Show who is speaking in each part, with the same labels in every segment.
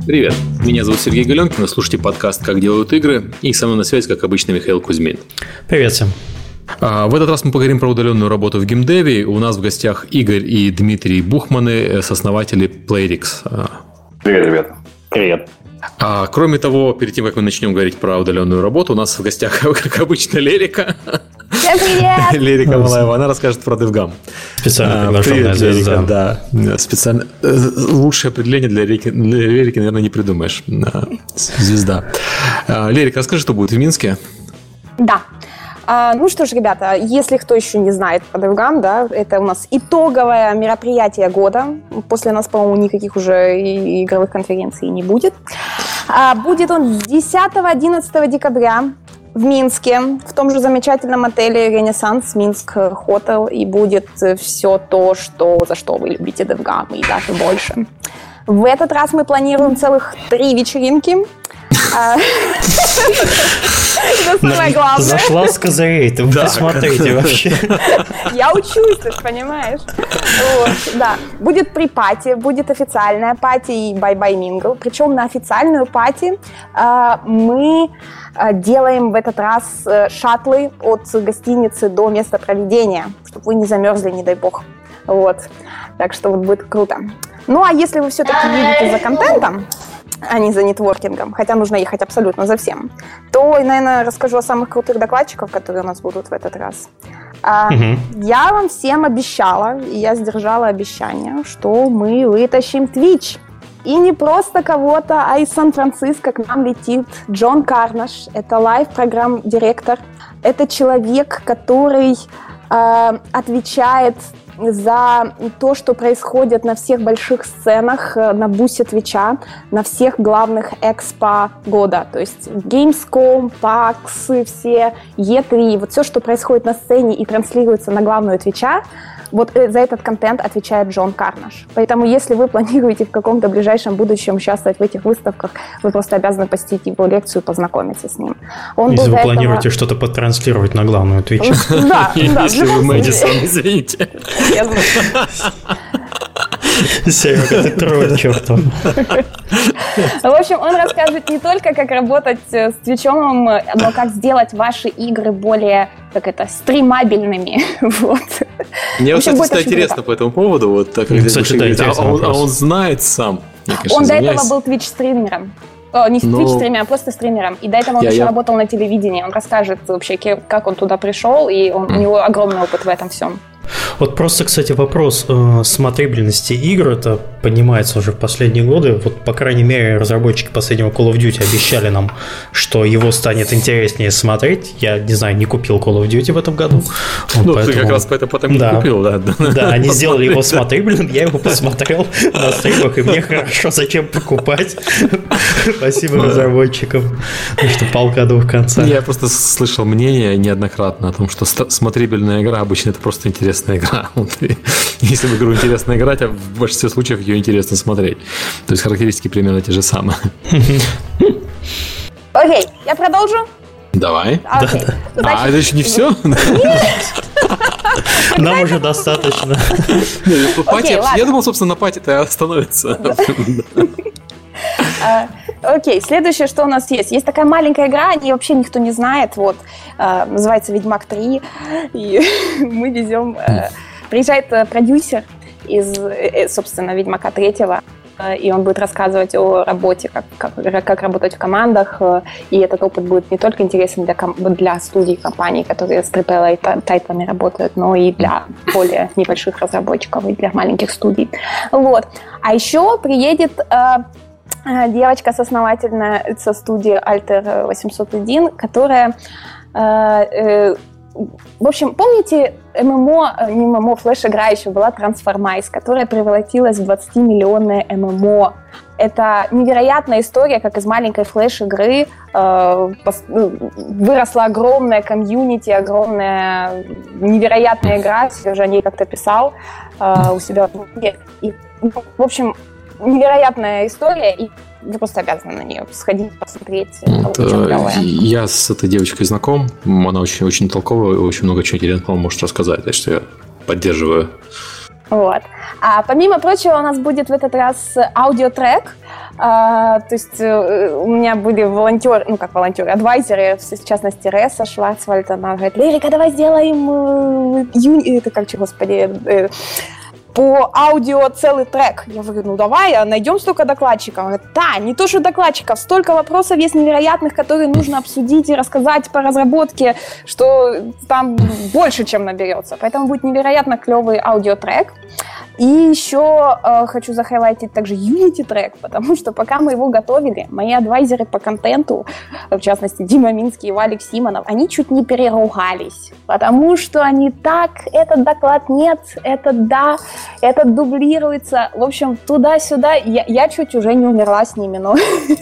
Speaker 1: Привет, меня зовут Сергей Галенкин, вы слушаете подкаст «Как делают игры», и со мной на связи, как обычно, Михаил Кузьмин.
Speaker 2: Привет всем.
Speaker 1: В этот раз мы поговорим про удаленную работу в геймдеве. У нас в гостях Игорь и Дмитрий Бухманы, сооснователи Playrix.
Speaker 3: Привет, ребята.
Speaker 2: Привет.
Speaker 1: Кроме того, перед тем, как мы начнем говорить про удаленную работу, у нас в гостях, как обычно, Лерика.
Speaker 4: Всем привет!
Speaker 1: Лерика Малаева, она расскажет про DevGam.
Speaker 2: Специально приглашенная звезда.
Speaker 1: Да, специально. Лучшее определение для Лерики, наверное, не придумаешь. Звезда. Лерика, расскажи, что будет в Минске.
Speaker 4: Да. Ну что ж, ребята, если кто еще не знает про DevGam, да, это у нас итоговое мероприятие года. После нас, по-моему, никаких уже игровых конференций не будет. Будет он с 10-11 декабря в Минске, в том же замечательном отеле «Ренессанс» Минск Хотел, и будет все то, за что вы любите DevGam, и даже больше. В этот раз мы планируем целых 3 вечеринки. Это самое главное.
Speaker 2: Зашла с козырей, ты посмотрите вообще.
Speaker 4: Я учусь, ты понимаешь. Да, будет при-пати, будет официальная пати и бай-бай мингл. Причем на официальную пати мы делаем в этот раз шаттлы от гостиницы до места проведения, чтобы вы не замерзли, не дай бог. Вот. Так что вот будет круто. Ну, а если вы все-таки едете за контентом, а не за нетворкингом, хотя нужно ехать абсолютно за всем, то, наверное, расскажу о самых крутых докладчиках, которые у нас будут в этот раз. Я вам всем обещала, и я сдержала обещание, что мы вытащим Twitch. И не просто кого-то, а из Сан-Франциско к нам летит Джон Карнаш. Это лайв-программ-директор. Это человек, который отвечает за то, что происходит на всех больших сценах на бусе Твича, на всех главных экспо года. То есть Gamescom, PAX, все E3, вот все, что происходит на сцене и транслируется на главную Твича, вот за этот контент отвечает Джон Карнаш. Поэтому, если вы планируете в каком-то ближайшем будущем участвовать в этих выставках, вы просто обязаны посетить его лекцию, познакомиться с ним.
Speaker 2: Если вы планируете что-то потранслировать на главную Твич.
Speaker 4: Да,
Speaker 1: если вы Мэдисон, извините.
Speaker 2: Серега, ты тролль, чертов.
Speaker 4: В общем, он расскажет не только, как работать с Твичом, но как сделать ваши игры более, стримабельными. Вот.
Speaker 1: Мне, кстати, интересно по этому поводу. Вот, так, он знает сам.
Speaker 4: Он до этого был Twitch-стримером. Не Twitch-стримером, а просто стримером. И до этого он еще работал на телевидении. Он расскажет вообще, как он туда пришел, и у него огромный опыт в этом всем.
Speaker 2: Вот просто, кстати, вопрос смотрибельности игр, это поднимается уже в последние годы. Вот, по крайней мере, разработчики последнего Call of Duty обещали нам, что его станет интереснее смотреть. Я, не знаю, не купил Call of Duty в этом году.
Speaker 1: Ты как раз потому не купил, да.
Speaker 2: Да, они сделали его смотрибельным, я его посмотрел на стримах, и мне хорошо, зачем покупать. Спасибо разработчикам, что палка о двух концах.
Speaker 1: Я просто слышал мнение неоднократно о том, что смотрибельная игра обычно это просто интересная игра. Если в игру интересно играть, а в большинстве случаев ее интересно смотреть. То есть характеристики примерно те же самые.
Speaker 4: Окей, я продолжу?
Speaker 1: Давай.
Speaker 4: Это
Speaker 1: еще не все?
Speaker 2: Нам уже достаточно.
Speaker 1: Я думал, собственно, на пати-то остановится.
Speaker 4: Окей, следующее, что у нас есть. Есть такая маленькая игра, о ней вообще никто не знает. Вот, называется «Ведьмак 3». И мы везем... Приезжает продюсер из, собственно, «Ведьмака 3». И он будет рассказывать о работе, как работать в командах. И этот опыт будет не только интересен для студий, компаний, которые с AAA-тайтлами работают, но и для более небольших разработчиков, и для маленьких студий. Вот. А еще приедет... девочка-соосновательница студии Alter 801, которая... в общем, помните, флеш-игра еще была Transformice, которая превратилась в 20-миллионное ММО. Это невероятная история, как из маленькой флеш-игры выросла огромная комьюнити, огромная невероятная игра. Сережа о ней как-то писал у себя в блоге. И, в общем, невероятная история, и вы просто обязаны на нее сходить, посмотреть.
Speaker 1: Я с этой девочкой знаком, она очень толковая и очень много чего интересного может рассказать, так что я поддерживаю
Speaker 4: Вот. А помимо прочего, у нас будет в этот раз аудиотрек. То есть у меня были волонтеры, адвайзеры, в частности, Ресса Шварцвальд, она говорит: Лерика, давай сделаем по аудио целый трек. Я говорю, давай, найдем столько докладчиков. Он говорит, да, не то что докладчиков, столько вопросов есть невероятных, которые нужно обсудить и рассказать по разработке, что там больше, чем наберется. Поэтому будет невероятно клевый аудиотрек. И еще хочу захайлайтить также Unity трек, потому что пока мы его готовили, мои адвайзеры по контенту, в частности Дима Минский и Валик Симонов, они чуть не переругались, потому что они так, этот доклад нет, этот да, этот дублируется, в общем, туда-сюда, я чуть уже не умерла с ними, но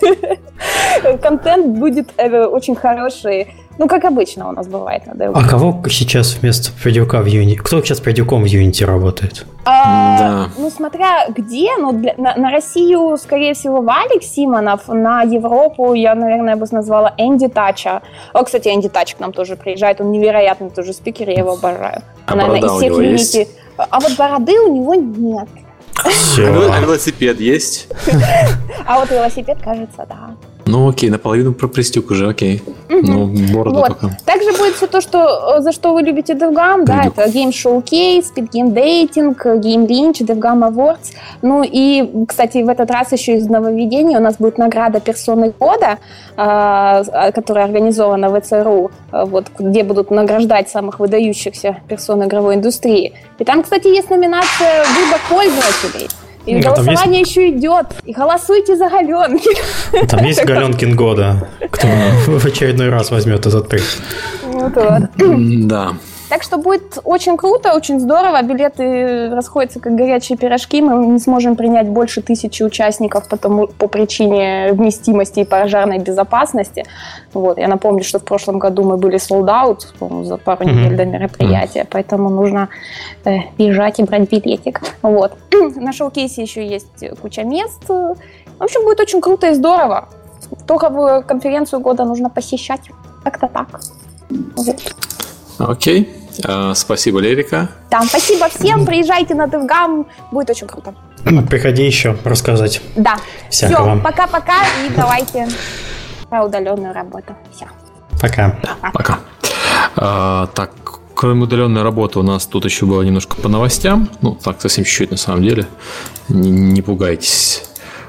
Speaker 4: контент будет очень хороший. Ну, как обычно у нас бывает.
Speaker 2: А кого сейчас вместо Придюка в Unity? Кто сейчас Придюком в Unity работает?
Speaker 1: Да.
Speaker 4: Ну, смотря где, но на Россию, скорее всего, Валик Симонов, на Европу я, наверное, бы назвала Энди Тача. О, кстати, Энди Тач к нам тоже приезжает, он невероятный тоже спикер, я его обожаю.
Speaker 1: А борода у него есть?
Speaker 4: А вот бороды у него нет.
Speaker 1: А велосипед есть?
Speaker 4: А вот велосипед, кажется, да.
Speaker 1: Ну окей, наполовину про Пристюк уже, окей. Ну, бороду
Speaker 4: вот.
Speaker 1: только.
Speaker 4: Также будет все то, за что вы любите DevGam, да, это Game Showcase, Speed Game Dating, Game Lynch, DevGam Awards. Ну и, кстати, в этот раз еще из нововведений у нас будет награда персоны года, которая организована в ЦРУ, вот, где будут награждать самых выдающихся персон игровой индустрии. И там, кстати, есть номинация «Выбор пользователей». И голосование еще идет. И голосуйте за Галенки.
Speaker 2: Там есть Галенкин года. Кто в очередной раз возьмет этот приз.
Speaker 4: Вот.
Speaker 1: Да.
Speaker 4: Так что будет очень круто, очень здорово. Билеты расходятся как горячие пирожки. Мы не сможем принять больше 1000 участников по причине вместимости и пожарной безопасности. Вот. Я напомню, что в прошлом году мы были sold out за пару недель до мероприятия, поэтому нужно бежать и брать билетик. Вот. На шоу-кейсе еще есть куча мест. В общем, будет очень круто и здорово. Итоговую конференцию года нужно посещать. Как-то так. Вот.
Speaker 1: Окей. Спасибо, Лерика.
Speaker 4: Да, спасибо всем. Приезжайте на DevGam. Будет очень круто.
Speaker 2: Приходи еще рассказать.
Speaker 4: Да.
Speaker 2: Всякого.
Speaker 4: Все, пока-пока. И давайте про удаленную работу. Все.
Speaker 2: Пока.
Speaker 1: Да, пока. Так, кроме удаленной работы у нас тут еще было немножко по новостям. Ну, так, совсем чуть-чуть на самом деле. Не пугайтесь.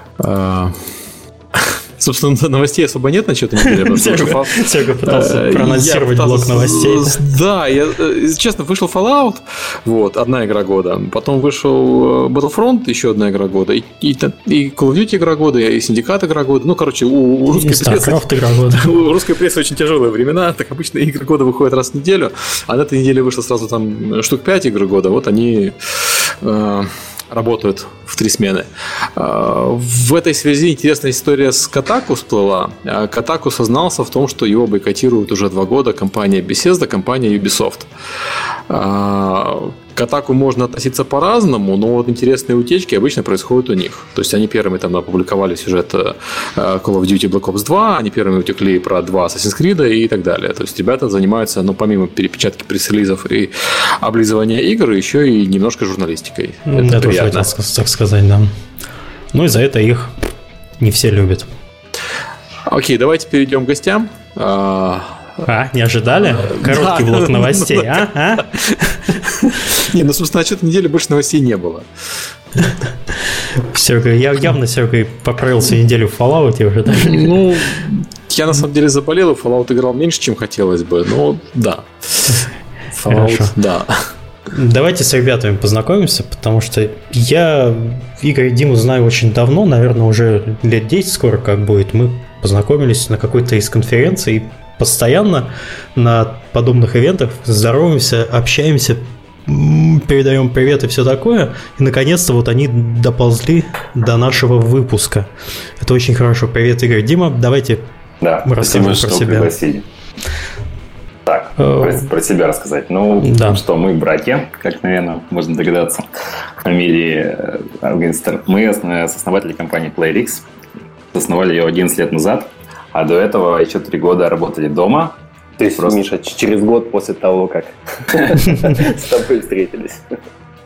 Speaker 1: Собственно, новостей особо нет на что-то неделе.
Speaker 2: Серега пытался проанонсировать блок новостей.
Speaker 1: Да, честно, вышел Fallout, вот, одна игра года. Потом вышел Battlefront, еще одна игра года. И Call of Duty игра года, и Syndicate игра года. Ну, короче, у русской прессы... У русской прессы очень тяжелые времена. Так обычно игры года выходят раз в неделю. А на этой неделе вышло сразу там штук 5 игр года. Вот они... работают в 3 смены. В этой связи интересная история с Kotaku всплыла. Kotaku сознался в том, что его бойкотирует уже 2 года компания Bethesda, компания Ubisoft. К Kotaku можно относиться по-разному, но вот интересные утечки обычно происходят у них. То есть они первыми там опубликовали сюжет Call of Duty Black Ops 2, они первыми утекли про 2 Assassin's Creed и так далее. То есть ребята занимаются, ну, помимо перепечатки пресс-релизов и облизывания игр, еще и немножко журналистикой.
Speaker 2: Это приятно. Я тоже хотел так сказать, да. Ну и за это их не все любят.
Speaker 1: Окей, давайте перейдем к гостям.
Speaker 2: Не ожидали? Короткий блок новостей,
Speaker 1: Не, ну, собственно, на что-то неделе больше новостей не было.
Speaker 2: Серега, я явно, Серега, поправился неделю в Fallout, я уже даже...
Speaker 1: Ну, я на самом деле заболел, и Fallout играл меньше, чем хотелось бы, но да. Fallout, да.
Speaker 2: Давайте с ребятами познакомимся, потому что я Игоря и Диму знаю очень давно, наверное, уже лет 10 скоро как будет. Мы познакомились на какой-то из конференций, постоянно на подобных ивентах здороваемся, общаемся, передаем привет и все такое. И наконец-то вот они доползли до нашего выпуска. Это очень хорошо. Привет, Игорь, Дима. Давайте расскажем про себя.
Speaker 3: Пригласили. Так, про себя рассказать. Ну, да. Что мы братья, как, наверное, можно догадаться. Фамилии Аргенстер. Мы основатели компании PlayerX. Основали ее 11 лет назад. А до этого еще 3 года работали дома.
Speaker 5: То есть, Миша, через год после того, как с тобой встретились.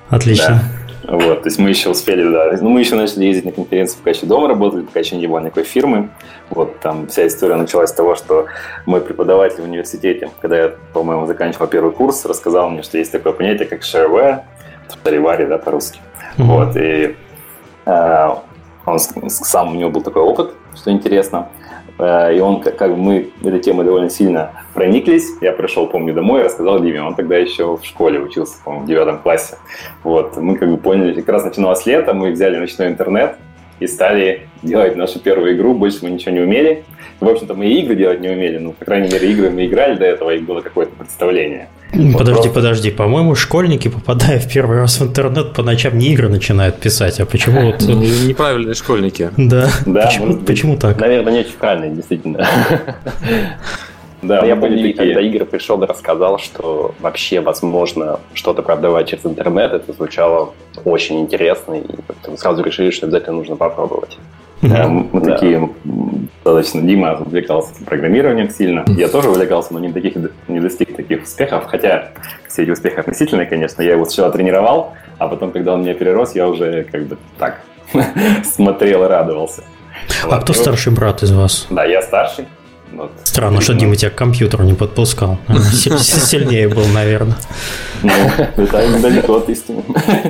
Speaker 2: Отлично.
Speaker 3: Да. Вот, то есть мы еще успели, да. Ну, мы еще начали ездить на конференции, пока еще дома работали, пока еще не было никакой фирмы. Вот, там вся история началась с того, что мой преподаватель в университете, когда я, по-моему, заканчивал первый курс, рассказал мне, что есть такое понятие, как shareware, шаривари, да, по-русски. Вот, и он сам, у него был такой опыт, что интересно. И он, как бы мы этой темой довольно сильно прониклись. Я пришел, помню, домой и рассказал Диме. Он тогда еще в школе учился, по-моему, в 9 классе. Вот. Мы как бы поняли, как раз начиналось лето, мы взяли ночной интернет и стали делать нашу первую игру. Больше мы ничего не умели. В общем-то, мы и игры делать не умели. Ну, по крайней мере, игры мы играли до этого, и было какое-то представление.
Speaker 2: Подожди. По-моему, школьники, попадая в первый раз в интернет, по ночам не игры начинают писать, а почему вот...
Speaker 1: Неправильные школьники.
Speaker 2: Да. Почему так?
Speaker 5: Наверное, не очень правильно, действительно.
Speaker 3: Да,
Speaker 5: я помню, когда Игорь пришел и рассказал, что вообще возможно что-то продавать через интернет, это звучало очень интересно, и мы сразу решили, что обязательно нужно попробовать.
Speaker 3: Мы такие, достаточно, Дима увлекался программированием сильно, я тоже увлекался, но не достиг таких успехов, хотя все эти успехи относительные, конечно, я его сначала тренировал, а потом, когда он меня перерос, я уже как бы так смотрел и радовался.
Speaker 2: А кто старший брат из вас?
Speaker 3: Да, я старший. Вот.
Speaker 2: Странно, что Дима тебя к компьютеру не подпускал. Сильнее был, наверное.
Speaker 3: Ну, это недалеко от истины.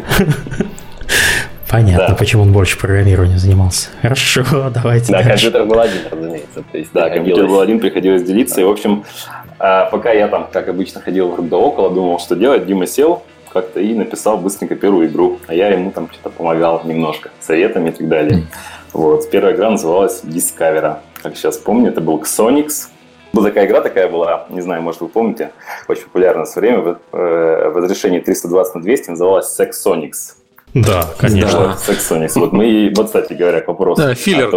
Speaker 2: Понятно, почему он больше программированием занимался. Хорошо, давайте
Speaker 5: дальше. Да, компьютер был один, разумеется. То есть,
Speaker 3: да, компьютер был один, приходилось делиться. И, в общем, пока я там, как обычно, ходил вокруг да около, думал, что делать, Дима сел как-то и написал быстренько первую игру. А я ему там что-то помогал немножко, советами и так далее. Вот. Первая игра называлась Discovery. Как сейчас помню, это был Xonix. Была такая игра, была, не знаю, может вы помните, очень популярна в свое время, в разрешении 320x200 называлась Sexonix.
Speaker 2: Да, конечно.
Speaker 3: Да, Sexonix. Вот, кстати говоря, к вопросу.
Speaker 1: Да, филлер,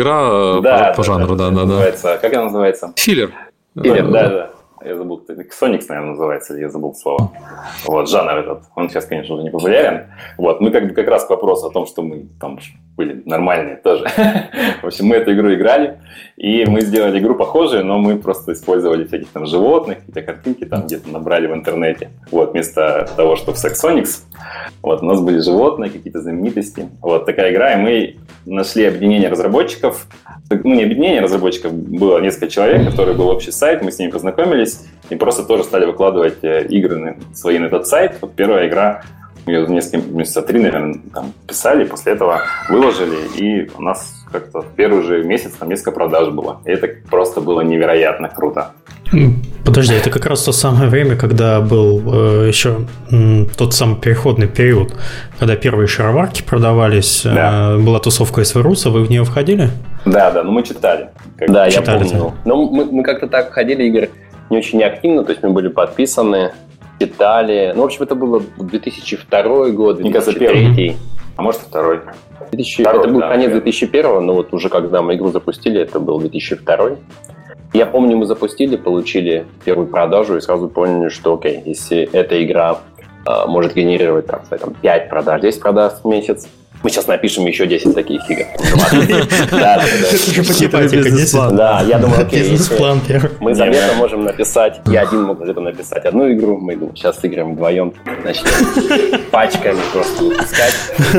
Speaker 1: игра по жанру, да.
Speaker 3: Как она называется?
Speaker 1: Филлер.
Speaker 3: Филлер, да. Я забыл, Xonix, наверное, называется, или я забыл слово. Вот, жанр этот, он сейчас, конечно, уже не популярен. Вот, мы как раз к вопросу о том, что мы там были нормальные тоже. В общем, мы эту игру играли, и мы сделали игру похожую, но мы просто использовали всяких там животных, какие-то картинки там где-то набрали в интернете. Вот, вместо того, что в Sexonix, вот, у нас были животные, какие-то знаменитости. Вот, такая игра, и мы нашли объединение разработчиков. Ну, не объединение разработчиков, было несколько человек, который был общий сайт, мы с ними познакомились и просто тоже стали выкладывать игры свои на этот сайт. Вот первая игра, мы ее несколько месяца 3, наверное, там писали, после этого выложили, и у нас как-то в первый же месяц там несколько продаж было. И это просто было невероятно круто.
Speaker 2: Подожди, это как раз то самое время, когда был еще тот самый переходный период, когда первые шароварки продавались, была тусовка СВРУСа, вы в нее входили?
Speaker 3: Да, ну мы читали.
Speaker 5: Да, я помню. Но мы как-то так ходили, Игорь, не очень неактивно, то есть мы были подписаны, читали. Ну, в общем, это было 2002 год, 2003.
Speaker 3: А может, второй.
Speaker 5: Это был конец 2001, но вот уже когда мы игру запустили, это был 2002. Я помню, мы запустили, получили первую продажу и сразу поняли, что окей, если эта игра может генерировать там 5 продаж, 10 продаж в месяц, мы сейчас напишем еще 10 таких игр.
Speaker 2: Это же по тематике 10.
Speaker 5: Да, я думаю, окей, мы заметно можем написать, я один мог где-то написать одну игру, мы думаем, сейчас сыграем вдвоем, начнем пачками просто выпускать.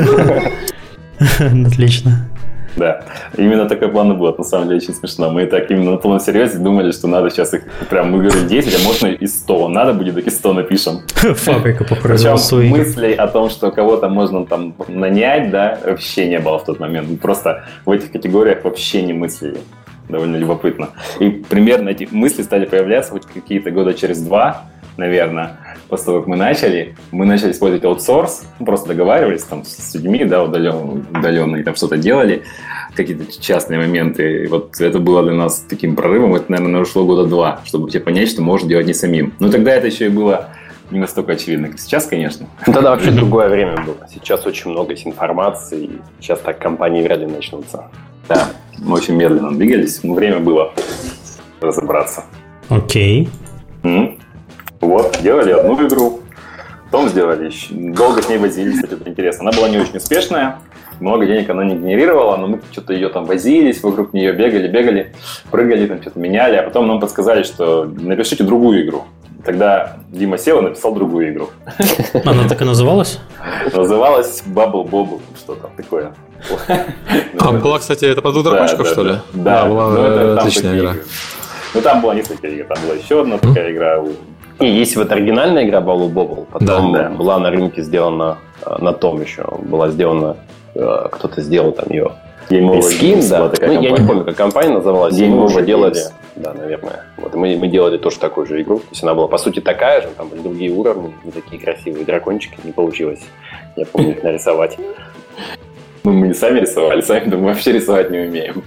Speaker 2: Отлично.
Speaker 3: Да, именно такой план и был, на самом деле очень смешно. Мы так именно на полном серьезе думали, что надо сейчас их прям, мы говорим 10, а можно и 100. Надо будет, так и 100 напишем.
Speaker 2: Фабрика по производству.
Speaker 3: Причем мыслей о том, что кого-то можно там нанять, да, вообще не было в тот момент. Мы просто в этих категориях вообще не мыслили. Довольно любопытно. И примерно эти мысли стали появляться вот какие-то года через 2, наверное, после того, как мы начали использовать аутсорс, просто договаривались там с людьми, да, удаленно, и там что-то делали, какие-то частные моменты. И вот это было для нас таким прорывом. Это, наверное, ушло года 2, чтобы тебе понять, что можно делать не самим. Но тогда это еще и было не настолько очевидно, как сейчас, конечно.
Speaker 5: Тогда вообще другое время было. Сейчас очень много есть информации, и сейчас так компании вряд ли начнутся.
Speaker 3: Да, мы очень медленно двигались, но время было разобраться.
Speaker 2: Окей.
Speaker 3: Вот, делали одну игру, потом сделали еще. Долго с ней возились, кстати, это интересно. Она была не очень успешная, много денег она не генерировала, но мы что-то ее там возились, вокруг нее бегали, прыгали, там что-то меняли, а потом нам подсказали, что напишите другую игру. тогда Дима сел и написал другую игру.
Speaker 2: Она так и называлась?
Speaker 3: Называлась Bubble Bobble, что там такое.
Speaker 1: Была, кстати, это под дракончиков, что ли?
Speaker 3: Да,
Speaker 1: была отличная игра.
Speaker 3: Ну, там была несколько игр, там была еще одна такая игра.
Speaker 5: И есть вот оригинальная игра Bubble Bobble, потом была на рынке сделана, на том еще, была сделана, кто-то сделал там ее. Скин, да. Ну, я не помню, как компания называлась. Мы уже делали, да, наверное. Вот, мы делали тоже такую же игру. То есть она была, по сути, такая же, там были другие уровни, не такие красивые дракончики. Не получилось, я помню, их нарисовать.
Speaker 3: Ну, мы не сами рисовали, сами мы вообще рисовать не умеем.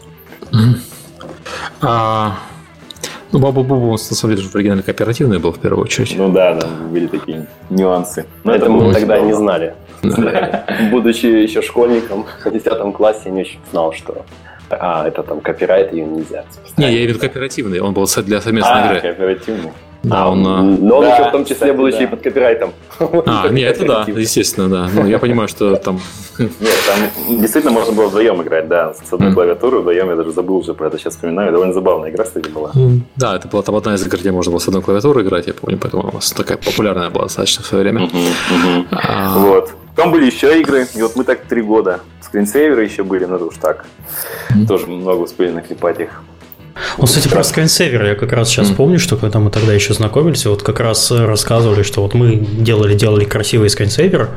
Speaker 1: Ну, Bubble Bobble, на самом деле, в оригинале кооперативный был в первую очередь.
Speaker 3: Ну да, там были такие нюансы.
Speaker 5: Но это мы тогда не знали. Будучи еще школьником в 10 классе, я не очень знал, что это там копирайт, ее нельзя.
Speaker 1: Не, я имею в виду кооперативный, он был для совместной игры.
Speaker 3: Кооперативный.
Speaker 1: Да,
Speaker 5: но он еще в том числе был еще и под копирайтом.
Speaker 1: Нет, это да, естественно, да. Ну, я понимаю, что там...
Speaker 3: Нет, там действительно можно было вдвоем играть, да, с одной клавиатурой вдвоем, я даже забыл уже про это, сейчас вспоминаю, довольно забавная игра, кстати, была.
Speaker 1: Да, это была там одна из игр, где можно было с одной клавиатурой играть, я помню, поэтому у нас такая популярная была достаточно в свое время.
Speaker 3: Вот. Там были еще игры, и вот мы так 3 года. Скринсейверы еще были, ну это уж так. Тоже много успели наклепать их.
Speaker 2: Ну, кстати, про скринсейверы я как раз сейчас помню, что когда мы тогда еще знакомились, вот как раз рассказывали, что вот мы делали красивый скринсейвер,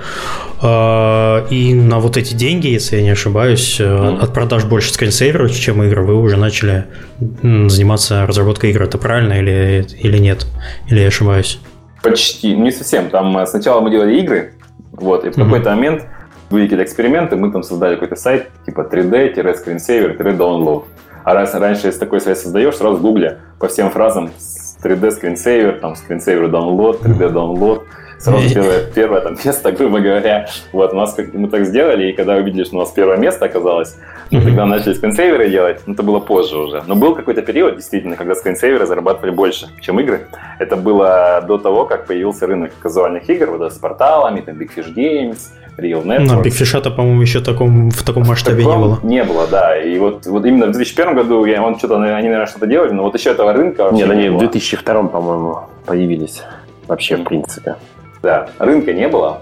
Speaker 2: и на вот эти деньги, если я не ошибаюсь, от продаж больше скринсейверов, чем игр, вы уже начали заниматься разработкой игр. Это правильно или нет? Или я ошибаюсь?
Speaker 3: Почти, не совсем. Там сначала мы делали игры, вот, и в какой-то момент были какие-то эксперименты, мы там создали какой-то сайт, типа 3D-скринсейвер-download. А раньше, если такой сайт создаешь, сразу в гугле по всем фразам 3D скринсейвер, там скринсейвер download, 3D download, сразу первое там место, грубо говоря. Вот, мы так сделали, и когда увидели, что у нас первое место оказалось, мы тогда начали скринсейверы делать, но это было позже уже. Но был какой-то период, действительно, когда скринсейверы зарабатывали больше, чем игры. Это было до того, как появился рынок казуальных игр, вот с порталами, там Big Fish Games, Real Networks.
Speaker 2: Но Big Fish-то, по-моему, еще в таком масштабе не было.
Speaker 3: Не было, да. И вот именно в 2001 году они, наверное, что-то делали, но вот еще этого рынка вообще
Speaker 5: не было. Нет, они в 2002, по-моему, появились вообще, в принципе.
Speaker 3: Да, рынка не было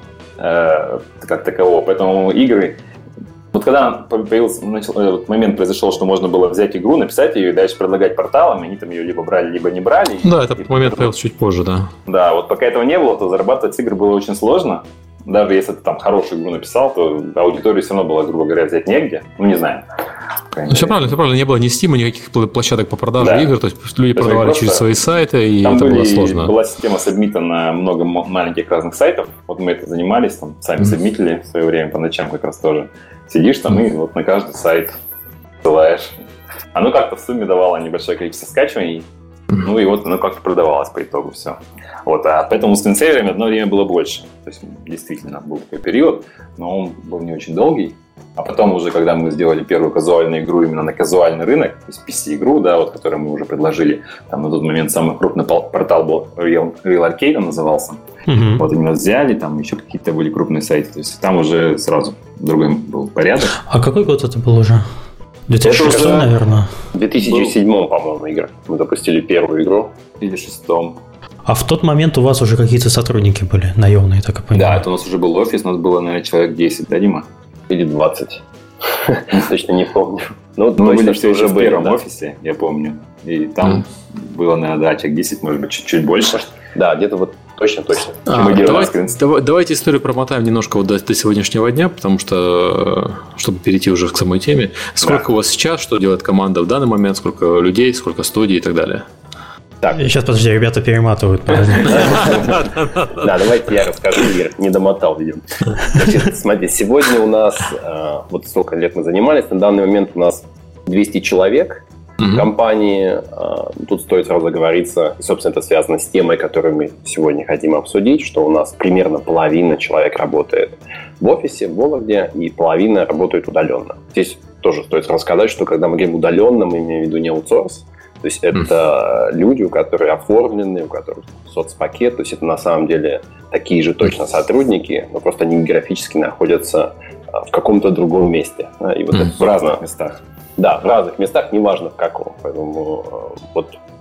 Speaker 3: как такового, поэтому игры... Вот когда момент произошел, что можно было взять игру, написать ее и дальше предлагать порталам, они там ее либо брали, либо не брали.
Speaker 1: Да, этот момент появился чуть позже, да.
Speaker 3: Да, вот пока этого не было, то зарабатывать с игр было очень сложно. Даже если ты там хорошую игру написал, то аудиторию все равно было, грубо говоря, взять негде. Ну, не знаю.
Speaker 1: Все правильно. Не было ни Steam, никаких площадок по продаже игр. То есть люди продавали через свои сайты, и это было сложно.
Speaker 3: Была система сабмита на много маленьких разных сайтов. Вот мы это занимались, там сами сабмитили в свое время по ночам как раз тоже. Сидишь там и вот на каждый сайт ссылаешь. Оно как-то в сумме давало небольшое количество скачиваний. Ну и вот оно как-то продавалось по итогу все. Вот, а поэтому с скринсейверами одно время было больше. То есть действительно был такой период, но он был не очень долгий. А потом уже, когда мы сделали первую казуальную игру именно на казуальный рынок, то есть PC-игру, да, вот, которую мы уже предложили, там на тот момент самый крупный портал был Real Arcade, он назывался. Вот именно взяли, там еще какие-то были крупные сайты. То есть там уже сразу другой был порядок.
Speaker 2: А какой год это был уже? 2006, наверное?
Speaker 5: В 2007, по-моему, игра. Мы запустили первую игру.
Speaker 3: Или 2006.
Speaker 2: А в тот момент у вас уже какие-то сотрудники были наемные, так я понимаю?
Speaker 3: Да, это у нас уже был офис, у нас было, наверное, человек 10, да, Дима?
Speaker 5: Или 20. Точно не помню.
Speaker 3: Ну, мы были все уже в первом офисе, я помню. И там было, наверное, человек 10, может быть, чуть-чуть больше.
Speaker 5: Да, где-то вот точно.
Speaker 1: Давайте историю промотаем немножко вот до сегодняшнего дня, потому что, чтобы перейти уже к самой теме. Сколько у вас сейчас, что делает команда в данный момент, сколько людей, сколько студий и так далее?
Speaker 2: Так. Сейчас, подожди, ребята перематывают.
Speaker 5: Да, давайте я расскажу, я не домотал, видимо. Значит, смотри, сегодня у нас, вот столько лет мы занимались, на данный момент у нас 200 человек в компании. Тут стоит сразу оговориться, и, собственно, это связано с темой, которую мы сегодня хотим обсудить, что у нас примерно половина человек работает в офисе, в Вологде, и половина работает удаленно. Здесь тоже стоит рассказать, что когда мы говорим удаленно, мы имеем в виду не аутсорс. То есть это люди, у которых оформлены, у которых соцпакет. То есть это на самом деле такие же точно сотрудники, но просто они географически находятся в каком-то другом месте. И вот это
Speaker 3: в разных местах.
Speaker 5: Да, в разных местах, неважно в каком. Поэтому вот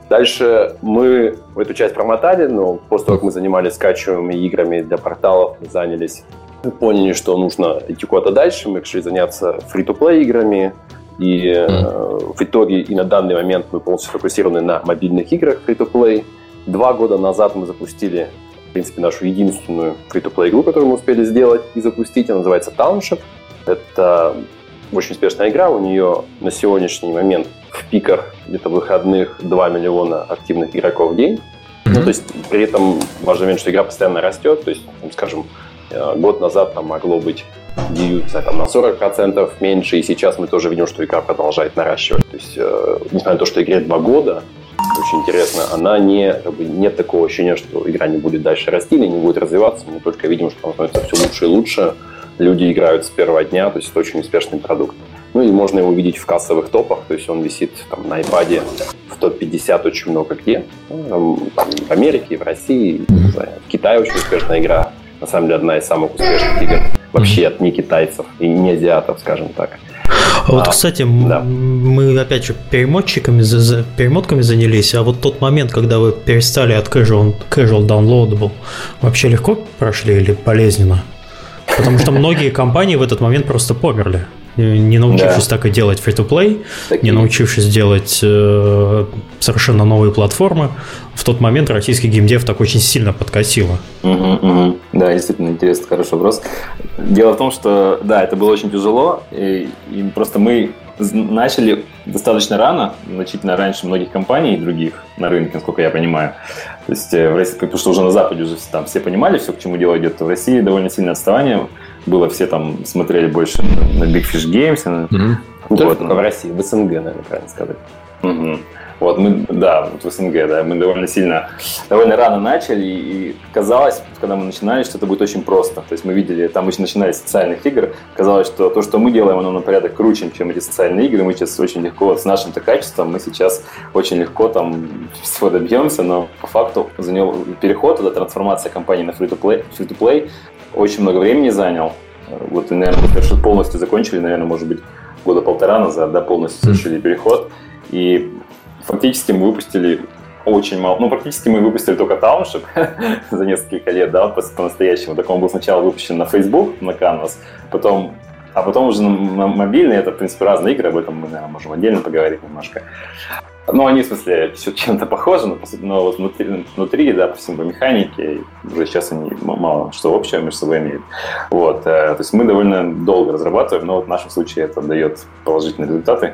Speaker 5: Дальше мы эту часть промотали, но после того, как мы занимались скачиваемыми играми для порталов, мы занялись, поняли, что нужно идти куда-то дальше, мы решили заняться фри-то-плей играми, и в итоге и на данный момент мы полностью сфокусированы на мобильных играх фри-то-плей. 2 года назад мы запустили, в принципе, нашу единственную фри-то-плей игру, которую мы успели сделать и запустить, она называется Township. Это очень успешная игра, у нее на сегодняшний момент в пиках где-то выходных 2 миллиона активных игроков в день. Ну, то есть при этом важно заметить, что игра постоянно растет. То есть, скажем, год назад там могло быть там, на 40% меньше, и сейчас мы тоже видим, что игра продолжает наращивать. То есть, несмотря на то, что игре 2 года, очень интересно, она нет такого ощущения, что игра не будет дальше расти или не будет развиваться. Мы только видим, что она становится все лучше и лучше. Люди играют с первого дня, то есть это очень успешный продукт. Ну и можно его увидеть в кассовых топах, то есть он висит там на iPad в топ-50 очень много где. В Америке, в России, не знаю, в Китае очень успешная игра. На самом деле одна из самых успешных игр вообще от не китайцев и не азиатов, скажем так.
Speaker 2: Вот, кстати, да. Мы опять же перемотками занялись, а вот тот момент, когда вы перестали от casual downloadable, вообще легко прошли или болезненно? Потому что многие компании в этот момент просто померли, не научившись так и делать free-to-play, не научившись делать совершенно новые платформы. В тот момент российский геймдев так очень сильно подкосило.
Speaker 3: Да, действительно интересный, хороший вопрос. Дело в том, что да, это было очень тяжело, и просто мы начали достаточно рано, значительно раньше многих компаний других на рынке, насколько я понимаю. То есть в России, потому что уже на Западе уже там все понимали все, к чему дело идет. В России довольно сильное отставание было, все там смотрели больше на Big Fish Games.
Speaker 5: Не только в России, в СНГ, наверное, правильно сказать.
Speaker 3: Вот мы, да, вот в СНГ, да, мы довольно рано начали, и казалось, когда мы начинали, что это будет очень просто. То есть мы видели, там мы начинали с социальных игр, казалось, что то, что мы делаем, оно на порядок круче, чем эти социальные игры. Мы сейчас очень легко, с нашим-то качеством, мы сейчас очень легко там всего добьемся, но по факту занял переход, эта трансформация компании на free-to-play очень много времени занял. Вот, наверное, мы полностью закончили, наверное, может быть, 1.5 года назад, да, полностью совершили переход. И фактически мы выпустили очень мало. Ну, практически мы выпустили только Township за несколько лет, да, по-настоящему. Так он был сначала выпущен на Facebook, на Canvas, а потом уже на мобильный. Это, в принципе, разные игры, об этом мы, наверное, можем отдельно поговорить немножко. Ну, они, в смысле, все чем-то похожи, но вот внутри, да, по механике, уже сейчас они мало что общего между собой имеют. Вот, то есть мы довольно долго разрабатываем, но вот в нашем случае это дает положительные результаты.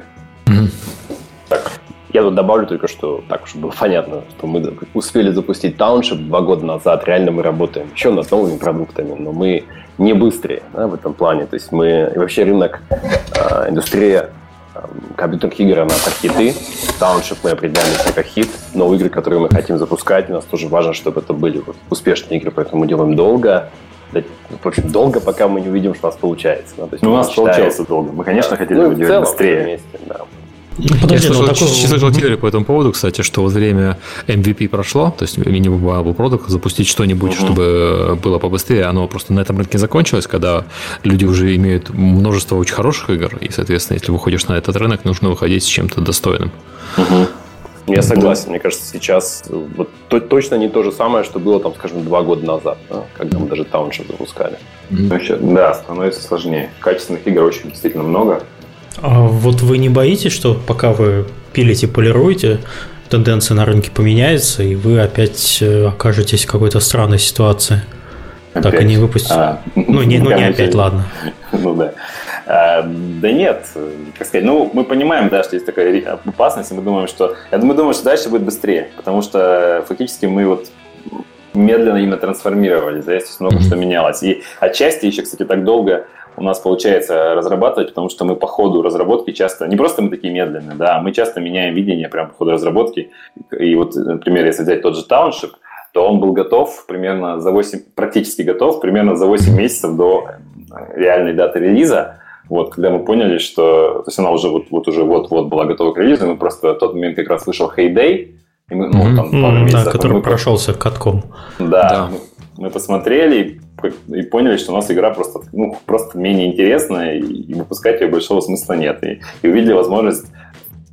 Speaker 5: Так. Я тут добавлю только, что так уж было понятно, что мы успели запустить Township 2 года назад. Реально мы работаем еще над новыми продуктами, но мы не быстрее, да, в этом плане. То есть мы вообще рынок, индустрия компьютерных игр, она как хиты. Township мы определяем как хит. Новые игры, которые мы хотим запускать, у нас тоже важно, чтобы это были вот успешные игры, поэтому мы делаем долго. В общем, долго, пока мы не увидим, что у нас получается. Да? То есть
Speaker 3: у нас получается долго. Мы, конечно, хотели бы делать быстрее. Вместе, да.
Speaker 1: Подожди, я слышал теорию по этому поводу, кстати, что вот время MVP прошло, то есть минимум viable product, запустить что-нибудь, чтобы было побыстрее, оно просто на этом рынке закончилось, когда люди уже имеют множество очень хороших игр, и, соответственно, если выходишь на этот рынок, нужно выходить с чем-то достойным.
Speaker 5: Я согласен, мне кажется, сейчас вот, точно не то же самое, что было, там, скажем, 2 года назад, да, когда мы даже Township запускали.
Speaker 3: Да, становится сложнее. Качественных игр очень действительно много.
Speaker 2: А вот вы не боитесь, что пока вы пилите, полируете, тенденция на рынке поменяется, и вы опять окажетесь в какой-то странной ситуации? Опять? Так и не выпустите. Не опять, ладно.
Speaker 3: Ну да. Да нет, как сказать, мы понимаем, да, что есть такая опасность, и мы думаем, что дальше будет быстрее, потому что фактически мы вот медленно именно трансформировались, да, здесь много что менялось. И отчасти еще, кстати, так долго у нас получается разрабатывать, потому что мы по ходу разработки часто, не просто мы такие медленные, да, мы часто меняем видение прямо по ходу разработки. И вот, например, если взять тот же Township, то он был готов примерно практически готов примерно за 8 месяцев до реальной даты релиза. Вот, когда мы поняли, что... То есть она уже вот-вот была готова к релизу, мы просто в тот момент как раз вышел Heyday, и мы, там, пару месяцев...
Speaker 2: который прошелся катком.
Speaker 3: Да. Мы посмотрели и поняли, что у нас игра просто менее интересная, и выпускать ее большого смысла нет. И увидели возможность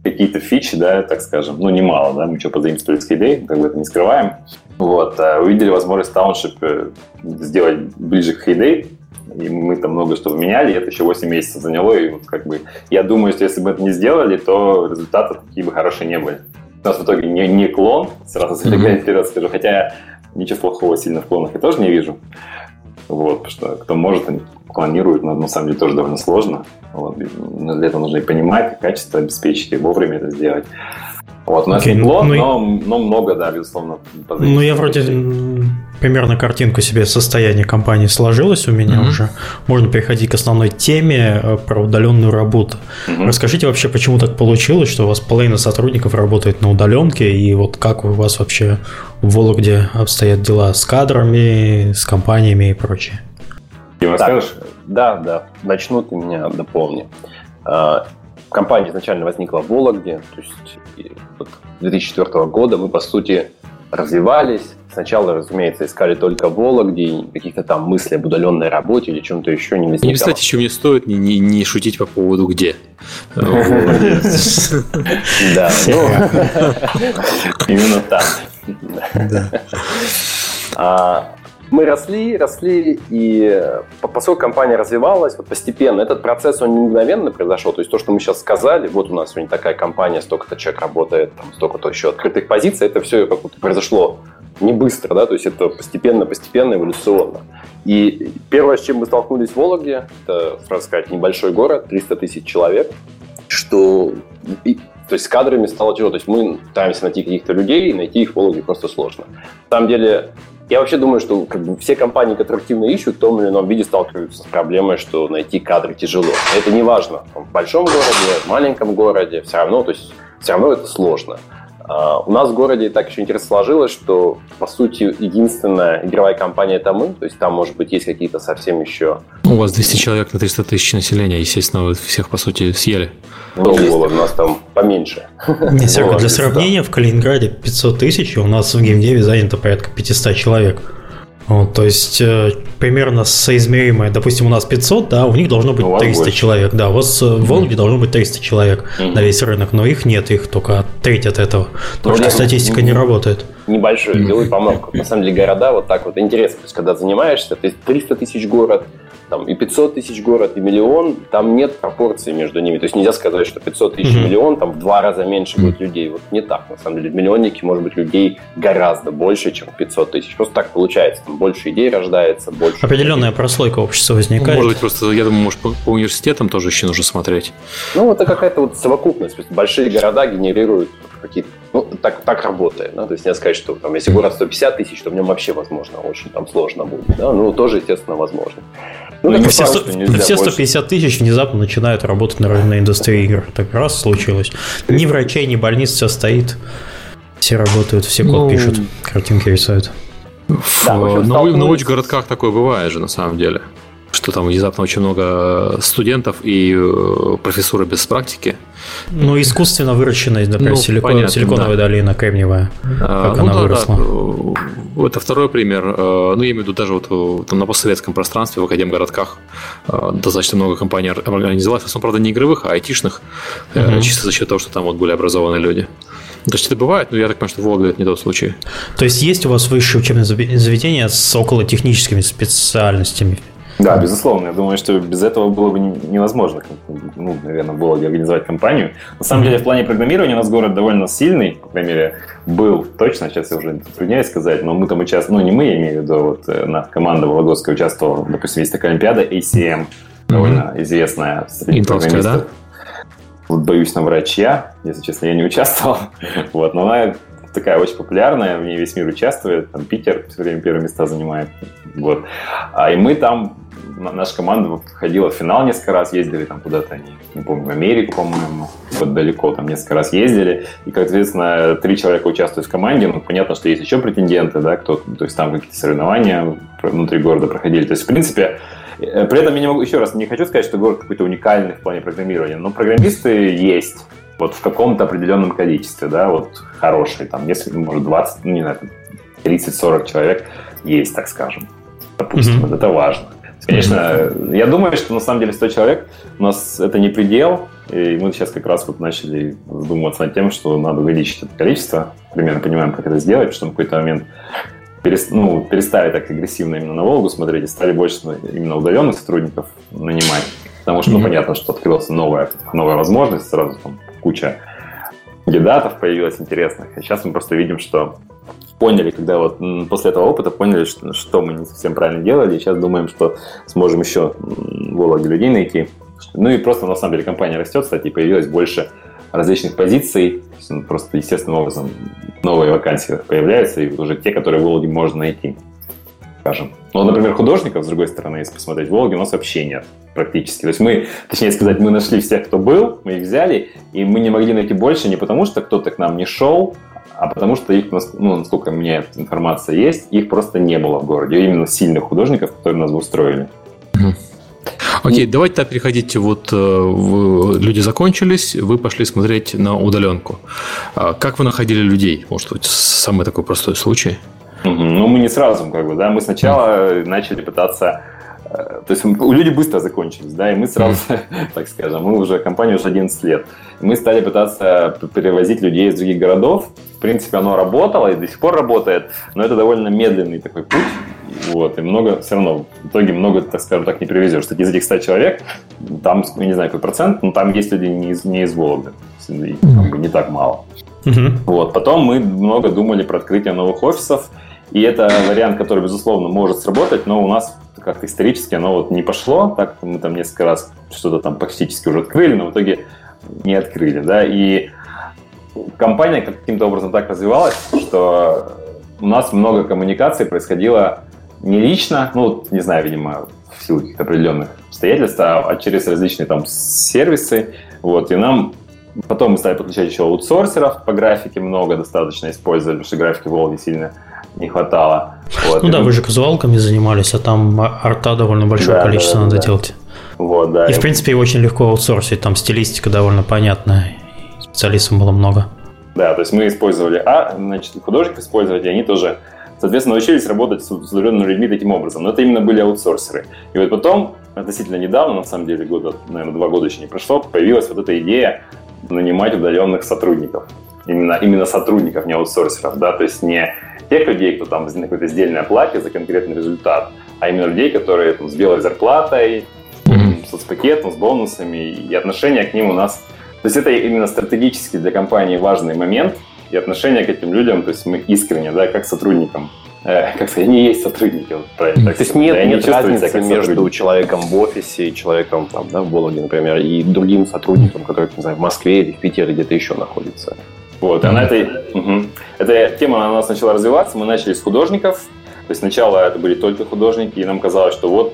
Speaker 3: какие-то фичи, да, так скажем, ну, немало, да, мы что, позаимствовали с Heyday, как бы это не скрываем. Вот, увидели возможность Township сделать ближе к Heyday, и мы там много что меняли, и это еще 8 месяцев заняло, и вот как бы я думаю, что если бы это не сделали, то результаты такие бы хорошие не были. У нас в итоге не клон, сразу забегая вперед скажу, хотя ничего плохого сильно в клонах я тоже не вижу. Вот, потому что кто может, они клонируют, но на самом деле тоже довольно сложно. Вот, но для этого нужно и понимать, и качество обеспечить, и вовремя это сделать. Вот, у нас не клон, но много, да, безусловно.
Speaker 2: Ну, я вроде примерно картинку себе состояния компании сложилась у меня уже. Можно переходить к основной теме про удаленную работу. Расскажите вообще, почему так получилось, что у вас половина сотрудников работает на удаленке, и вот как у вас вообще в Вологде обстоят дела с кадрами, с компаниями и прочее?
Speaker 3: Дима, скажешь?
Speaker 5: Да, начну, ты меня дополни. Компания изначально возникла в Вологде, то есть вот 2004 года мы, по сути, развивались. Сначала, разумеется, искали только в Вологде, и каких-то там мыслей об удаленной работе или чем-то еще не возникало.
Speaker 1: И, кстати, еще мне стоит не шутить по поводу где.
Speaker 5: Да, именно там. Мы росли, и поскольку компания развивалась, вот постепенно этот процесс, он не мгновенно произошел. То есть то, что мы сейчас сказали, вот у нас сегодня такая компания, столько-то человек работает, там, столько-то еще открытых позиций, это все как-то произошло не быстро, да, то есть это постепенно, эволюционно. И первое, с чем мы столкнулись в Вологде, это, сразу сказать, небольшой город, 300 тысяч человек, то есть с кадрами стало тяжело. То есть мы пытаемся найти каких-то людей, и найти их в Вологде просто сложно. На самом деле, я вообще думаю, что как бы все компании, которые активно ищут, в том или ином виде сталкиваются с проблемой, что найти кадры тяжело. Это не важно, в большом городе, в маленьком городе, все равно это сложно. У нас в городе так еще интересно сложилось, что, по сути, единственная игровая компания – это мы. То есть там, может быть, есть какие-то совсем еще…
Speaker 1: У вас 200 человек на 300 тысяч населения. Естественно, вы всех, по сути, съели.
Speaker 5: Ну, у нас там поменьше.
Speaker 2: Для сравнения, в Калининграде 500 тысяч, и у нас в геймдеве занято порядка 500 человек. Вот, то есть примерно соизмеримое, допустим, у нас 500, да, у них должно быть 300 человек. Да, у вас в Вологде должно быть 300 человек на весь рынок, но их нет, их только треть от этого. Потому что статистика не работает.
Speaker 5: Небольшую делаю помарку. На самом деле города вот так вот интересно. То есть когда занимаешься, то есть 300 тысяч город, там, и 500 тысяч город, и миллион, там нет пропорции между ними. То есть нельзя сказать, что 500 тысяч и миллион, там в 2 раза меньше будет людей. Вот не так, на самом деле. В миллионнике может быть людей гораздо больше, чем 500 тысяч. Просто так получается. Там больше идей рождается, больше...
Speaker 2: Определенная прослойка общества возникает.
Speaker 1: Может быть, просто, я думаю, может, по университетам тоже еще нужно смотреть.
Speaker 5: Ну, это какая-то вот совокупность. То есть большие города генерируют какие-то... Ну, так работает. Да? То есть нельзя сказать, что там, если город 150 тысяч, то в нем вообще, возможно, очень там сложно будет. Да? Ну, тоже, естественно, возможно.
Speaker 2: Все 150 тысяч внезапно начинают работать на индустрии игр. Так раз случилось. Ни врачей, ни больниц, все стоит. Все работают, все код пишут, картинки рисуют.
Speaker 1: Но в городках такое бывает же, на самом деле. Что там внезапно очень много студентов и профессуры без практики.
Speaker 2: Ну, искусственно выращенная, например, силиконовая долина, кремниевая. Как она выросла.
Speaker 1: Да. Это второй пример. Ну, я имею в виду даже вот там на постсоветском пространстве, в академгородках достаточно много компаний организовалось. В основном, правда, не игровых, а айтишных. Чисто за счет того, что там вот были образованные люди. То есть это бывает, но я так понимаю, что в Вологде это не тот случай.
Speaker 2: То есть есть у вас высшее учебное заведение с околотехническими специальностями?
Speaker 3: Да, безусловно. Я думаю, что без этого было бы невозможно, наверное, в Вологде организовать компанию. На самом деле, в плане программирования у нас город довольно сильный, по крайней мере, был точно, сейчас я уже затрудняюсь сказать, но мы там участвовали, не мы, я имею в виду, вот команда Вологодская участвовала, допустим, есть такая олимпиада ACM, довольно известная среди программистов. Вот боюсь наврать я, если честно, я не участвовал, вот, но она такая очень популярная, в ней весь мир участвует, там Питер все время первые места занимает, вот. И мы там, наша команда ходила в финал несколько раз, ездили там куда-то, не помню, в Америку, по-моему, вот далеко, там несколько раз ездили, и, как соответственно, 3 человека участвуют в команде, ну, понятно, что есть еще претенденты, да, то есть там какие-то соревнования внутри города проходили, то есть, в принципе, при этом я не хочу сказать, что город какой-то уникальный в плане программирования, но программисты есть. Вот в каком-то определенном количестве, да, вот хорошие, там, несколько, может, 20, ну, не знаю, 30-40 человек есть, так скажем. Допустим, это важно. Конечно, я думаю, что на самом деле 100 человек у нас это не предел, И мы сейчас как раз вот начали задумываться над тем, что надо увеличить это количество. Примерно понимаем, как это сделать, чтобы в какой-то момент перестали так агрессивно именно на Волгу смотреть и стали больше именно удаленных сотрудников нанимать. Потому что, понятно, что открылась новая возможность, сразу там куча кандидатов появилось интересных. И сейчас мы просто видим, что поняли, когда вот после этого опыта поняли, что мы не совсем правильно делали, и сейчас думаем, что сможем еще в Вологде людей найти. Ну и просто, на самом деле, компания растет, кстати, и появилось больше различных позиций. Просто естественным образом новые вакансии появляются, и уже те, которые в Волге можно найти, скажем. Ну, например, художников, с другой стороны, если посмотреть, в Волге у нас вообще нет практически. То есть мы нашли всех, кто был, мы их взяли, и мы не могли найти больше не потому, что кто-то к нам не шел, а потому что их, насколько у меня эта информация есть, их просто не было в городе. Именно сильных художников, которые нас бы устроили.
Speaker 1: Окей, давайте тогда переходите. Вот люди закончились, вы пошли смотреть на удаленку. Как вы находили людей? Может быть, самый такой простой случай?
Speaker 3: Ну, мы не сразу, мы сначала начали пытаться... То есть люди быстро закончились, да, и мы сразу, так скажем, мы уже, компания уже 11 лет. Мы стали пытаться перевозить людей из других городов. В принципе, оно работало и до сих пор работает, но это довольно медленный такой путь. Вот, и все равно, в итоге много, так скажем так, не привезешь. Кстати, из этих 100 человек, там, я не знаю, какой процент, но там есть люди не из Вологды, не так мало. Вот, потом мы много думали про открытие новых офисов, и это вариант, который, безусловно, может сработать, но у нас как-то исторически оно вот не пошло, так мы там несколько раз что-то там практически уже открыли, но в итоге не открыли, да, и компания каким-то образом так развивалась, что у нас много коммуникаций происходило не лично, не знаю, видимо, в силу каких-то определенных обстоятельств, а через различные там сервисы, вот, и нам потом мы стали подключать еще аутсорсеров по графике, много достаточно использовали, потому что графики в Волге сильно не хватало. Вот.
Speaker 2: Ну да, вы же казуалками занимались, а там арта довольно большое количество надо делать.
Speaker 3: Вот, да.
Speaker 2: И, в принципе, очень легко аутсорсить, там стилистика довольно понятная, специалистов было много.
Speaker 3: Да, то есть мы использовали, художников использовать, и они тоже, соответственно, научились работать с удаленными людьми таким образом. Но это именно были аутсорсеры. И вот потом, относительно недавно, на самом деле, наверное, 2 года еще не прошло, появилась вот эта идея нанимать удаленных сотрудников. Именно сотрудников, не аутсорсеров, да, то есть не тех людей, кто там на какой-то сдельной оплате за конкретный результат, а именно людей, которые там, с белой зарплатой, соцпакетом, с бонусами, и отношение к ним у нас... То есть это именно стратегически для компании важный момент, и отношение к этим людям, то есть мы искренне, да, как сотрудникам, как сказать, они есть сотрудники, вот, правильно.
Speaker 5: То есть нет разницы между человеком в офисе и человеком там, да, в Вологде, например, и другим сотрудником, который, не знаю, в Москве или в Питере или где-то еще находится.
Speaker 3: Вот, эта тема у нас начала развиваться, мы начали с художников, то есть сначала это были только художники, и нам казалось, что вот,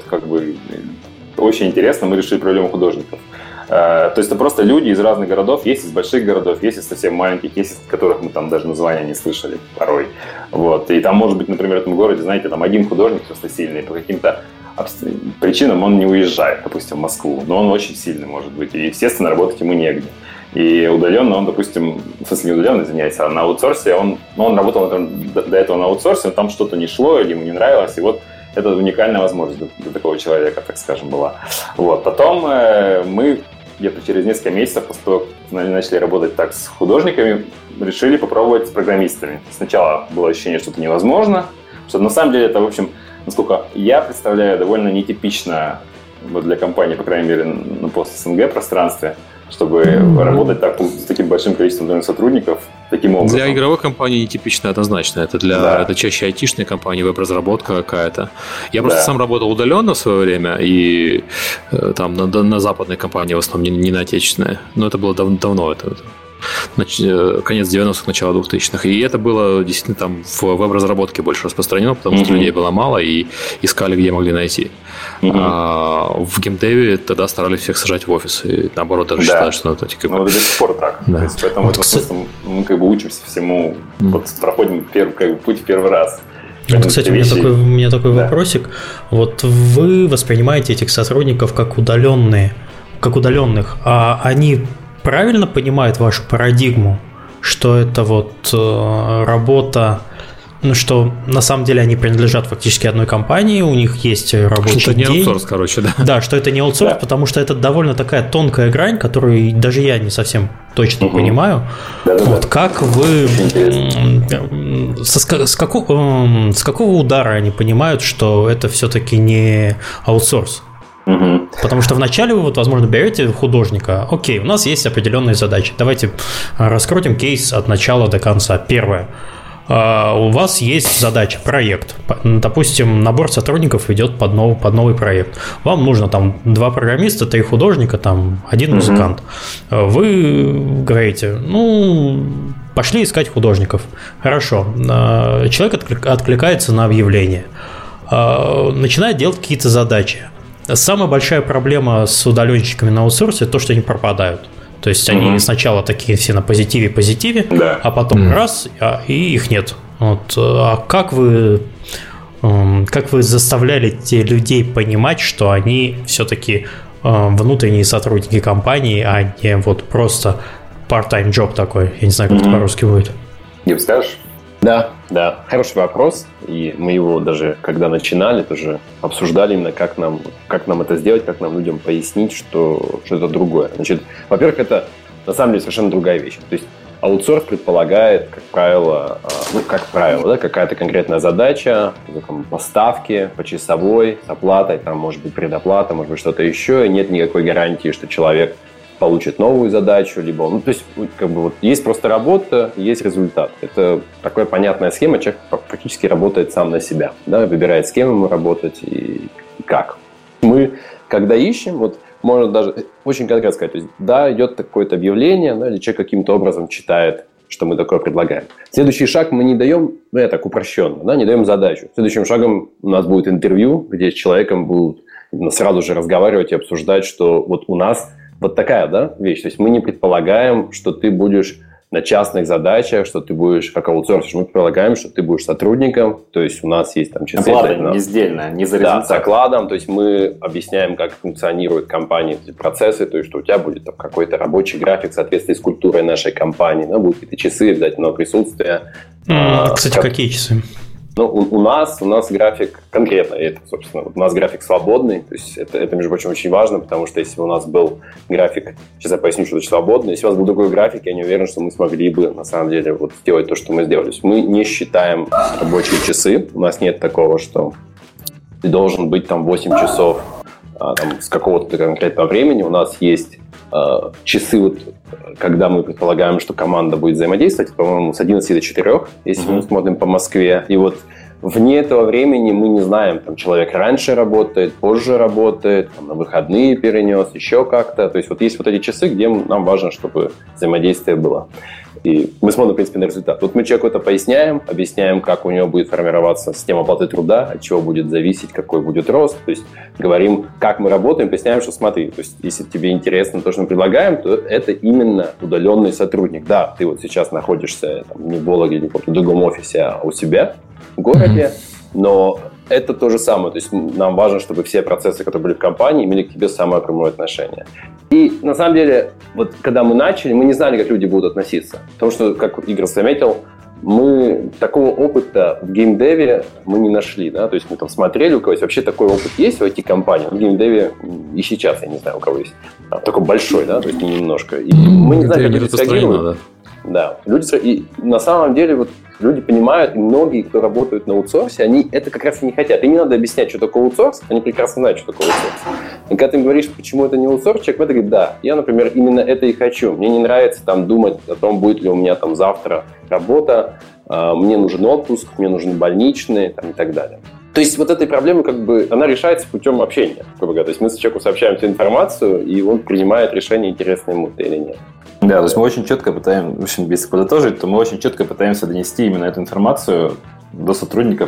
Speaker 3: очень интересно, мы решили проблему художников. То есть это просто люди из разных городов, есть из больших городов, есть из совсем маленьких, есть из которых мы там даже названия не слышали порой. Вот, и там может быть, например, в этом городе, знаете, там один художник просто сильный, по каким-то причинам он не уезжает, допустим, в Москву, но он очень сильный может быть, и, естественно, работать ему негде. И удаленно он, допустим, в смысле не удаленно, извиняюсь, а на аутсорсе, он работал, например, до этого на аутсорсе, но там что-то не шло или ему не нравилось, и вот это уникальная возможность для такого человека, так скажем, была. Вот. Потом мы где-то через несколько месяцев, после того, как начали работать так с художниками, решили попробовать с программистами. Сначала было ощущение, что это невозможно, что на самом деле это, в общем, насколько я представляю, довольно нетипично вот для компании, по крайней мере, на пост-СНГ пространстве, чтобы работать так, с таким большим количеством сотрудников таким образом.
Speaker 1: Для игровой компании нетипично однозначно. Это чаще айтишные компании, веб-разработка какая-то. Я просто сам работал удаленно в свое время, и там на западной компании в основном, не на отечественной. Но это было давно. Это конец 90-х, начало 2000-х. И это было действительно там в веб-разработке больше распространено, потому что людей было мало и искали, где могли найти. А в геймдеве тогда старались всех сажать в офис. И наоборот, даже считают, что это...
Speaker 3: Ну, до сих пор так. Да. То есть, поэтому мы учимся всему, проходим путь в первый раз.
Speaker 2: Вот, кстати, у меня такой вопросик. Вот вы воспринимаете этих сотрудников как удаленных, а они правильно понимают вашу парадигму, что это вот работа что на самом деле они принадлежат фактически одной компании, у них есть рабочий день.
Speaker 1: Это не аутсорс, короче, да?
Speaker 2: Да, что это не аутсорс, потому что это довольно такая тонкая грань, которую даже я не совсем точно понимаю. Вот как вы... С какого удара они понимают, что это все-таки не аутсорс? Потому что вначале вы, возможно, берете художника. Окей, у нас есть определенные задачи. Давайте раскрутим кейс от начала до конца. Первое. У вас есть задача, проект. Допустим, набор сотрудников идет под новый проект. Вам нужно там 2 программиста, 3 художника, там 1 музыкант. Вы говорите, пошли искать художников. Хорошо. Человек откликается на объявление. Начинает делать какие-то задачи. Самая большая проблема с удаленщиками на аутсорсе – то, что они пропадают. То есть они сначала такие все на позитиве, а потом раз, и их нет. Вот. А как вы заставляли людей понимать, что они все-таки внутренние сотрудники компании, а не вот просто part-time job такой? Я не знаю, как это по-русски будет.
Speaker 5: Гиб, скажешь? Да, хороший вопрос, и мы его даже, когда начинали, тоже обсуждали именно, как нам это сделать, как нам людям пояснить, что это другое. Значит, во-первых, это на самом деле совершенно другая вещь. То есть аутсорс предполагает, как правило, да, какая-то конкретная задача, там, поставки почасовой, с оплатой, там может быть предоплата, может быть что-то еще, и нет никакой гарантии, что человек получит новую задачу, либо... то есть, есть просто работа, есть результат. Это такая понятная схема, человек практически работает сам на себя, да, выбирает, с кем ему работать и как. Мы, когда ищем, можно даже очень конкретно сказать, то есть, идет какое-то объявление, или человек каким-то образом читает, что мы такое предлагаем. Следующий шаг мы не даем, я так упрощенно, не даем задачу. Следующим шагом у нас будет интервью, где с человеком будут сразу же разговаривать и обсуждать, что у нас вот такая, вещь. То есть мы не предполагаем, что ты будешь на частных задачах, что ты будешь как аутсорсер. Мы предполагаем, что ты будешь сотрудником. То есть у нас есть там часы.
Speaker 3: Оплата не сдельная, не за результат.
Speaker 5: Да, с окладом. То есть мы объясняем, как функционируют компании, эти процессы. То есть что у тебя будет там какой-то рабочий график в соответствии с культурой нашей компании. Будут какие-то часы, обязательного присутствия.
Speaker 2: Кстати, какие часы?
Speaker 5: У нас график конкретно, это, собственно, у нас график свободный, то есть это, между прочим, очень важно, потому что если бы у нас был график, сейчас я поясню, что это свободный, если у нас был другой график, я не уверен, что мы смогли бы, на самом деле, сделать то, что мы сделали. То есть мы не считаем рабочие часы, у нас нет такого, что ты должен быть там 8 часов с какого-то конкретного времени, у нас есть часы, когда мы предполагаем, что команда будет взаимодействовать, по-моему, с 11 до 4, если мы смотрим по Москве. И вне этого времени мы не знаем, там человек раньше работает, позже работает, на выходные перенес, еще как-то. То есть есть эти часы, где нам важно, чтобы взаимодействие было. И мы смотрим, в принципе, на результат. Мы человеку это поясняем, объясняем, как у него будет формироваться система оплаты труда, от чего будет зависеть, какой будет рост. То есть говорим, как мы работаем, поясняем, что смотри, то есть если тебе интересно то, что мы предлагаем, то это именно удаленный сотрудник. Да, ты сейчас находишься не в Вологде или в каком-то другом офисе, а у себя в городе, но это то же самое. То есть нам важно, чтобы все процессы, которые были в компании, имели к тебе самое прямое отношение. И на самом деле, когда мы начали, мы не знали, как люди будут относиться. Потому что, как Игорь заметил, мы такого опыта в геймдеве мы не нашли. Да? То есть мы там смотрели, у кого есть вообще такой опыт есть в IT-компании. В геймдеве и сейчас, я не знаю, у кого есть. Такой большой, да, то есть немножко. И мы не знаем, как люди реагируют. Да, и на самом деле люди понимают, и многие, кто работают на аутсорсе, они это как раз и не хотят. Им не надо объяснять, что такое аутсорс, они прекрасно знают, что такое аутсорс. И когда ты им говоришь, почему это не аутсорс, человек говорит, да, я, например, именно это и хочу. Мне не нравится думать о том, будет ли у меня завтра работа, мне нужен отпуск, мне нужны больничные и так далее. То есть этой проблемы она решается путем общения, грубо говоря. То есть мы с человеком сообщаем всю информацию, и он принимает решение, интересно ему это или нет.
Speaker 3: Да, то есть мы очень четко пытаемся, в общем, если подытожить, то мы очень четко пытаемся донести именно эту информацию до сотрудников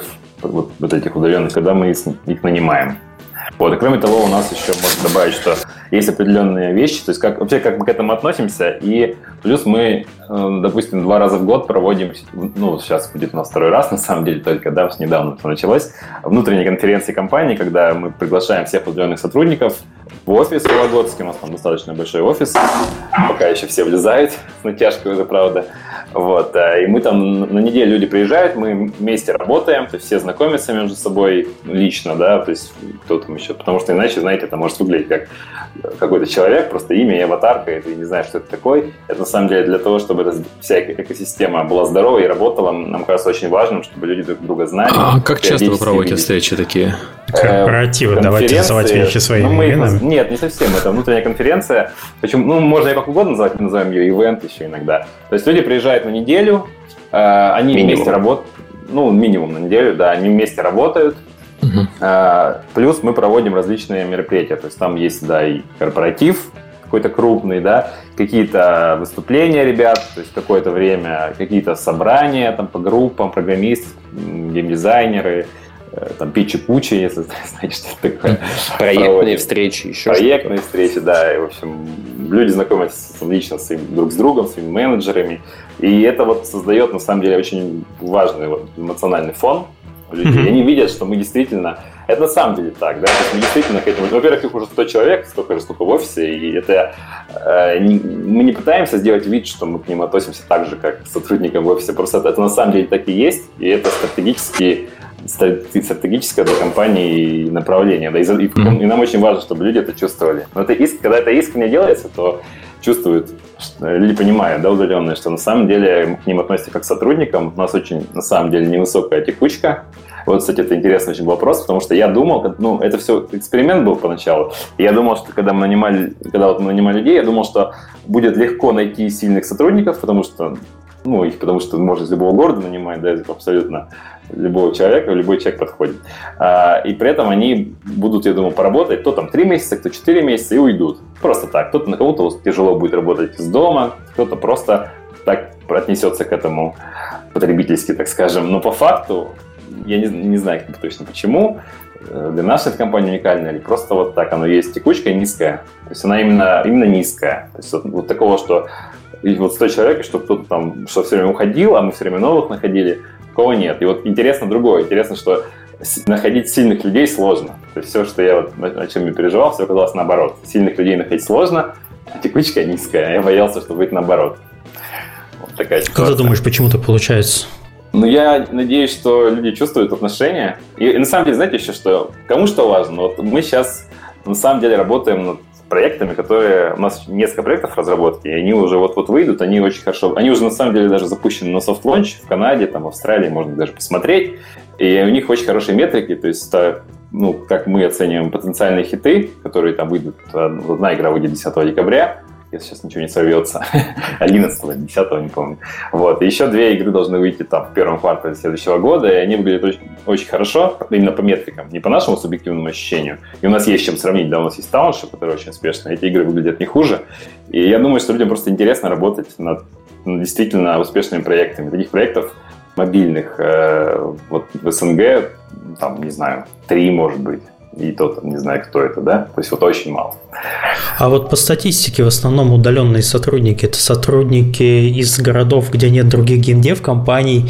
Speaker 3: этих удаленных, когда мы их нанимаем. И кроме того, у нас еще можно добавить, что есть определенные вещи, то есть как мы к этому относимся, и плюс мы, допустим, 2 раза в год проводим, сейчас будет у нас 2-й раз, на самом деле, только недавно это началось, внутренние конференции компании, когда мы приглашаем всех удаленных сотрудников в офис в Вологодске, у нас там достаточно большой офис, пока еще все влезают, с натяжкой уже, правда. Вот, и мы там на неделю люди приезжают, мы вместе работаем, то есть все знакомятся между собой лично, да, то есть кто там еще, потому что иначе, знаете, это может выглядеть как какой-то человек, просто имя и аватарка, и ты не знаешь, что это такое. Это на самом деле для того, чтобы эта вся экосистема была здоровой и работала, нам кажется очень важным, чтобы люди друг друга знали.
Speaker 1: А как часто вы проводите встречи такие?
Speaker 2: Корпоративы, давайте называть вещи своими именами.
Speaker 3: Нет, не совсем, это внутренняя конференция. Почему? Можно ее как угодно называть, мы называем ее ивент еще иногда. То есть люди приезжают на неделю, они вместе работают, минимум на неделю, да, они вместе работают. Плюс мы проводим различные мероприятия, то есть там есть, да, и корпоратив какой-то крупный, да, какие-то выступления ребят, то есть какое-то время, какие-то собрания там по группам, программисты, геймдизайнеры, там пичи-пучи, если знаете, что это такое.
Speaker 5: Проектные встречи еще.
Speaker 3: Проектные встречи, да, и, в общем, люди знакомятся лично друг с другом, своими менеджерами, и это вот создает, на самом деле, очень важный эмоциональный фон у людей. И они видят, что мы действительно... Это на самом деле так, да? То есть мы действительно к этому... Во-первых, их уже 100 человек, столько же, сколько в офисе, и это... Мы не пытаемся сделать вид, что мы к ним относимся так же, как к сотрудникам в офисе. Просто это на самом деле так и есть, и это стратегическое для компании направление. Да? И нам очень важно, чтобы люди это чувствовали. Но когда это искренне делается, то чувствуют, люди понимают, да, удаленные, что на самом деле мы к ним относимся как к сотрудникам. У нас очень, на самом деле, невысокая текучка. Вот, кстати, это интересный очень вопрос, потому что я думал, это все эксперимент был поначалу. И я думал, что когда мы нанимали людей, я думал, что будет легко найти сильных сотрудников, потому что можно из любого города нанимать, да, абсолютно любого человека, любой человек подходит. И при этом они будут, я думаю, поработать, кто там 3 месяца, кто 4 месяца и уйдут. Просто так. Кому-то тяжело будет работать из дома, кто-то просто так отнесется к этому потребительски, так скажем. Но по факту, я не знаю точно почему, для нашей компании уникальная или просто вот так оно есть. Текучка низкая. То есть она именно низкая. То есть вот такого, что вот 100 человек, что кто-то там что все время уходил, а мы все время новых находили, такого нет. И вот интересно другое. Интересно, что находить сильных людей сложно. То есть все, что я о чем я переживал, все оказалось наоборот. Сильных людей находить сложно, а текучка низкая. Я боялся, что будет наоборот. Вот такая ситуация.
Speaker 2: Как ты думаешь, почему так получается?
Speaker 3: Я надеюсь, что люди чувствуют отношения. И на самом деле, знаете еще что? Кому что важно? Вот мы сейчас на самом деле работаем над проектами, которые... У нас несколько проектов разработки, и они уже вот выйдут, они очень хорошо... Они уже на самом деле даже запущены на софт-лонч в Канаде, там, в Австралии, можно даже посмотреть. И у них очень хорошие метрики, то есть как мы оцениваем потенциальные хиты, которые там выйдут. Одна игра выйдет 10 декабря, если сейчас ничего не сорвется, 11-го, 10-го, не помню. Вот. И еще 2 игры должны выйти там в первом квартале следующего года, и они выглядят очень, очень хорошо, именно по метрикам, не по нашему субъективному ощущению. И у нас есть чем сравнить, да, у нас есть Township, который очень успешный, эти игры выглядят не хуже. И я думаю, что людям просто интересно работать над действительно успешными проектами. Таких проектов мобильных вот в СНГ, там, не знаю, 3, может быть. И тот, не знаю, кто это, да? То есть вот очень мало.
Speaker 2: А вот по статистике в основном удаленные сотрудники – это сотрудники из городов, где нет других геймдев-компаний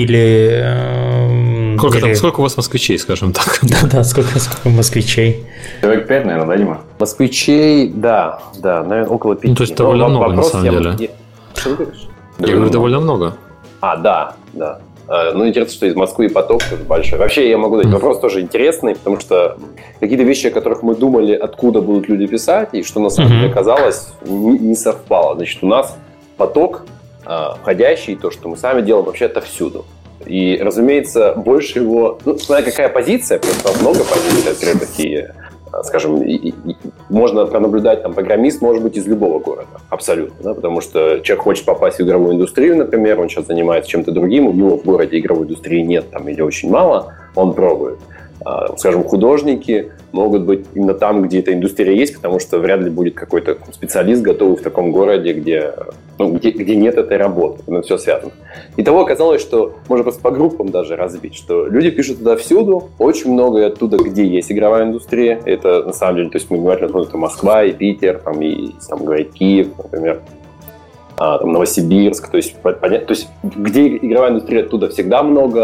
Speaker 2: или…
Speaker 1: Сколько у вас москвичей, скажем так?
Speaker 2: Да, сколько москвичей?
Speaker 3: Человек 5, наверное, да, Дима?
Speaker 5: Москвичей, да, наверное, около 5.
Speaker 1: То есть довольно много, на самом деле.
Speaker 5: Что ты говоришь?
Speaker 1: Я говорю, довольно много.
Speaker 5: Да. Интересно, что из Москвы и поток тоже большой. Вообще, я могу дать вопрос тоже интересный, потому что какие-то вещи, о которых мы думали, откуда будут люди писать, и что на самом деле оказалось, не совпало. Значит, у нас поток входящий, то, что мы сами делаем, вообще отовсюду. И, разумеется, больше его... смотря какая позиция, просто много позиций, такие... Скажем, можно пронаблюдать, там, программист может быть из любого города, абсолютно, да, потому что человек хочет попасть в игровую индустрию, например, он сейчас занимается чем-то другим, у него в городе игровой индустрии нет там, или очень мало, он пробует. Скажем, художники могут быть именно там, где эта индустрия есть, потому что вряд ли будет какой-то специалист готовый в таком городе, где нет этой работы, но все связано. Итого оказалось, что можно просто по группам даже разбить, что люди пишут туда всюду, очень много и оттуда, где есть игровая индустрия. Это на самом деле, то есть мы говорим, что это Москва и Питер, там, и там говорит Киев, например, там, Новосибирск, то есть где игровая индустрия, оттуда всегда много.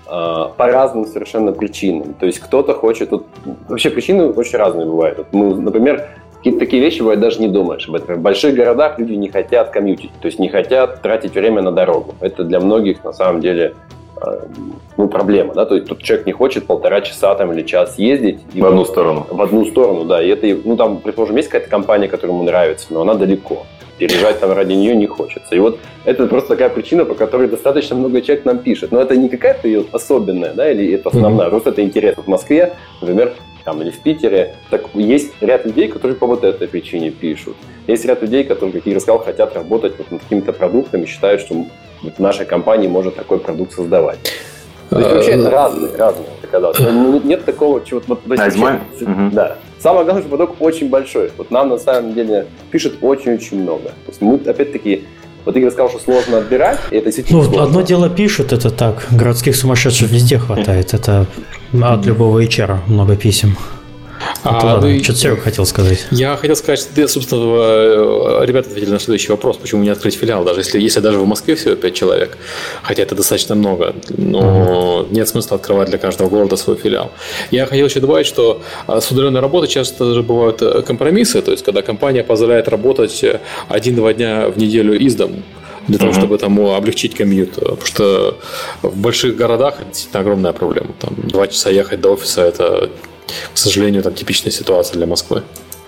Speaker 5: по разным совершенно причинам. То есть кто-то хочет... Вообще причины очень разные бывают. Например, какие-то такие вещи бывают, даже не думаешь об этом. В больших городах люди не хотят комьютить, то есть не хотят тратить время на дорогу. Это для многих на самом деле проблема. Да? То есть тут человек не хочет 1,5 часа или час ездить.
Speaker 3: В одну сторону.
Speaker 5: В одну сторону, да. И это, там, предположим, есть какая-то компания, которая ему нравится, но она далеко. Переезжать там ради нее не хочется. И вот это просто такая причина, по которой достаточно много человек нам пишет. Но это не какая-то особенная, да, или это основная. Просто это интересно. В Москве, например, или в Питере, так есть ряд людей, которые по вот этой причине пишут. Есть ряд людей, которые, как я рассказал, хотят работать над какими-то продуктами, считают, что в нашей компании может такой продукт создавать. То есть вообще это разные. Нет такого чего-то... Да. Самое главное, что поток очень большой. Вот нам на самом деле пишет очень-очень много. То есть мы, опять-таки, вот Игорь сказал, что сложно отбирать, и это действительно сложно.
Speaker 2: Одно дело пишут, это так. Городских сумасшедших везде хватает. Это от любого HR много писем. Что-то Серега хотел сказать.
Speaker 1: Я хотел сказать, что, собственно, ребята ответили на следующий вопрос, почему не открыть филиал, даже если даже в Москве всего 5 человек, хотя это достаточно много, но нет смысла открывать для каждого города свой филиал. Я хотел еще добавить, что с удаленной работой часто даже бывают компромиссы, то есть когда компания позволяет работать 1-2 дня в неделю из дому, для того, чтобы там облегчить комьют. Потому что в больших городах это действительно огромная проблема. Там 2 часа ехать до офиса – это, к сожалению, там типичная ситуация для Москвы.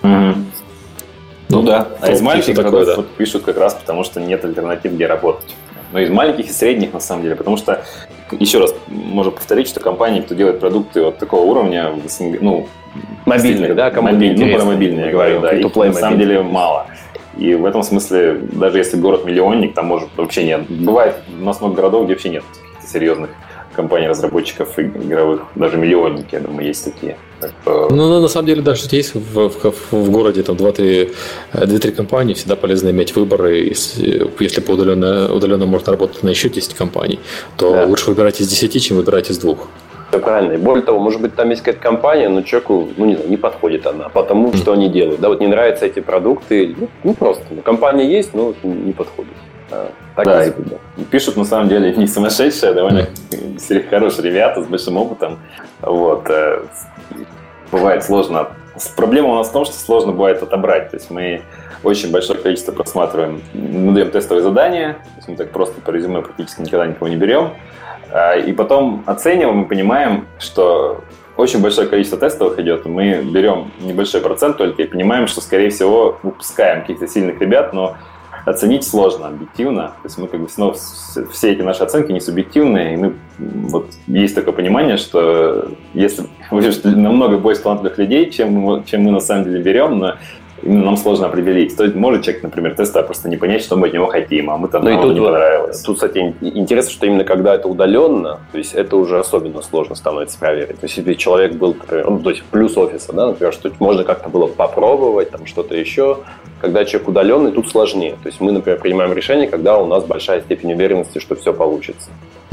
Speaker 3: Ну да. А из маленьких городов пишут как раз потому, что нет альтернатив, где работать. Но из маленьких и средних, на самом деле. Потому что, еще раз, можно повторить, что компании, кто делает продукты вот такого уровня,
Speaker 5: мобильные, да?
Speaker 3: Про мобильные я говорю, да. Их на самом деле мало. И в этом смысле, даже если город-миллионник, там может вообще нет. Бывает, у нас много городов, где вообще нет каких-то серьезных компаний-разработчиков игровых. Даже миллионники, я думаю, есть такие.
Speaker 1: Ну, на самом деле, даже если есть в городе там 2-3 компании, всегда полезно иметь выборы. Если по удаленно можно работать на еще 10 компаний, то лучше выбирать из 10, чем выбирать из 2.
Speaker 5: Все правильно. И более того, может быть, там есть какая-то компания, но человеку, не подходит она, потому что они делают. Да, вот не нравятся эти продукты, просто. Компания есть, но не подходит.
Speaker 3: Так и пишут, на самом деле, не сумасшедшие, а довольно хорошие ребята с большим опытом. Вот. Бывает сложно. Проблема у нас в том, что сложно бывает отобрать. То есть мы очень большое количество просматриваем, мы даем тестовые задания, то есть мы так просто по резюме практически никогда никого не берем. И потом оцениваем и понимаем, что очень большое количество тестовых идет, и мы берем небольшой процент только и понимаем, что, скорее всего, выпускаем каких-то сильных ребят, но оценить сложно объективно. То есть мы снова все эти наши оценки не субъективные, и есть такое понимание, что если намного больше талантливых людей, чем мы на самом деле берем, но именно нам сложно определить. То есть может человек, например, теста просто не понять, что мы от него хотим, а мы там нам не понравилось.
Speaker 5: Тут, кстати, интересно, что именно когда это удаленно, то есть это уже особенно сложно становится проверить. То есть если человек был, например, то есть плюс офиса, да, например, что можно как-то было попробовать, там что-то еще. Когда человек удаленный, тут сложнее. То есть мы, например, принимаем решение, когда у нас большая степень уверенности, что все получится.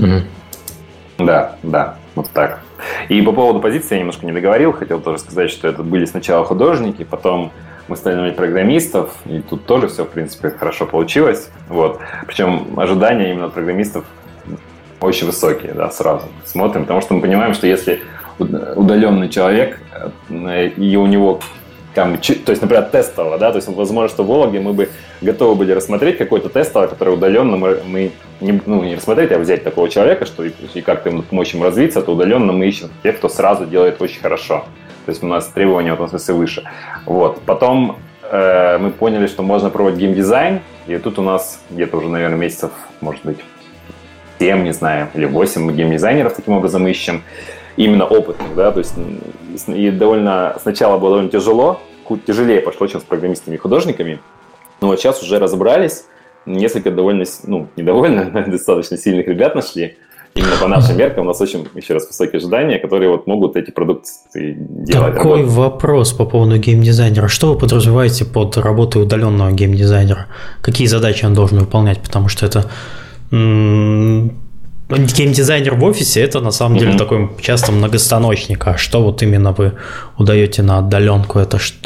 Speaker 3: Да, вот так. И по поводу позиции я немножко не договорил. Хотел тоже сказать, что это были сначала художники, потом мы стали нанимать программистов, и тут тоже все, в принципе, хорошо получилось. Вот. Причем ожидания именно от программистов очень высокие, да, сразу смотрим, потому что мы понимаем, что если удаленный человек, и у него там, то есть, например, тестового, да, то есть, возможно, что в Вологде мы бы готовы были рассмотреть какой-то тестовый, который удаленно мы не рассмотреть, а взять такого человека, что и как-то ему помочь ему развиться, то удаленно мы ищем тех, кто сразу делает очень хорошо. То есть у нас требования в этом смысле выше. Вот. Потом мы поняли, что можно пробовать геймдизайн, и тут у нас где-то уже, наверное, месяцев, может быть, 7, не знаю, или 8 мы геймдизайнеров таким образом ищем, именно опытных, да, то есть и сначала было довольно тяжело, тяжелее пошло, чем с программистами и художниками, но вот сейчас уже разобрались, несколько довольно, достаточно сильных ребят нашли. Именно по нашим меркам у нас очень, еще раз, высокие ожидания, которые могут эти продукты делать.
Speaker 2: Такой вопрос по поводу геймдизайнера. Что вы подразумеваете под работой удаленного геймдизайнера? Какие задачи он должен выполнять? Потому что это Геймдизайнер в офисе – это на самом деле такой часто многостаночник. А что вот именно вы удаете на отдаленку?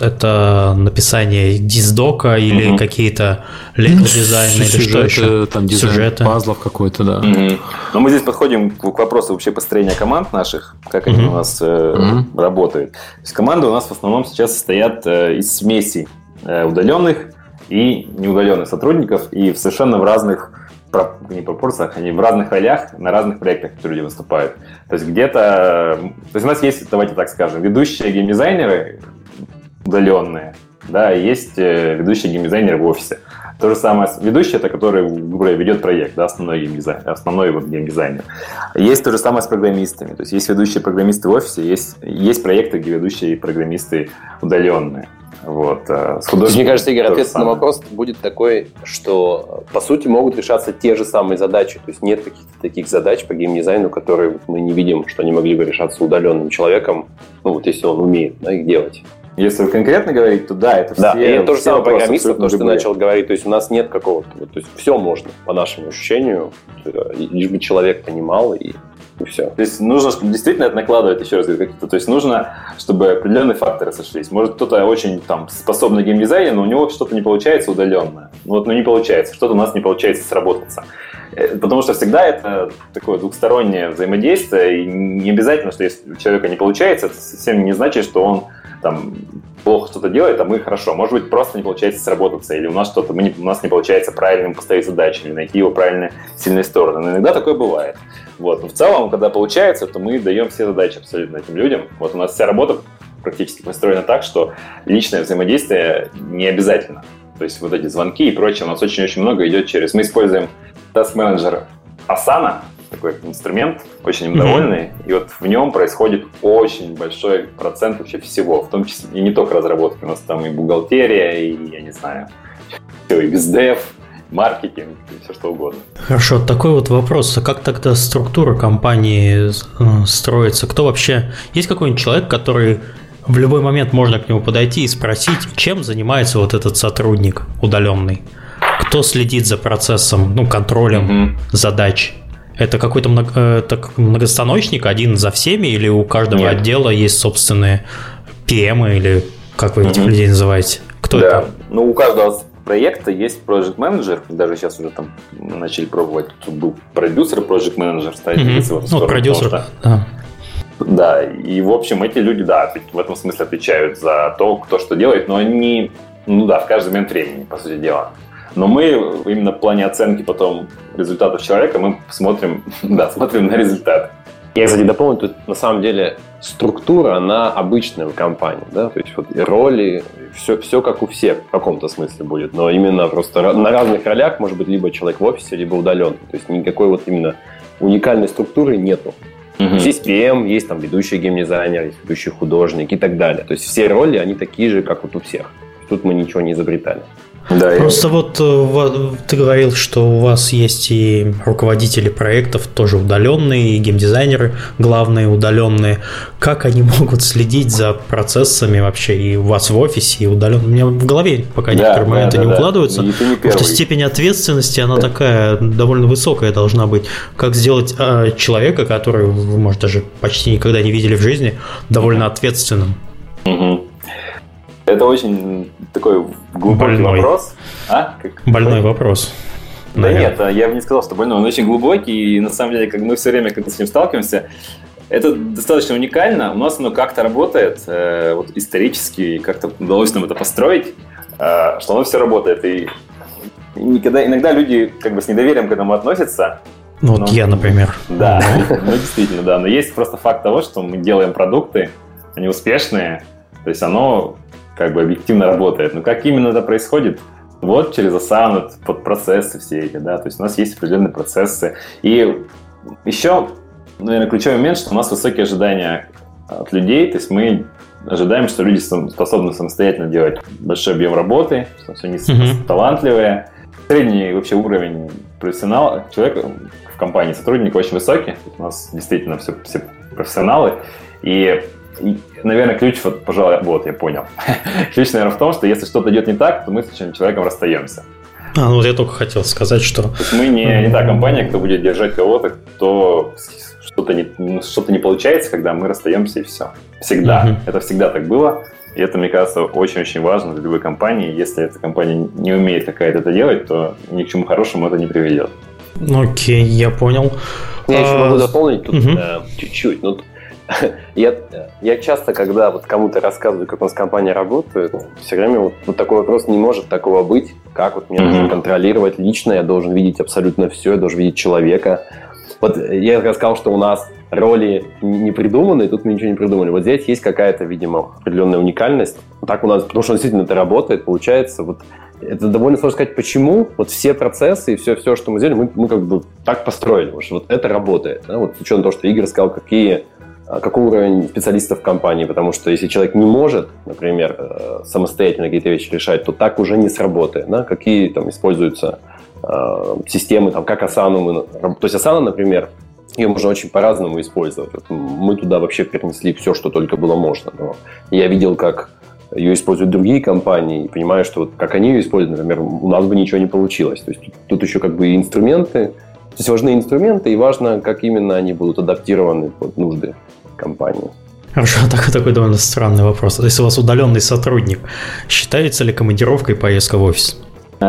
Speaker 2: Это написание диздока или какие-то лего-дизайны или что еще?
Speaker 1: Там дизайн пазлов какой-то, да.
Speaker 3: Но мы здесь подходим к вопросу вообще построения команд наших, как они у нас работают. То есть команды у нас в основном сейчас состоят из смесей удаленных и неудаленных сотрудников и совершенно в разных не пропорциях, они в разных ролях на разных проектах, которые люди выступают. То есть где-то... То есть у нас есть, давайте так скажем, ведущие геймдизайнеры удаленные, да, и есть ведущие геймдизайнеры в офисе. То же самое, ведущий, это который ведет проект, да, основной геймдизайнер. Есть то же самое с программистами. То есть есть ведущие программисты в офисе, есть проекты, где ведущие программисты удаленные. Вот.
Speaker 5: Мне кажется, Игорь, ответ на вопрос будет такой, что по сути могут решаться те же самые задачи. То есть нет каких-то таких задач по геймдизайну, которые мы не видим, что они могли бы решаться удаленным человеком, ну вот если он умеет, да, их делать.
Speaker 3: Если вы конкретно говорите, то да, это все. Да,
Speaker 5: и это то же самое программистов, то, что ты начал говорить. То есть у нас нет какого-то... То есть все можно, по нашему ощущению, лишь бы человек понимал и все.
Speaker 3: То есть нужно, чтобы действительно это накладывать, еще раз говорю, какие-то. То есть нужно, чтобы определенные факторы сошлись. Может, кто-то очень там способный геймдизайнер, но у него что-то не получается удаленно. Не получается. Что-то у нас не получается сработаться. Потому что всегда это такое двухстороннее взаимодействие. И не обязательно, что если у человека не получается, это совсем не значит, что он там плохо что-то делает, а мы хорошо. Может быть, просто не получается сработаться, или у нас не получается правильно поставить задачи, или найти его правильные сильные стороны. Но иногда такое бывает. Вот. Но в целом, когда получается, то мы даем все задачи абсолютно этим людям. Вот у нас вся работа практически построена так, что личное взаимодействие не обязательно. То есть вот эти звонки и прочее у нас очень-очень много идет через... Мы используем Task Manager Asana, такой инструмент, очень им довольный, и вот в нем происходит очень большой процент вообще всего, в том числе и не только разработки, у нас там и бухгалтерия, и, я не знаю, все, и бездев, маркетинг, и все что угодно.
Speaker 2: Хорошо, такой вот вопрос, а как тогда структура компании строится? Кто вообще... Есть какой-нибудь человек, который... В любой момент можно к нему подойти и спросить, чем занимается вот этот сотрудник удаленный? Кто следит за процессом, контролем задач? Это какой-то многостаночник, один за всеми, или у каждого отдела есть собственные PM, или как вы этих людей называете? Кто это?
Speaker 3: У каждого проекта есть Project Manager, даже сейчас уже там начали пробовать, тут был продюсер Project Manager, ставить в эту сторону.
Speaker 2: Продюсер,
Speaker 3: Да, и в общем эти люди, да, в этом смысле отвечают за то, кто что делает, но они, в каждый момент времени, по сути дела. Но мы именно в плане оценки потом результатов человека мы смотрим на результат.
Speaker 5: Я, кстати, дополню, тут на самом деле структура, она обычная в компании, да, то есть вот и роли, все как у всех в каком-то смысле будет, но именно просто на разных ролях может быть либо человек в офисе, либо удаленно, то есть никакой вот именно уникальной структуры нету. Есть PM, есть там ведущий геймдизайнер, есть ведущий художник и так далее. То есть все роли, они такие же, как вот у всех. Тут мы ничего не изобретали.
Speaker 2: Да, просто вот ты говорил, что у вас есть и руководители проектов тоже удаленные, и геймдизайнеры главные удаленные. Как они могут следить за процессами вообще и у вас в офисе, и удаленно? У меня в голове пока некоторые моменты не укладываются, потому что степень ответственности, она такая довольно высокая должна быть. Как сделать человека, который вы, может, даже почти никогда не видели в жизни, довольно ответственным?
Speaker 3: Это очень такой глубокий вопрос.
Speaker 2: Больной вопрос.
Speaker 3: Да нет, я бы не сказал, что больной. Он очень глубокий, и на самом деле, как мы все время, когда с ним сталкиваемся, это достаточно уникально. У нас оно как-то работает, вот исторически, как-то удалось нам это построить, что оно все работает. И иногда люди как бы с недоверием к этому относятся.
Speaker 2: Вот я, например.
Speaker 3: Да, действительно, да. Но есть просто факт того, что мы делаем продукты, они успешные, то есть оно как бы объективно работает. Но как именно это происходит? Вот через Asana, под процессы все эти, да, то есть у нас есть определенные процессы. И еще, наверное, ключевой момент, что у нас высокие ожидания от людей, то есть мы ожидаем, что люди способны самостоятельно делать большой объем работы, что они талантливые. Средний вообще уровень профессионала человека в компании, сотрудника очень высокий, у нас действительно все профессионалы. И, наверное, ключ, я понял. Ключ, наверное, в том, что если что-то идет не так, то мы с этим человеком расстаемся.
Speaker 2: Вот я только хотел сказать, что...
Speaker 3: Мы не та компания, кто будет держать кого-то, кто что-то не получается, когда мы расстаемся, и все. Всегда. Это всегда так было. И это, мне кажется, очень-очень важно для любой компании. Если эта компания не умеет какая-то это делать, то ни к чему хорошему это не приведет.
Speaker 2: Окей, я понял.
Speaker 5: Я еще могу дополнить тут чуть-чуть. Я часто, когда вот кому-то рассказываю, как у нас компания работает, все время вот такой вопрос: не может такого быть, как вот мне нужно контролировать лично, я должен видеть абсолютно все, я должен видеть человека. Вот я рассказал, что у нас роли не придуманы, тут мы ничего не придумали. Вот здесь есть какая-то, видимо, определенная уникальность. Так у нас, потому что действительно это работает, получается. Вот это довольно сложно сказать, почему. Вот все процессы и все, что мы сделали, мы как бы так построили, потому что вот это работает. Да? Вот с учетом того, что Игорь сказал, какой уровень специалистов в компании, потому что если человек не может, например, самостоятельно какие-то вещи решать, то так уже не сработает. Да? Какие там используются системы, там, как Asana. То есть Asana, например, ее можно очень по-разному использовать. Вот мы туда вообще перенесли все, что только было можно. Но я видел, как ее используют другие компании, и понимаю, что вот как они ее используют, например, у нас бы ничего не получилось. То есть тут еще как бы и инструменты. То есть важны инструменты, и важно, как именно они будут адаптированы под нужды компании.
Speaker 2: Хорошо, такой довольно странный вопрос. Если у вас удаленный сотрудник, считается ли командировкой поездка в офис?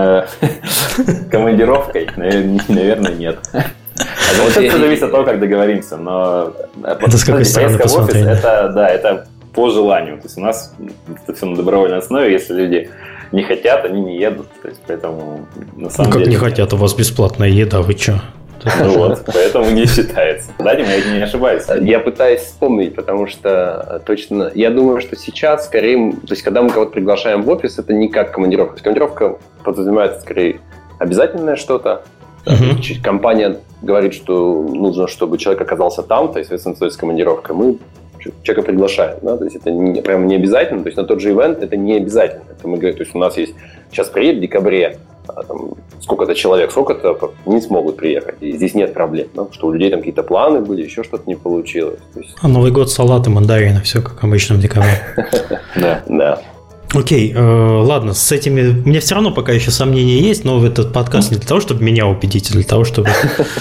Speaker 3: Командировкой? Наверное, нет. Вот это зависит от того, как договоримся. Но
Speaker 2: это с какой стороны посмотреть?
Speaker 3: Это по желанию. То есть у нас это все на добровольной основе. Если люди не хотят, они не едут. То есть, поэтому на самом деле...
Speaker 2: Как не хотят? У вас бесплатная еда, вы что?
Speaker 3: Вот, поэтому не считается. Да, Дима, я не ошибаюсь.
Speaker 5: Я пытаюсь вспомнить, потому что точно... Я думаю, что сейчас скорее... То есть, когда мы кого-то приглашаем в офис, это не как командировка. То есть, командировка подразумевает скорее обязательное что-то. Компания говорит, что нужно, чтобы человек оказался там, то есть, соответственно, с командировкой. Мы человека приглашаем. Да? То есть, это прямо не обязательно. То есть, на тот же ивент это не обязательно. Это мы говорим, то есть, у нас есть... Сейчас приедет в декабре, там, сколько-то человек, сколько-то не смогут приехать. И здесь нет проблем, да? Потому что у людей там какие-то планы были, еще что-то не получилось. То есть...
Speaker 2: А Новый год, салаты, мандарины, все как обычно в декабре.
Speaker 5: Да.
Speaker 2: Окей, ладно, с этими... У меня все равно пока еще сомнения есть, но этот подкаст не для того, чтобы меня убедить, а для того, чтобы...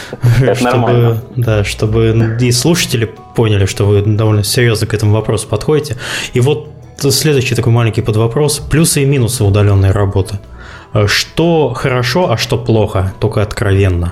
Speaker 2: чтобы и слушатели поняли, что вы довольно серьезно к этому вопросу подходите. И вот следующий такой маленький подвопрос. Плюсы и минусы удаленной работы. Что хорошо, а что плохо, только откровенно.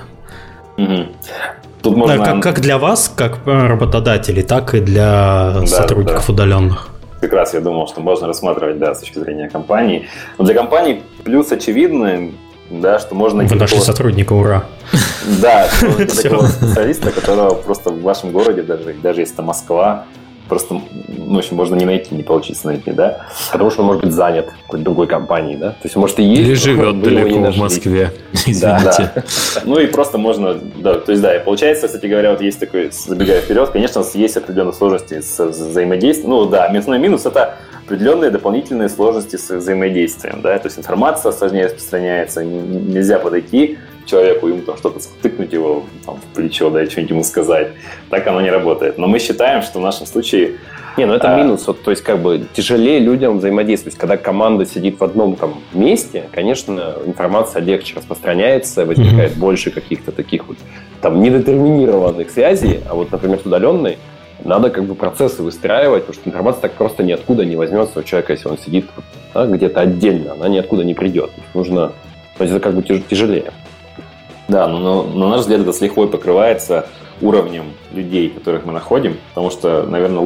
Speaker 3: Тут можно...
Speaker 2: как для вас, как работодателей, так и для сотрудников удаленных.
Speaker 3: Как раз я думал, что можно рассматривать, с точки зрения компании. Но для компании плюс очевидный, что можно...
Speaker 2: Вы нашли сотрудника, ура!
Speaker 3: Да, такого специалиста, которого просто в вашем городе, даже если это Москва, просто, в общем, можно не найти, не получится найти, да? Потому что он может быть занят какой-то другой компанией, да? То есть, может, и есть...
Speaker 1: Или живет далеко в Москве, извините.
Speaker 3: Да. Ну, и просто можно... То есть, и получается, кстати говоря, вот есть такой, забегая вперед, конечно, есть определенные сложности с взаимодействием. Основной минус – это определенные дополнительные сложности с взаимодействием, да? То есть, информация сложнее распространяется, нельзя подойти человеку, ему там что-то тыкнуть его там, в плечо, и что-нибудь ему сказать. Так оно не работает. Но мы считаем, что в нашем случае...
Speaker 5: это минус. То есть, тяжелее людям взаимодействовать. Когда команда сидит в одном месте, конечно, информация легче распространяется, возникает больше каких-то таких недетерминированных связей. А вот, например, с удаленной надо процессы выстраивать, потому что информация так просто ниоткуда не возьмется у человека, если он сидит где-то отдельно. Она ниоткуда не придет. Нужно... То есть, это тяжелее.
Speaker 3: Да, но на наш взгляд это с лихвой покрывается уровнем людей, которых мы находим, потому что, наверное,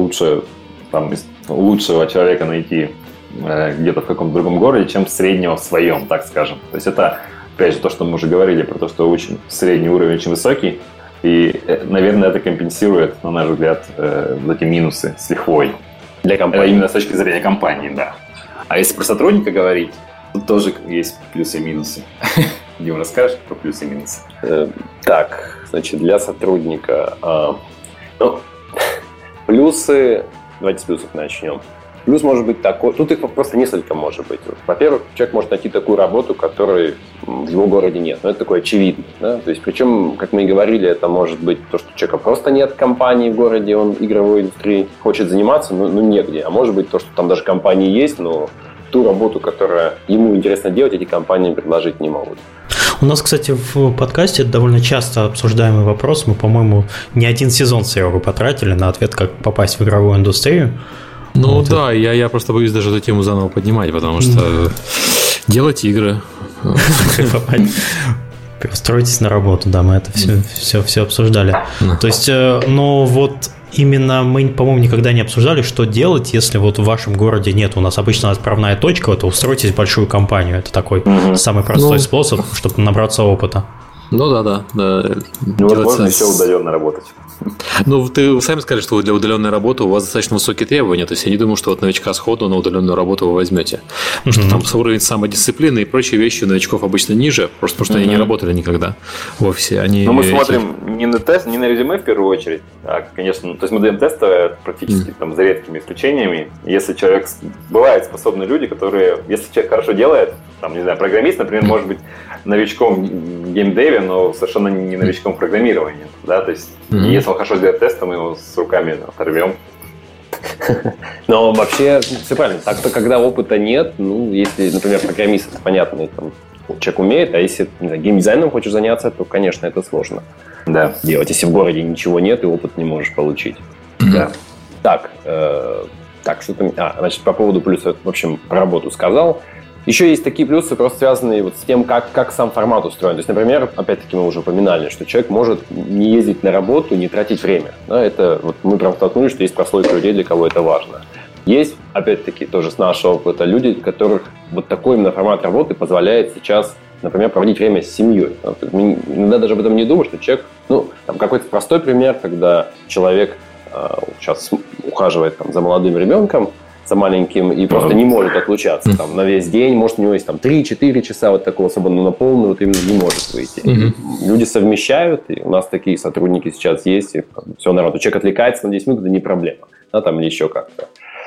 Speaker 3: лучшего человека найти где-то в каком-то другом городе, чем среднего в своем, так скажем. То есть это, опять же, то, что мы уже говорили, про то, что очень средний уровень очень высокий, и, наверное, это компенсирует, на наш взгляд, эти минусы с лихвой.
Speaker 5: Для компании.
Speaker 3: Именно с точки зрения компании, да. А если про сотрудника говорить, тут тоже есть плюсы и минусы. Дима, расскажешь про плюсы и минусы?
Speaker 5: Для сотрудника... плюсы... Давайте с плюсов начнем. Плюс может быть такой... Тут их просто несколько может быть. Во-первых, человек может найти такую работу, которой в его городе нет. Но это такое очевидно. Да? То есть, причем, как мы и говорили, это может быть то, что у человека просто нет компании в городе, он игровой индустрией хочет заниматься, но негде. А может быть то, что там даже компании есть, но ту работу, которая ему интересно делать, эти компании предложить не могут.
Speaker 2: У нас, кстати, в подкасте довольно часто обсуждаемый вопрос. Мы, по-моему, не один сезон с Серегой потратили на ответ, как попасть в игровую индустрию.
Speaker 1: Ну вот да, я просто боюсь даже эту тему заново поднимать, потому что делать игры.
Speaker 2: Устройтесь на работу, да, мы это все обсуждали. То есть, но вот именно мы, по-моему, никогда не обсуждали, что делать, если вот в вашем городе нет. У нас обычно отправная точка, это устройтесь в большую компанию. Это такой самый простой способ, чтобы набраться опыта.
Speaker 1: Ну да.
Speaker 3: Ну вот можно еще удаленно работать.
Speaker 1: Ну, вы сами сказали, что для удаленной работы у вас достаточно высокие требования. То есть я не думаю, что вот новичка сходу на удаленную работу вы возьмете. Потому что там уровень самодисциплины и прочие вещи у новичков обычно ниже, просто потому что они не работали никогда в офисе.
Speaker 3: Но мы смотрим не на тест, не на резюме в первую очередь, а, конечно, то есть мы даем тесты практически там за редкими исключениями. Если человек, бывают способные люди, которые, если человек хорошо делает, там, не знаю, программист, например, может быть новичком в геймдеве, но совершенно не новичком в программировании, да, то есть если он хорошо сделает тест, то мы его с руками оторвем.
Speaker 5: Но вообще все правильно. Так-то, когда опыта нет, ну, если, например, программист, это понятно, там, человек умеет, а если геймдизайном хочешь заняться, то, конечно, это сложно делать, если в городе ничего нет и опыт не можешь получить. Да. Так, что-то... значит, по поводу плюсов, в общем, про работу сказал. Еще есть такие плюсы, просто связанные вот с тем, как сам формат устроен. То есть, например, опять-таки мы уже упоминали, что человек может не ездить на работу, не тратить время. Да, это вот мы прям столкнулись, что есть прослойка людей, для кого это важно. Есть, опять-таки, тоже с нашего опыта, люди, которых вот такой именно формат работы позволяет сейчас, например, проводить время с семьей. Иногда даже об этом не думаешь, что человек, там какой-то простой пример, когда человек сейчас ухаживает там, за молодым ребенком, за маленьким, и просто не может отлучаться там, на весь день. Может, у него есть там 3-4 часа вот такого свободного, на полную вот именно не может выйти. Люди совмещают, и у нас такие сотрудники сейчас есть, и все нормально. Человек отвлекается на 10 минут, это не проблема. Да, там, или еще как-то.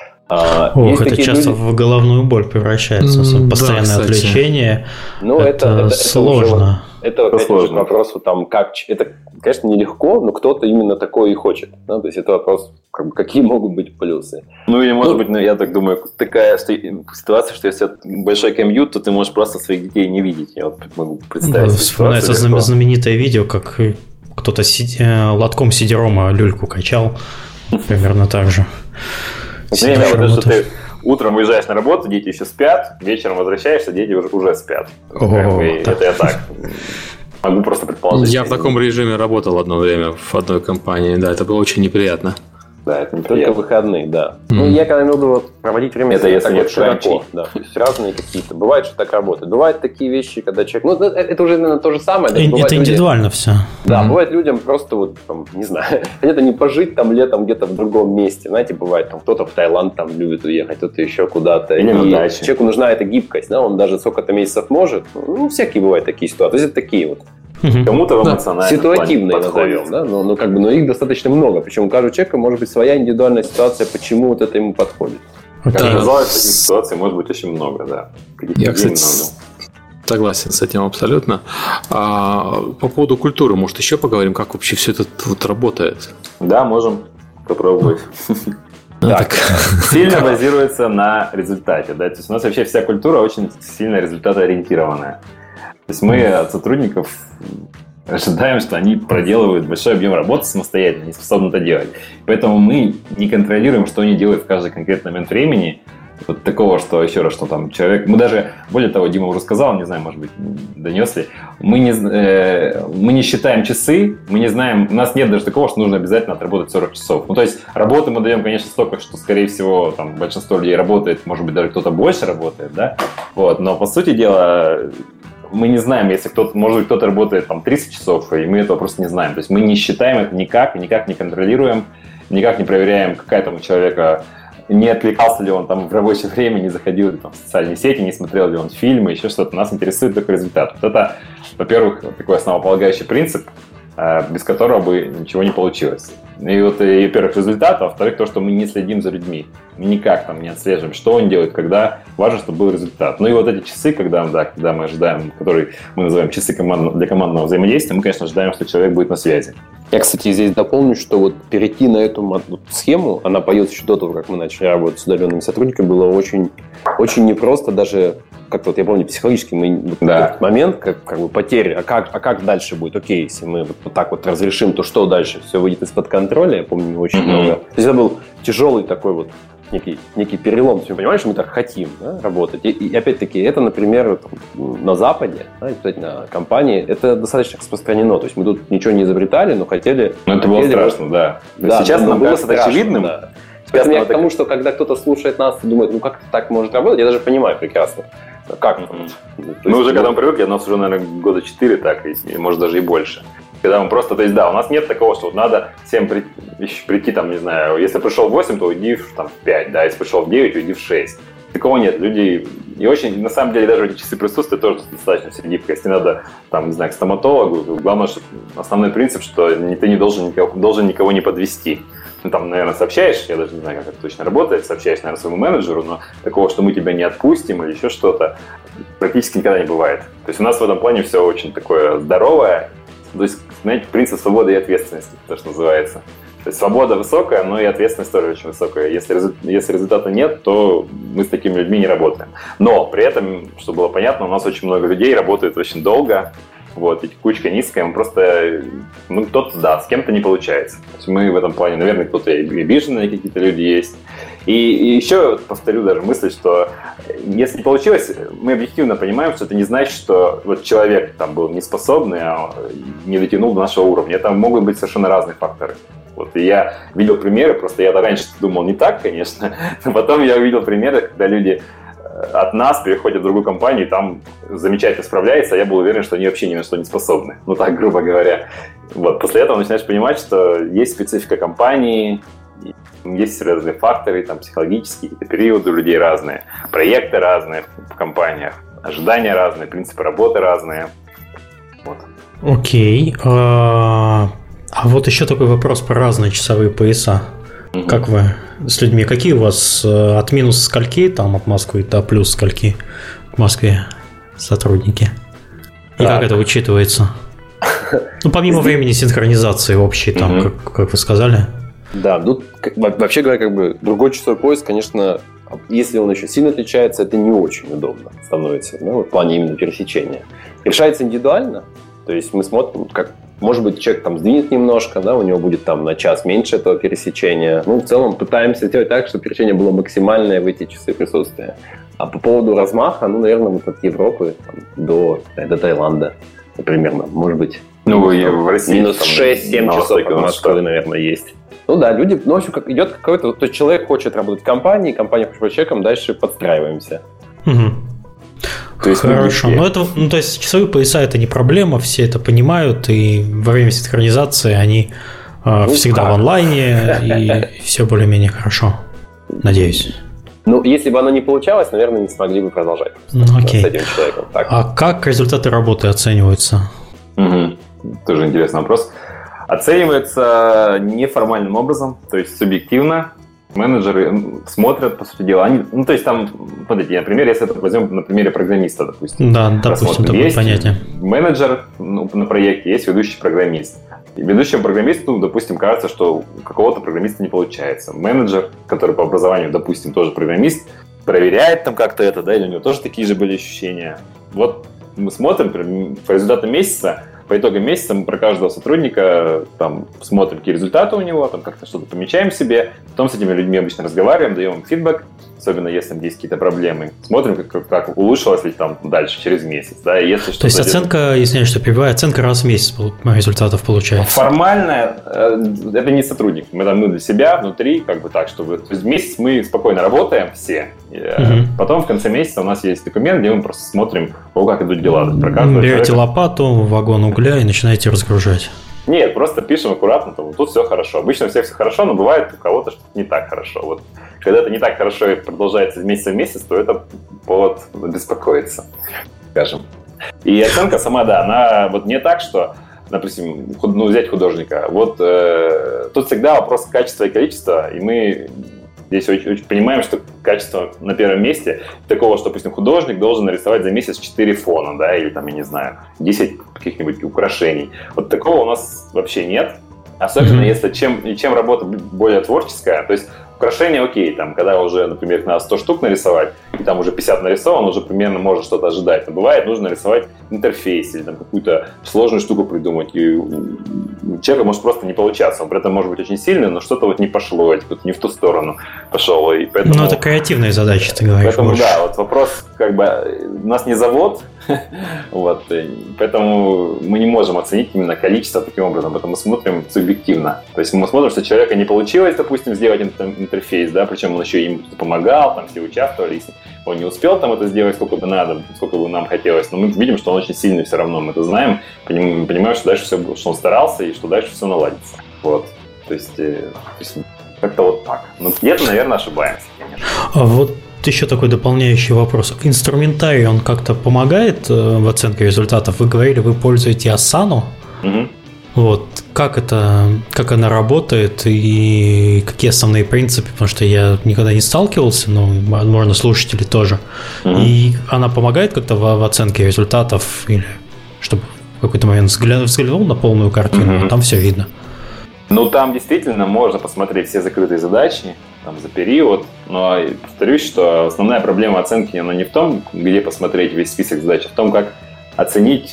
Speaker 2: Это часто в головную боль превращается. Постоянное отвлечение. Это сложно.
Speaker 5: Это опять же к вопросу, там, это, конечно, нелегко, но кто-то именно такое и хочет. Да? То есть это вопрос, какие могут быть плюсы.
Speaker 3: Ну или, может быть, я так думаю, такая ситуация, что если большой комьют, то ты можешь просто своих детей не видеть. Я вот могу представить.
Speaker 2: Вспоминается знаменитое видео, как кто-то лотком сидерома люльку качал. Примерно так же.
Speaker 3: Например, что ты утром уезжаешь на работу, дети еще спят, вечером возвращаешься, дети уже спят. Это я так могу просто предположить.
Speaker 1: Я в таком режиме работал одно время в одной компании, да, это было очень неприятно.
Speaker 5: Да, это не только выходные, да. Ну, я когда имел в виду проводить время,
Speaker 3: это если нет широко.
Speaker 5: Да, то есть разные какие-то. Бывает, что так работает. Бывают такие вещи, когда человек... это уже, наверное, то же самое.
Speaker 2: Это индивидуально все.
Speaker 5: Да, бывает людям просто вот, там, не знаю, хотят не пожить там летом где-то в другом месте. Знаете, бывает, там кто-то в Таиланд там любит уехать, кто-то еще куда-то.
Speaker 3: Или на даче.
Speaker 5: Человеку нужна эта гибкость, да, он даже сколько-то месяцев может. Ну, всякие бывают такие ситуации. То есть это такие вот.
Speaker 3: Кому-то в эмоциональном
Speaker 5: ситуативные назовем, да? Но их достаточно много. Причем у каждого человека может быть своя индивидуальная ситуация, почему вот это ему подходит.
Speaker 3: Как оказалось, таких ситуаций может быть очень много, да.
Speaker 1: Я, кстати, согласен с этим абсолютно. По поводу культуры, может, еще поговорим, как вообще все это вот работает?
Speaker 3: Да, можем попробовать. Так, сильно базируется на результате. Да? То есть у нас вообще вся культура очень сильно результатоориентированная. То есть мы от сотрудников ожидаем, что они проделывают большой объем работы самостоятельно, не способны это делать. Поэтому мы не контролируем, что они делают в каждый конкретный момент времени. Вот такого, что еще раз, что там человек... Мы даже, более того, Дима уже сказал, не знаю, может быть, донес ли, мы не считаем часы, мы не знаем, у нас нет даже такого, что нужно обязательно отработать 40 часов. Ну, то есть работы мы даем, конечно, столько, что, скорее всего, там большинство людей работает, может быть, даже кто-то больше работает, да, вот, но, по сути дела, мы не знаем, если кто-то, может быть, кто-то работает там 30 часов, и мы этого просто не знаем. То есть мы не считаем это никак не контролируем, никак не проверяем, какая там у человека, не отвлекался ли он там в рабочее время, не заходил ли там в социальные сети, не смотрел ли он фильмы, еще что-то. Нас интересует только результат. Вот это, во-первых, такой основополагающий принцип, без которого бы ничего не получилось. И вот, во-первых, результат, а во-вторых, то, что мы не следим за людьми. Мы никак там не отслеживаем, что он делает, когда. Важно, чтобы был результат. Ну и вот эти часы, когда мы ожидаем, которые мы называем часы для командного взаимодействия, мы, конечно, ожидаем, что человек будет на связи.
Speaker 5: Я, кстати, здесь дополню, что вот перейти на эту схему, она появилась еще до того, как мы начали работать с удаленными сотрудниками, было очень, очень непросто, даже как-то вот я помню, психологически мы в этот момент, как бы потери, а как дальше будет? Окей, если мы вот так вот разрешим, то что дальше? Все выйдет из-под контроля, я помню, очень много. То есть это был тяжелый такой вот некий перелом, ты понимаешь, мы так хотим, да, работать. И опять-таки, это, например, на Западе, да, на компании, это достаточно распространено. То есть мы тут ничего не изобретали, но хотели...
Speaker 3: Но это было страшно, да.
Speaker 5: Сейчас нам было страшно, очевидным.
Speaker 3: Да.
Speaker 5: Поэтому я к тому, что когда кто-то слушает нас и думает, ну как это так может работать, я даже понимаю прекрасно. Как?
Speaker 3: Мы уже к этому привыкли, у нас уже, наверное, года 4 так, и может даже и больше. Когда мы просто, то есть, да, у нас нет такого, что надо всем прийти, там, не знаю, если пришел в 8, то уйди в 5, да, если пришел в 9, уйди в 6. Такого нет. Люди, и очень, на самом деле, даже эти часы присутствия тоже достаточно все гибко. Если надо, там, не знаю, к стоматологу, главное, что основной принцип, что ты не должен никого не подвести. Ну, там, наверное, сообщаешь, я даже не знаю, как это точно работает, сообщаешь, наверное, своему менеджеру, но такого, что мы тебя не отпустим или еще что-то, практически никогда не бывает. То есть у нас в этом плане все очень такое здоровое. То есть, знаете, принцип свободы и ответственности, то, что называется. То есть свобода высокая, но и ответственность тоже очень высокая. Если результата нет, то мы с такими людьми не работаем. Но при этом, чтобы было понятно, у нас очень много людей работают очень долго. Вот, и текучка низкая, мы просто, ну, кто-то, да, с кем-то не получается. То есть мы в этом плане, наверное, кто-то и обиженные какие-то люди есть. И еще повторю даже мысль, что если не получилось, мы объективно понимаем, что это не значит, что вот человек там был неспособный, а не дотянул до нашего уровня. Это могут быть совершенно разные факторы. Вот, и я видел примеры, просто я раньше думал не так, конечно, но потом я увидел примеры, когда люди от нас переходят в другую компанию, и там замечательно справляется, а я был уверен, что они вообще ни на что не способны. Ну так, грубо говоря. Вот. После этого начинаешь понимать, что есть специфика компании, есть разные факторы, там, психологические, какие-то периоды у людей разные, проекты разные в компаниях, ожидания разные, принципы работы разные. Вот.
Speaker 2: Окей. А вот еще такой вопрос про разные часовые пояса. Как вы с людьми? Какие у вас от минус скольки, там от Москвы до плюс скольки в Москве сотрудники? И как это учитывается? Ну, помимо времени синхронизации общей, там, как вы сказали.
Speaker 5: Да, ну, вообще говоря, как бы другой часовой пояс, конечно, если он еще сильно отличается, это не очень удобно становится, да, в плане именно пересечения. Решается индивидуально, то есть мы смотрим, как, может быть, человек там сдвинет немножко, да, у него будет там на час меньше этого пересечения. Ну, в целом пытаемся сделать так, чтобы пересечение было максимальное в эти часы присутствия. А по поводу размаха, ну, наверное, вот от Европы там, до Таиланда примерно, может быть.
Speaker 3: Ну, и в России
Speaker 5: минус 6-7 часов от Москвы, наверное, есть. Ну да, люди, ну, в общем, как идет какой-то, то есть человек хочет работать в компании, компания хочет быть человеком, дальше подстраиваемся.
Speaker 2: То есть хорошо. Но это, ну, то есть часовые пояса это не проблема, все это понимают, и во время синхронизации они всегда в онлайне, и все более-менее хорошо. Надеюсь.
Speaker 5: Ну, если бы оно не получалось, наверное, не смогли бы продолжать с этим человеком. Так.
Speaker 2: А как результаты работы оцениваются?
Speaker 3: Тоже интересный вопрос. Оценивается неформальным образом, то есть субъективно. Менеджеры смотрят, по сути дела. Они, ну, то есть там, смотрите, например, если это возьмем на примере программиста, допустим.
Speaker 2: Да, допустим, такое понятие.
Speaker 3: Менеджер на проекте, есть ведущий программист. И ведущему программисту, допустим, кажется, что у какого-то программиста не получается. Менеджер, который по образованию, допустим, тоже программист, проверяет там как-то это, да, или у него тоже такие же были ощущения. Вот мы смотрим по результатам месяца, по итогам месяца мы про каждого сотрудника там смотрим, какие результаты у него, там как-то что-то помечаем себе, потом с этими людьми обычно разговариваем, даем им фидбэк, особенно если там есть какие-то проблемы, смотрим, как улучшилось ли там дальше, через месяц. Да, и если
Speaker 2: то есть оценка, извиняюсь, что перебиваю, оценка раз в месяц результатов получается?
Speaker 3: Формально это не сотрудник, мы для себя внутри, как бы так, чтобы то есть в месяц мы спокойно работаем все, потом в конце месяца у нас есть документ, где мы просто смотрим, как идут дела.
Speaker 2: Берете лопату, вагон угля и начинаете разгружать.
Speaker 3: Нет, просто пишем аккуратно, тут все хорошо. Обычно у всех все хорошо, но бывает у кого-то что-то не так хорошо. Вот когда это не так хорошо и продолжается из месяца в месяц, то это повод беспокоиться, скажем. И оценка сама, да, она вот не так, что, допустим, взять художника. Вот тут всегда вопрос качества и количества, и мы здесь очень понимаем, что качество на первом месте. Такого, что, допустим, художник должен нарисовать за месяц 4 фона, да, или там, я не знаю, 10 каких-нибудь украшений. Вот такого у нас вообще нет. Особенно если чем работа более творческая, то есть украшения окей, там, когда уже, например, надо 100 штук нарисовать, и там уже 50 нарисовано, уже примерно можно что-то ожидать. Но бывает, нужно нарисовать интерфейс или там какую-то сложную штуку придумать, и у человека может просто не получаться. Он при этом может быть очень сильный, но что-то вот не пошло, кто-то не в ту сторону пошел. И поэтому,
Speaker 2: это креативные задачи, ты говоришь.
Speaker 3: Поэтому,
Speaker 2: больше.
Speaker 3: Да, вот вопрос, как бы, у нас не завод, вот, поэтому мы не можем оценить именно количество таким образом, поэтому мы смотрим субъективно. То есть мы смотрим, что у человека не получилось, допустим, сделать интерфейс, да, причем он еще им помогал, там все участвовали, если он не успел там это сделать, сколько бы надо, сколько бы нам хотелось, но мы видим, что он очень сильный все равно, мы это знаем, понимаем, что дальше все, что он старался и что дальше все наладится. Вот, то есть как-то вот так. Но где-то, наверное, ошибаемся, конечно.
Speaker 2: А вот еще такой дополняющий вопрос. Инструментарий, он как-то помогает в оценке результатов? Вы говорили, вы пользуете Asana.
Speaker 3: Угу.
Speaker 2: Вот. Как она работает и какие основные принципы? Потому что я никогда не сталкивался, но, возможно, слушатели тоже. Угу. И она помогает как-то в оценке результатов? Или чтобы в какой-то момент взглянул на полную картину, там все видно?
Speaker 3: Ну, там действительно можно посмотреть все закрытые задачи там, за период, но повторюсь, что основная проблема оценки, она не в том, где посмотреть весь список задач, а в том, как оценить,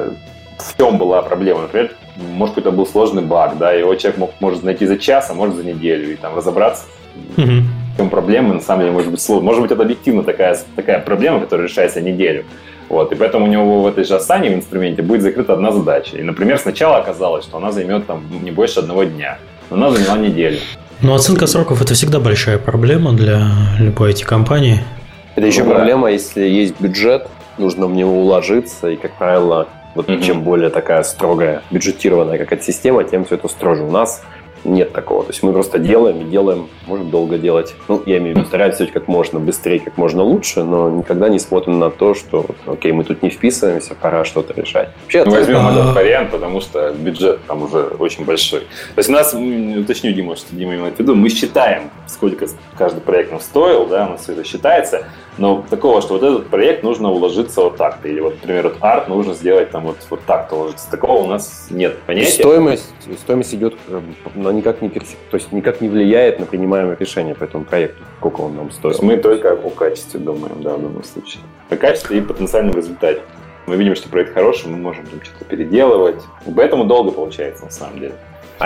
Speaker 3: в чем была проблема. Например, может, какой-то был сложный баг, да, его человек может найти за час, а может за неделю, и там разобраться, в чем проблема, на самом деле, может быть сложно. Может быть, это объективно такая проблема, которая решается неделю. Вот, и поэтому у него в этой же Asana в инструменте будет закрыта одна задача. И, например, сначала оказалось, что она займет там не больше 1 дня, но она заняла неделю.
Speaker 2: Но оценка сроков – это всегда большая проблема для любой IT-компании.
Speaker 5: Это еще проблема, если есть бюджет, нужно в него уложиться, и, как правило, вот чем более такая строгая, бюджетированная какая-то система, тем все это строже. У нас нет такого. То есть мы просто делаем, можем долго делать. Ну, я имею в виду, стараемся делать как можно быстрее, как можно лучше, но никогда не смотрим на то, что, окей, мы тут не вписываемся, пора что-то решать. Вообще,
Speaker 3: возьмем этот вариант, потому что бюджет там уже очень большой. То есть у нас, уточню, Дима, что Дима имеет в виду, мы считаем, сколько каждый проект нам стоил, да, у нас все это считается, но такого, что вот этот проект нужно уложиться вот так-то, или вот, например, вот арт нужно сделать там вот так-то уложиться. Такого у нас нет понятия.
Speaker 5: Стоимость идет, но никак не влияет на принимаемое решение по этому проекту, сколько он нам стоит.
Speaker 3: То есть мы только о качестве думаем, да, в данном случае. О качестве и потенциальном результате. Мы видим, что проект хороший, мы можем там что-то переделывать. И поэтому долго получается, на самом деле.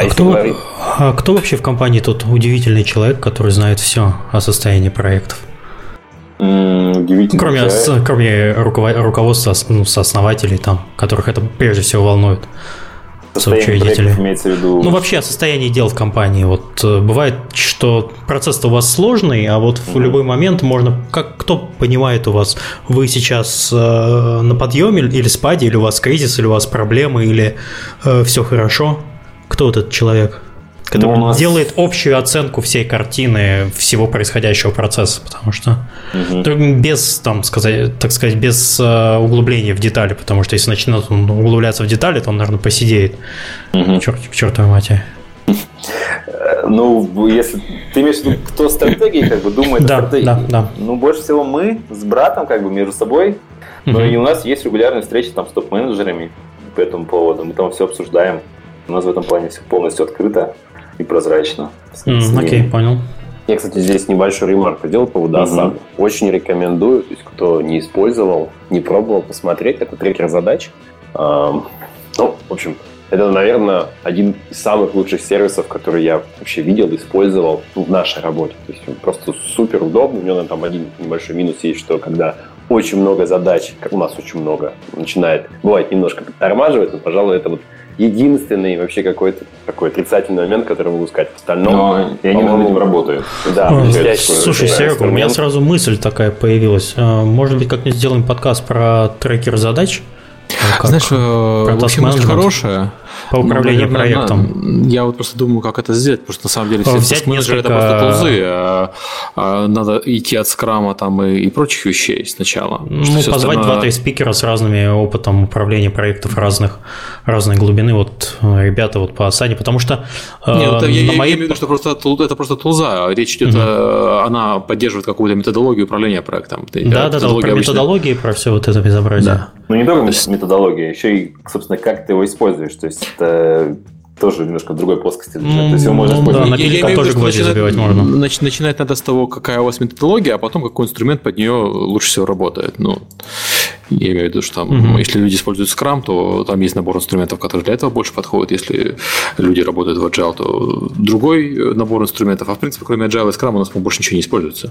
Speaker 2: Кто вообще в компании тот удивительный человек, который знает все о состоянии проектов? Кроме руководства, сооснователей, там, которых это прежде всего волнует. Соучредителей.
Speaker 3: Имеется в виду...
Speaker 2: Ну, вообще о состоянии дел в компании. Вот бывает, что процесс-то у вас сложный, а вот в любой момент можно... Кто понимает у вас, вы сейчас на подъеме или спаде, или у вас кризис, или у вас проблемы, или все хорошо? Кто этот человек? Который делает общую оценку всей картины, всего происходящего процесса, потому что без, так сказать, без углубления в детали, потому что если начнет он углубляться в детали, то он, наверное, посидеет к чертовой матери.
Speaker 3: Ну, если ты имеешь в виду, кто стратегии как бы думает о стратегии,
Speaker 2: да.
Speaker 3: Ну, больше всего мы с братом как бы между собой, но и у нас есть регулярные встречи там с топ-менеджерами по этому поводу, мы там все обсуждаем, у нас в этом плане все полностью открыто и прозрачно.
Speaker 2: Окей, понял.
Speaker 5: Я, кстати, здесь небольшой ремарк сделал по поводу Asana. Очень рекомендую, то есть, кто не использовал, не пробовал, посмотреть. Это трекер задач. Ну, в общем, это, наверное, один из самых лучших сервисов, который я вообще видел, использовал в нашей работе. То есть он просто супер удобный. У него там один небольшой минус есть, что когда очень много задач, как у нас очень много, начинает, бывает, немножко подтормаживать, но, пожалуй, это вот единственный вообще какой-то такой отрицательный момент, который могу сказать. В остальном,
Speaker 3: но я не над этим работаю.
Speaker 5: Да,
Speaker 2: слушай, Серега, у меня сразу мысль такая появилась. Может быть, как-нибудь сделаем подкаст про трекер задач?
Speaker 1: Знаешь, вообще мысль хорошая.
Speaker 2: По управлению проектом.
Speaker 1: Я вот просто думаю, как это сделать, потому что на самом деле все менеджеры это просто тулзы, надо идти от скрама там и прочих вещей сначала.
Speaker 2: Ну, позвать 2-3 спикера с разными опытом управления проектов разной глубины, вот ребята вот по Asana, потому что
Speaker 1: я имею в виду, что это просто тулза, речь идет, она поддерживает какую-то методологию управления проектом.
Speaker 2: Да, про методологии, про все вот это безобразие.
Speaker 3: Ну, не только методология, еще и, собственно, как ты его используешь. То есть, это тоже немножко в другой плоскости лежит. То есть его можно
Speaker 2: на пиликах тоже гвозди забивать можно.
Speaker 1: Начинать надо с того, какая у вас методология, а потом какой инструмент под нее лучше всего работает. Ну, я имею в виду, что там, если люди используют Scrum, то там есть набор инструментов, которые для этого больше подходят. Если люди работают в Agile, то другой набор инструментов. А в принципе, кроме Agile и Scrum у нас больше ничего не используется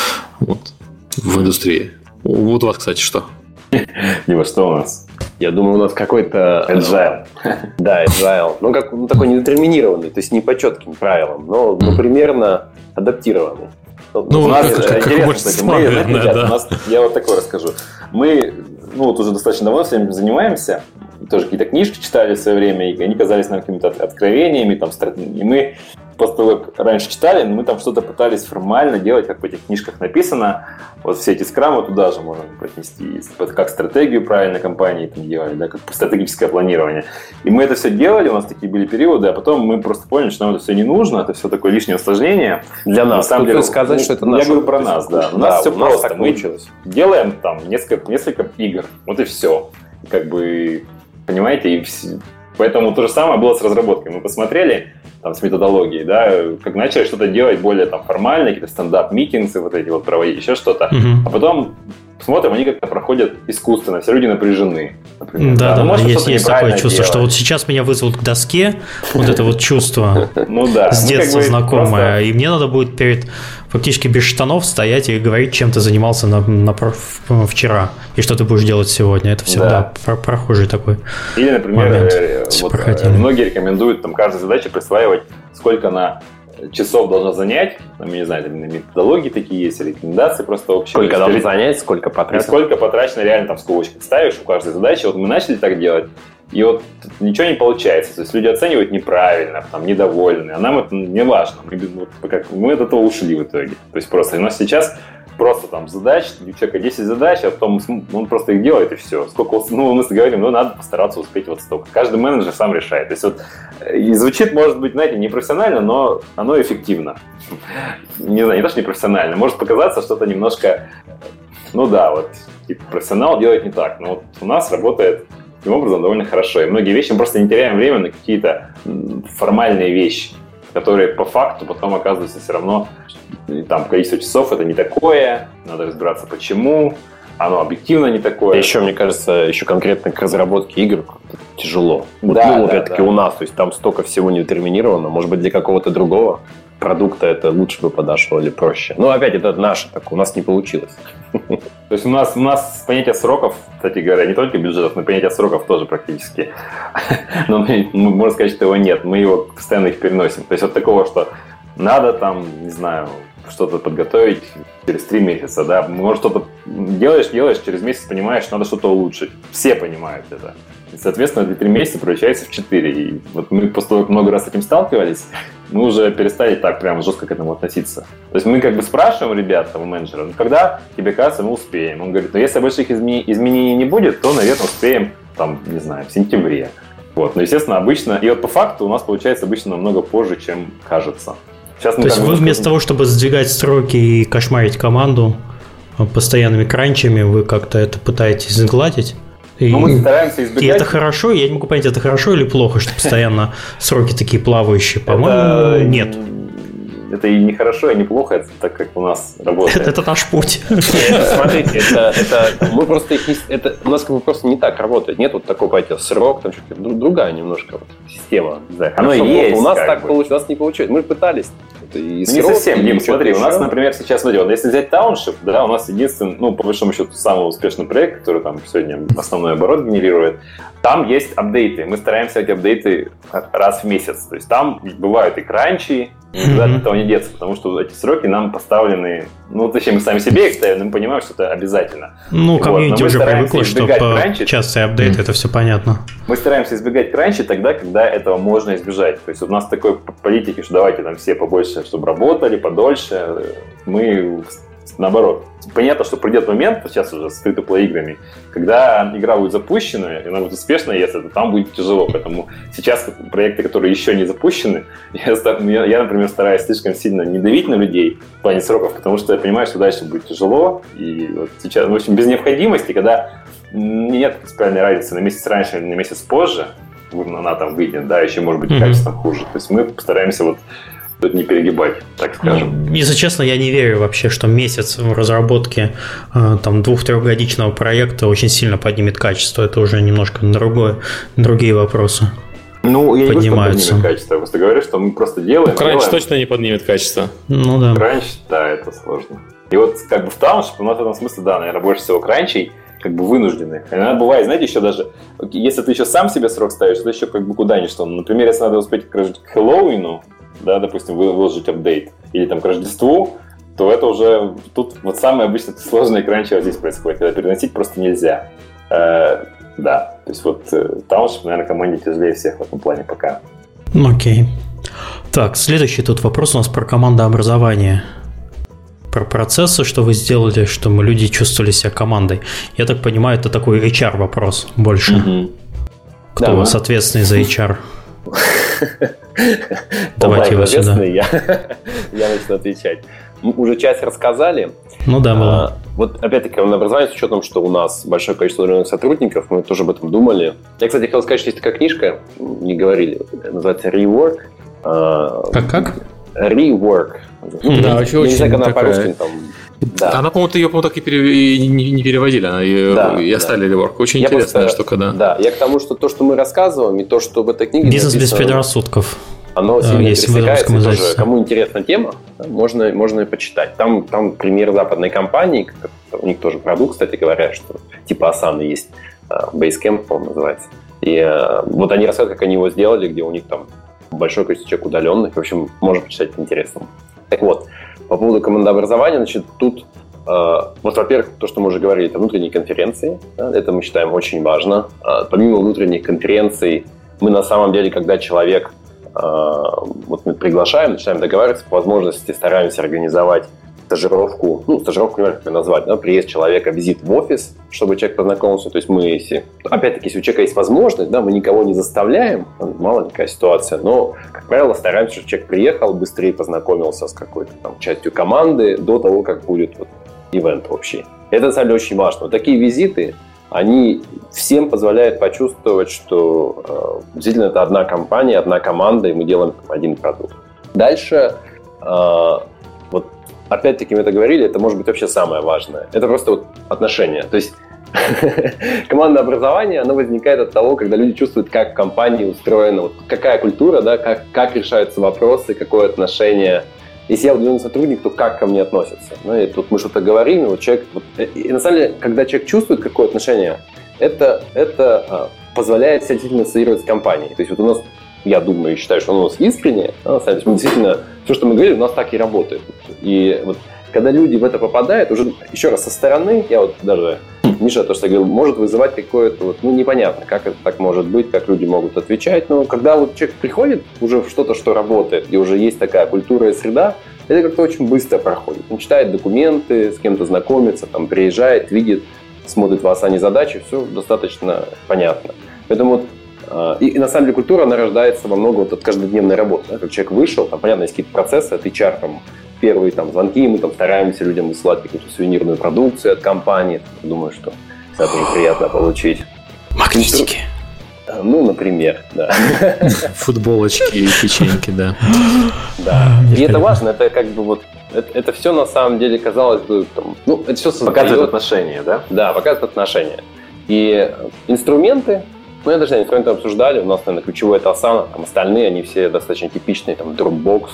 Speaker 1: в индустрии. Вот у вас, кстати, что?
Speaker 3: Дима, что у нас?
Speaker 5: Я думаю, у нас какой-то...
Speaker 3: Agile.
Speaker 5: Да, Agile. Такой недетерминированный, то есть не по четким правилам, но примерно адаптированный.
Speaker 3: У нас интересно, кстати, я вот такое расскажу. Мы уже достаточно давно всем занимаемся, тоже какие-то книжки читали в свое время, и они казались нам какими-то откровениями, и мы после того, как раньше читали, мы там что-то пытались формально делать, как в этих книжках написано. Вот все эти скрамы туда же можно отнести, как стратегию правильно компании там делали, да, как стратегическое планирование. И мы это все делали, у нас такие были периоды, а потом мы просто поняли, что нам это все не нужно, это все такое лишнее усложнение.
Speaker 5: Для нас. На самом деле, сказать, что это наше.
Speaker 3: Я говорю про нас, да. У нас все просто. Мы делаем там несколько игр, вот и все. Как бы, понимаете, и все. Поэтому то же самое было с разработкой. Мы посмотрели там, с методологией, да, как начали что-то делать более там, формально, какие-то стендап-митингсы вот эти вот проводить, еще что-то. А потом смотрим, они как-то проходят искусственно, все люди напряжены.
Speaker 2: Например. Да, есть такое чувство, что вот сейчас меня вызовут к доске, вот это вот чувство с детства знакомое, и мне надо будет фактически без штанов стоять и говорить, чем ты занимался вчера, и что ты будешь делать сегодня. Это всегда прохожий такой момент.
Speaker 3: Или, например, многие рекомендуют там каждой задаче присваивать, сколько она часов должна занять, я не знаю, методологии такие есть, рекомендации просто общие.
Speaker 5: Сколько должно занять, сколько потрачено.
Speaker 3: Сколько потрачено, реально там в скобочках ставишь у каждой задачи. Вот мы начали так делать, и вот ничего не получается. То есть люди оценивают неправильно, там, недовольны, а нам это не важно. Мы от этого ушли в итоге. То есть просто у нас сейчас просто там задач, у человека 10 задач, а потом он просто их делает, и все. Сколько, мы говорим, надо постараться успеть вот столько. Каждый менеджер сам решает. То есть вот, и звучит, может быть, знаете, непрофессионально, но оно эффективно. Не знаю, не то, что непрофессионально. Может показаться что-то немножко, профессионал делает не так. Но вот у нас работает таким образом довольно хорошо. И многие вещи мы просто не теряем время на какие-то формальные вещи, которые по факту потом оказываются все равно, там количество часов это не такое, надо разбираться почему, оно объективно не такое.
Speaker 5: Еще, мне кажется, еще конкретно к разработке игр тяжело. Опять-таки у нас, то есть там столько всего не детерминировано, может быть, для какого-то другого продукта это лучше бы подошло или проще. Но опять это наше, так у нас не получилось.
Speaker 3: То есть у нас понятие сроков, кстати говоря, не только бюджетов, но понятие сроков тоже практически. Но можно сказать, что его нет. Мы его постоянно их переносим. То есть вот такого, что надо там, не знаю, что-то подготовить через 3 месяца, да, может что-то делаешь, через месяц понимаешь, что надо что-то улучшить. Все понимают это. И, соответственно, эти 3 месяца превращаются в 4. И вот мы после того, как много раз с этим сталкивались, мы уже перестали так прям жестко к этому относиться. То есть мы как бы спрашиваем ребят, там, у менеджера, когда тебе кажется, мы успеем. Он говорит, если больших изменений не будет, то, наверное, успеем, там, не знаю, в сентябре. Вот. Но, естественно, обычно, и вот по факту у нас получается обычно намного позже, чем кажется.
Speaker 2: Сейчас то есть вы вместо того, чтобы сдвигать сроки и кошмарить команду постоянными кранчами, вы как-то это пытаетесь сгладить?
Speaker 3: Мы стараемся избегать.
Speaker 2: И это хорошо? Я не могу понять, это хорошо или плохо, что постоянно сроки такие плавающие? По-моему, нет.
Speaker 3: Это и не хорошо, и не плохо, это так, как у нас работает.
Speaker 2: Это наш путь.
Speaker 5: Смотрите, мы просто у нас как бы просто не так работает. Нет вот такого понятия срок, там что-то другая немножко система.
Speaker 3: Оно и есть.
Speaker 5: У нас так получилось, у нас не получилось. Мы пытались.
Speaker 3: Не совсем, Дим, смотри, у нас, например, сейчас, если взять Township, да, у нас единственный, по большому счету, самый успешный проект, который там сегодня основной оборот генерирует, там есть апдейты. Мы стараемся эти апдейты раз в месяц. То есть там бывают и кранчи, никуда от этого не деться, потому что эти сроки нам поставлены, точнее, мы сами себе их ставим, но мы понимаем, что это обязательно.
Speaker 2: Комьюнити уже привыкло, что частые апдейты, это все понятно.
Speaker 3: Мы стараемся избегать кранчи тогда, когда этого можно избежать. То есть у нас такой политики, что давайте там все побольше, чтобы работали, подольше. Мы наоборот. Понятно, что придет момент, сейчас уже с free-to-play играми, когда игра будет запущена, и она будет успешная, если то там будет тяжело. Поэтому сейчас проекты, которые еще не запущены, я, например, стараюсь слишком сильно не давить на людей в плане сроков, потому что я понимаю, что дальше будет тяжело. И вот сейчас, в общем, без необходимости, когда нет принципиальной разницы на месяц раньше или на месяц позже, она там выйдет, да, еще может быть качеством хуже. То есть мы постараемся вот тут не перегибать, так скажем.
Speaker 2: Если честно, я не верю вообще, что месяц в разработке там 2-3-годичного проекта очень сильно поднимет качество. Это уже немножко другие вопросы.
Speaker 3: Ну, я не говорю, что поднимет качество, я просто говорю, что мы просто делаем.
Speaker 1: Кранч точно не поднимет качество.
Speaker 2: Ну да.
Speaker 3: Кранч, да, это сложно. И вот как бы в Township у нас в этом смысле, да, наверное, больше всего кранчей как бы вынужденных. Иногда бывает, знаете, еще даже, если ты еще сам себе срок ставишь, то еще как бы куда ни что. Например, если надо успеть к Хэллоуину, да, допустим, выложить апдейт, или там к Рождеству, то это уже тут вот самое обычно сложное кранчи вот здесь происходит, когда переносить просто нельзя. Да, то есть вот Township, наверное, команде тяжелее всех в этом плане пока.
Speaker 2: Окей. Так, следующий тут вопрос у нас про командообразование. Про процессы, что вы сделали, чтобы люди чувствовали себя командой. Я так понимаю, это такой HR-вопрос больше. Кто у вас ответственный за HR?
Speaker 5: Давайте его сюда. Я начну отвечать. Мы уже часть рассказали.
Speaker 2: Ну да, было.
Speaker 5: Вот опять-таки образование с учетом, что у нас большое количество удаленных сотрудников, мы тоже об этом думали. Я, кстати, хотел сказать, что есть такая книжка, не говорили, называется Rework.
Speaker 2: Как?
Speaker 5: Rework.
Speaker 1: Да, вообще очень
Speaker 5: знаю, она по-русски там.
Speaker 1: Да. Она, по-моему, ее так и не переводили, она и оставили Rework. Очень интересная штука, да.
Speaker 5: Да, я к тому, что то, что мы рассказываем, и то, что в этой книге
Speaker 2: «Бизнес без предрассудков».
Speaker 5: Оно сильно пересекается, тоже, кому интересна тема, можно и почитать. Там пример западной компании, у них тоже продукт, кстати говоря, что типа Asana есть, Basecamp, по-моему, называется. И вот они рассказывают, как они его сделали, где у них там большое количество человек удаленных. В общем, можно почитать, интересно. Так вот, по поводу командообразования, значит, тут, вот, во-первых, то, что мы уже говорили, это внутренние конференции. Да, это мы считаем очень важно. Помимо внутренних конференций, мы на самом деле, когда человек вот мы приглашаем, начинаем договариваться, по возможности стараемся организовать стажировку, стажировку, не знаю, как ее назвать, да, приезд человека, визит в офис, чтобы человек познакомился. То есть мы, опять-таки, если у человека есть возможность, да, мы никого не заставляем, мало ли какая ситуация, но, как правило, стараемся, чтобы человек приехал, быстрее познакомился с какой-то там частью команды до того, как будет вот ивент общий. Это, на самом деле, очень важно. Вот такие визиты, они всем позволяют почувствовать, что действительно это одна компания, одна команда, и мы делаем один продукт. Дальше, вот опять-таки мы это говорили, это может быть вообще самое важное. Это просто вот отношения. То есть командное образование, оно возникает от того, когда люди чувствуют, как в компании устроена, вот какая культура, да, как решаются вопросы, какое отношение. Если я удаленный сотрудник, то как ко мне относятся? Ну, и тут мы что-то говорим, и вот человек... И на самом деле, когда человек чувствует какое отношение, это позволяет себя действительно ассоциировать с компанией. То есть вот у нас, я думаю и считаю, что оно у нас искреннее, да, мы действительно, все, что мы говорим, у нас так и работает. И вот когда люди в это попадают, уже еще раз со стороны, я вот даже, Миша, то, что я говорил, может вызывать какое-то вот, непонятно, как это так может быть, как люди могут отвечать. Но когда вот человек приходит уже в что-то, что работает, и уже есть такая культура и среда, это как-то очень быстро проходит. Он читает документы, с кем-то знакомится, там, приезжает, видит, смотрит в Asana задачи, все достаточно понятно. Поэтому вот, и на самом деле культура, она рождается во много вот от каждодневной работы. Да? Как человек вышел, там, понятно, есть какие-то процессы от HR, там, первые там, звонки, мы там стараемся людям высылать какую-то сувенирную продукцию от компании. Думаю, что это тоже приятно получить.
Speaker 2: Магнитики.
Speaker 5: Ну, например, да.
Speaker 1: Футболочки и печеньки, да.
Speaker 5: Да. И это важно, это как бы вот, это все на самом деле, казалось бы, там, это все
Speaker 3: показывает отношения, да?
Speaker 5: Да, показывает отношения. И инструменты, я даже инструменты обсуждали, у нас, наверное, ключевой это Asana, там остальные, они все достаточно типичные, там Dropbox,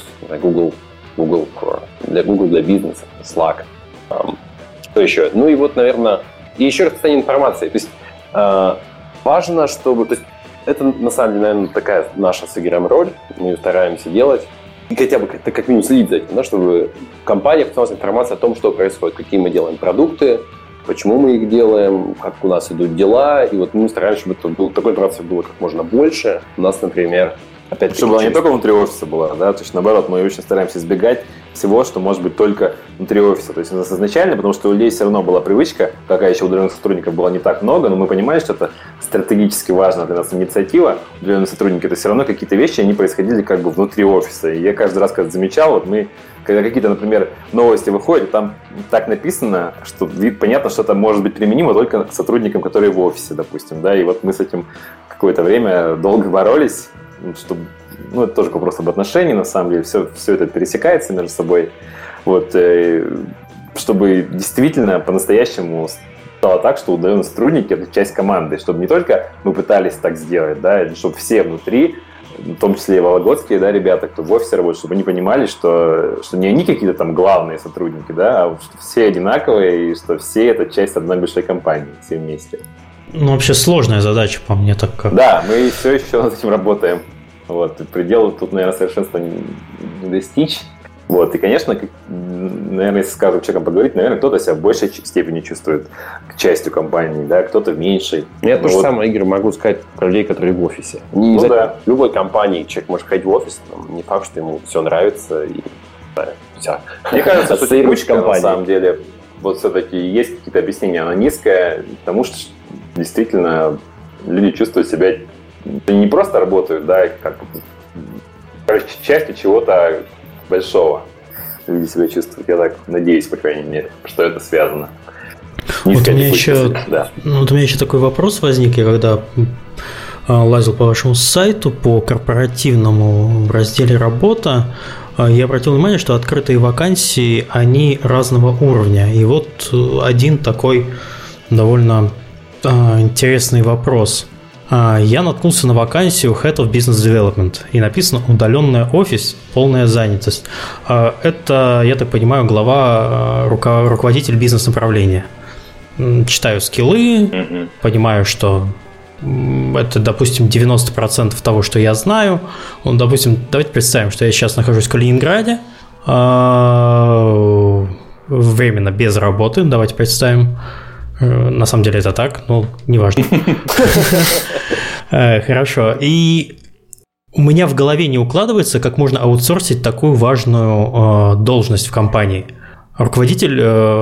Speaker 5: для Google для бизнеса, Slack. Что еще? Ну и вот, наверное, и еще распространение информации. То есть важно, чтобы... То есть это, на самом деле, наверное, такая наша с Игорем роль. Мы ее стараемся делать. И хотя бы, как минимум, следить за этим, да, чтобы компания получала информацию о том, что происходит, какие мы делаем продукты, почему мы их делаем, как у нас идут дела. И вот мы стараемся, чтобы такой информации было как можно больше. У нас, например, опять-таки...
Speaker 3: Чтобы она не только внутри офиса была, да, то есть наоборот, мы очень стараемся избегать всего, что может быть только внутри офиса. То есть у нас изначально, потому что у людей все равно была привычка, какая еще удаленных сотрудников было не так много, но мы понимали, что это стратегически важная для нас инициатива. Удаленные сотрудники, это все равно какие-то вещи, они происходили как бы внутри офиса. И я каждый раз, когда замечал, вот мы, когда какие-то, например, новости выходят, там так написано, что понятно, что это может быть применимо только к сотрудникам, которые в офисе, допустим, да, и вот мы с этим какое-то время долго боролись, чтобы, это тоже вопрос об отношении, на самом деле, все это пересекается между собой, чтобы действительно по-настоящему стало так, что удаленные сотрудники – это часть команды, чтобы не только мы пытались так сделать, да, чтобы все внутри, в том числе и вологодские, да, ребята, кто в офисе работает, чтобы они понимали, что не они какие-то там главные сотрудники, да, а что все одинаковые, и что все это часть одной большой компании, все вместе.
Speaker 2: Вообще сложная задача, по мне, так как.
Speaker 3: Да, мы все еще над этим работаем. Предела тут, наверное, совершенства не достичь. И, конечно, наверное, если с каждым человеком поговорить, наверное, кто-то себя в большей степени чувствует частью компании, да, кто-то в меньшей.
Speaker 5: Я то же самое, Игорь, могу сказать про людей, которые в офисе. В любой компании человек может ходить в офис, не факт, что ему все нравится.
Speaker 3: Мне кажется, что текучка, на самом деле, все-таки есть какие-то объяснения. Она низкая, потому что действительно люди чувствуют себя, не просто работают, да, как частью чего-то большого. Люди себя чувствуют. Я так надеюсь, по крайней мере, что это связано.
Speaker 2: У меня еще такой вопрос возник, я когда лазил по вашему сайту, по корпоративному разделе «Работа», я обратил внимание, что открытые вакансии, они разного уровня. И один такой довольно интересный вопрос. Я наткнулся на вакансию Head of Business Development, и написано «Удаленный офис, полная занятость». Это, я так понимаю, руководитель бизнес-направления. Читаю скиллы, понимаю, что это, допустим, 90% того, что я знаю. Допустим, давайте представим, что я сейчас нахожусь в Калининграде, временно без работы, давайте представим. На самом деле это так, но неважно. Хорошо. И у меня в голове не укладывается, как можно аутсорсить такую важную должность в компании. Руководитель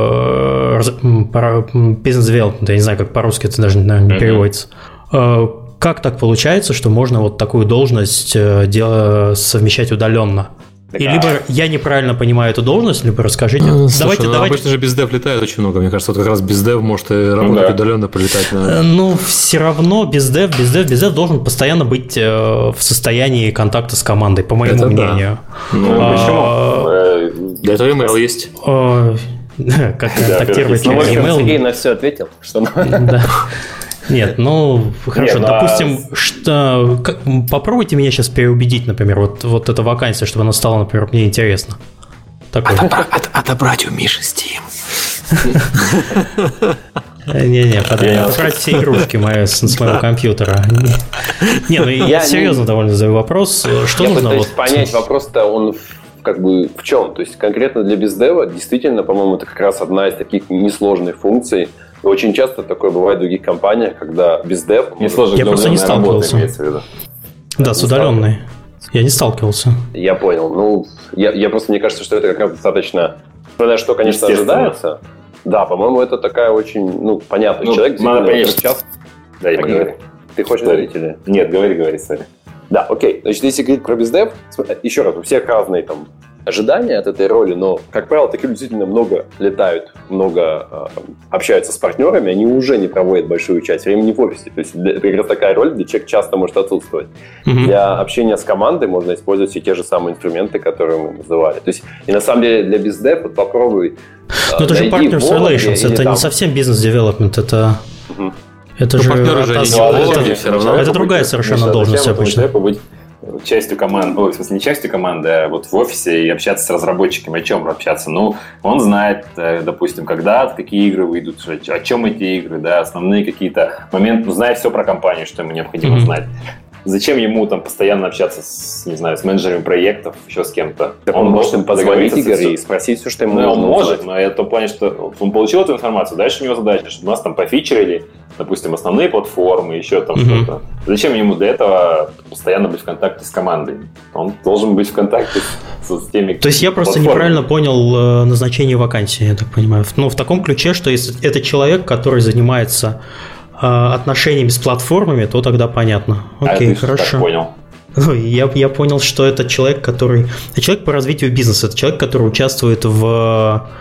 Speaker 2: бизнес-девелопмента, я не знаю, как по-русски это даже, наверное, не переводится. Как так получается, что можно такую должность совмещать удаленно? И либо я неправильно понимаю эту должность, либо расскажите.
Speaker 1: Слушай, давайте. Обычно же бездев летает очень много. Мне кажется, как раз бездев может работать удаленно, полетать на...
Speaker 2: все равно бездев должен постоянно быть в состоянии контакта с командой, по моему мнению.
Speaker 1: Почему? Для этого email есть.
Speaker 2: Как контактировать через email.
Speaker 5: Сергей на все ответил.
Speaker 2: Да. Нет, хорошо, допустим, попробуйте меня сейчас переубедить, например, вот эта вакансия, чтобы она стала, например, мне интересно.
Speaker 1: Отобрать у Миши Steam.
Speaker 2: Отобрать все игрушки с моего компьютера. Я серьезно довольно задаю вопрос. Что нужно?
Speaker 5: Я пытаюсь понять, вопрос-то он в чем? То есть конкретно для бездева действительно, по-моему, это как раз одна из таких несложных функций. И очень часто такое бывает в других компаниях, когда бездев...
Speaker 2: Я просто не сталкивался. Да, с удаленной. Я не сталкивался.
Speaker 5: Я понял. Я просто, мне кажется, что это как раз достаточно... Что, конечно, ожидается. Да, по-моему, это такая очень, понятный человек.
Speaker 3: Да, я поговорю.
Speaker 5: Ты хочешь говорить или...
Speaker 3: Нет, говори, сори.
Speaker 5: Да, окей. Значит, если говорить про бездев, еще раз, у всех разные там ожидания от этой роли, но, как правило, такие люди действительно много летают, много общаются с партнерами, они уже не проводят большую часть времени в офисе. То есть это как раз такая роль, где человек часто может отсутствовать. Mm-hmm. Для общения с командой можно использовать все те же самые инструменты, которые мы называли. То есть, и на самом деле для бездев попробуй.
Speaker 2: Но это же partners relations, это не совсем бизнес-девелопмент, это... Mm-hmm. Это же это другая совершенно должность обычно.
Speaker 3: Быть частью команды, в смысле не частью команды, а в офисе и общаться с разработчиками. О чем общаться? Он знает, допустим, когда, какие игры выйдут, о чем эти игры, да, основные какие-то моменты, знает все про компанию, что ему необходимо знать. Зачем ему там постоянно общаться с менеджерами проектов, еще с кем-то?
Speaker 5: Он может им позвонить, Игорь, и спросить все, что ему нужно.
Speaker 3: Он может, но это в плане, что он получил эту информацию, дальше у него задача, чтобы нас там пофичерили, допустим, основные платформы, еще там что-то. Зачем ему для этого постоянно быть в контакте с командой? Он должен быть в контакте с теми.
Speaker 2: То есть я просто неправильно понял назначение вакансии, я так понимаю. В таком ключе, что если это человек, который занимается отношениями с платформами, то тогда понятно. Окей, хорошо.
Speaker 3: Так понял.
Speaker 2: Я понял, что это человек, который... Это человек по развитию бизнеса, это человек, который участвует в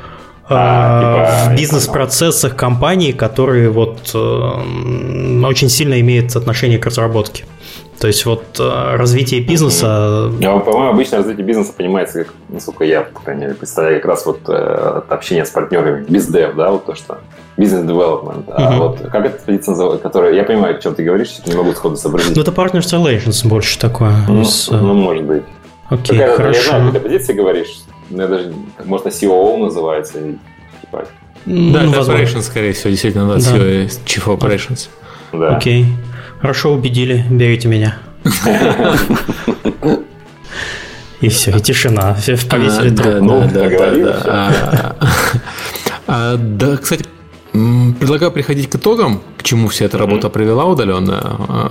Speaker 2: бизнес-процессах компании, которые вот очень сильно имеют отношение к разработке. То есть вот развитие бизнеса...
Speaker 3: По-моему, обычно развитие бизнеса понимается, как, насколько я, по крайней мере, представляю, как раз вот общение с партнерами, бездев, да, вот то, что бизнес-девелопмент. А вот как эта позиция называется, которая... Я понимаю, о чем ты говоришь, не могу сходу сообразить.
Speaker 2: Ну, это partners relations больше такое.
Speaker 3: Ну, может быть.
Speaker 2: Окей,
Speaker 3: хорошо. Я знаю,
Speaker 2: о
Speaker 3: какой позиции говоришь. Даже, может, COO называется. Типа...
Speaker 1: Да, это operations, скорее всего, действительно, да, Chief Operations.
Speaker 3: Да.
Speaker 2: Окей. Хорошо, убедили, берите меня. И все, и тишина. Все повесили трубку.
Speaker 1: Да, кстати, предлагаю приходить к итогам, к чему вся эта работа привела удаленная.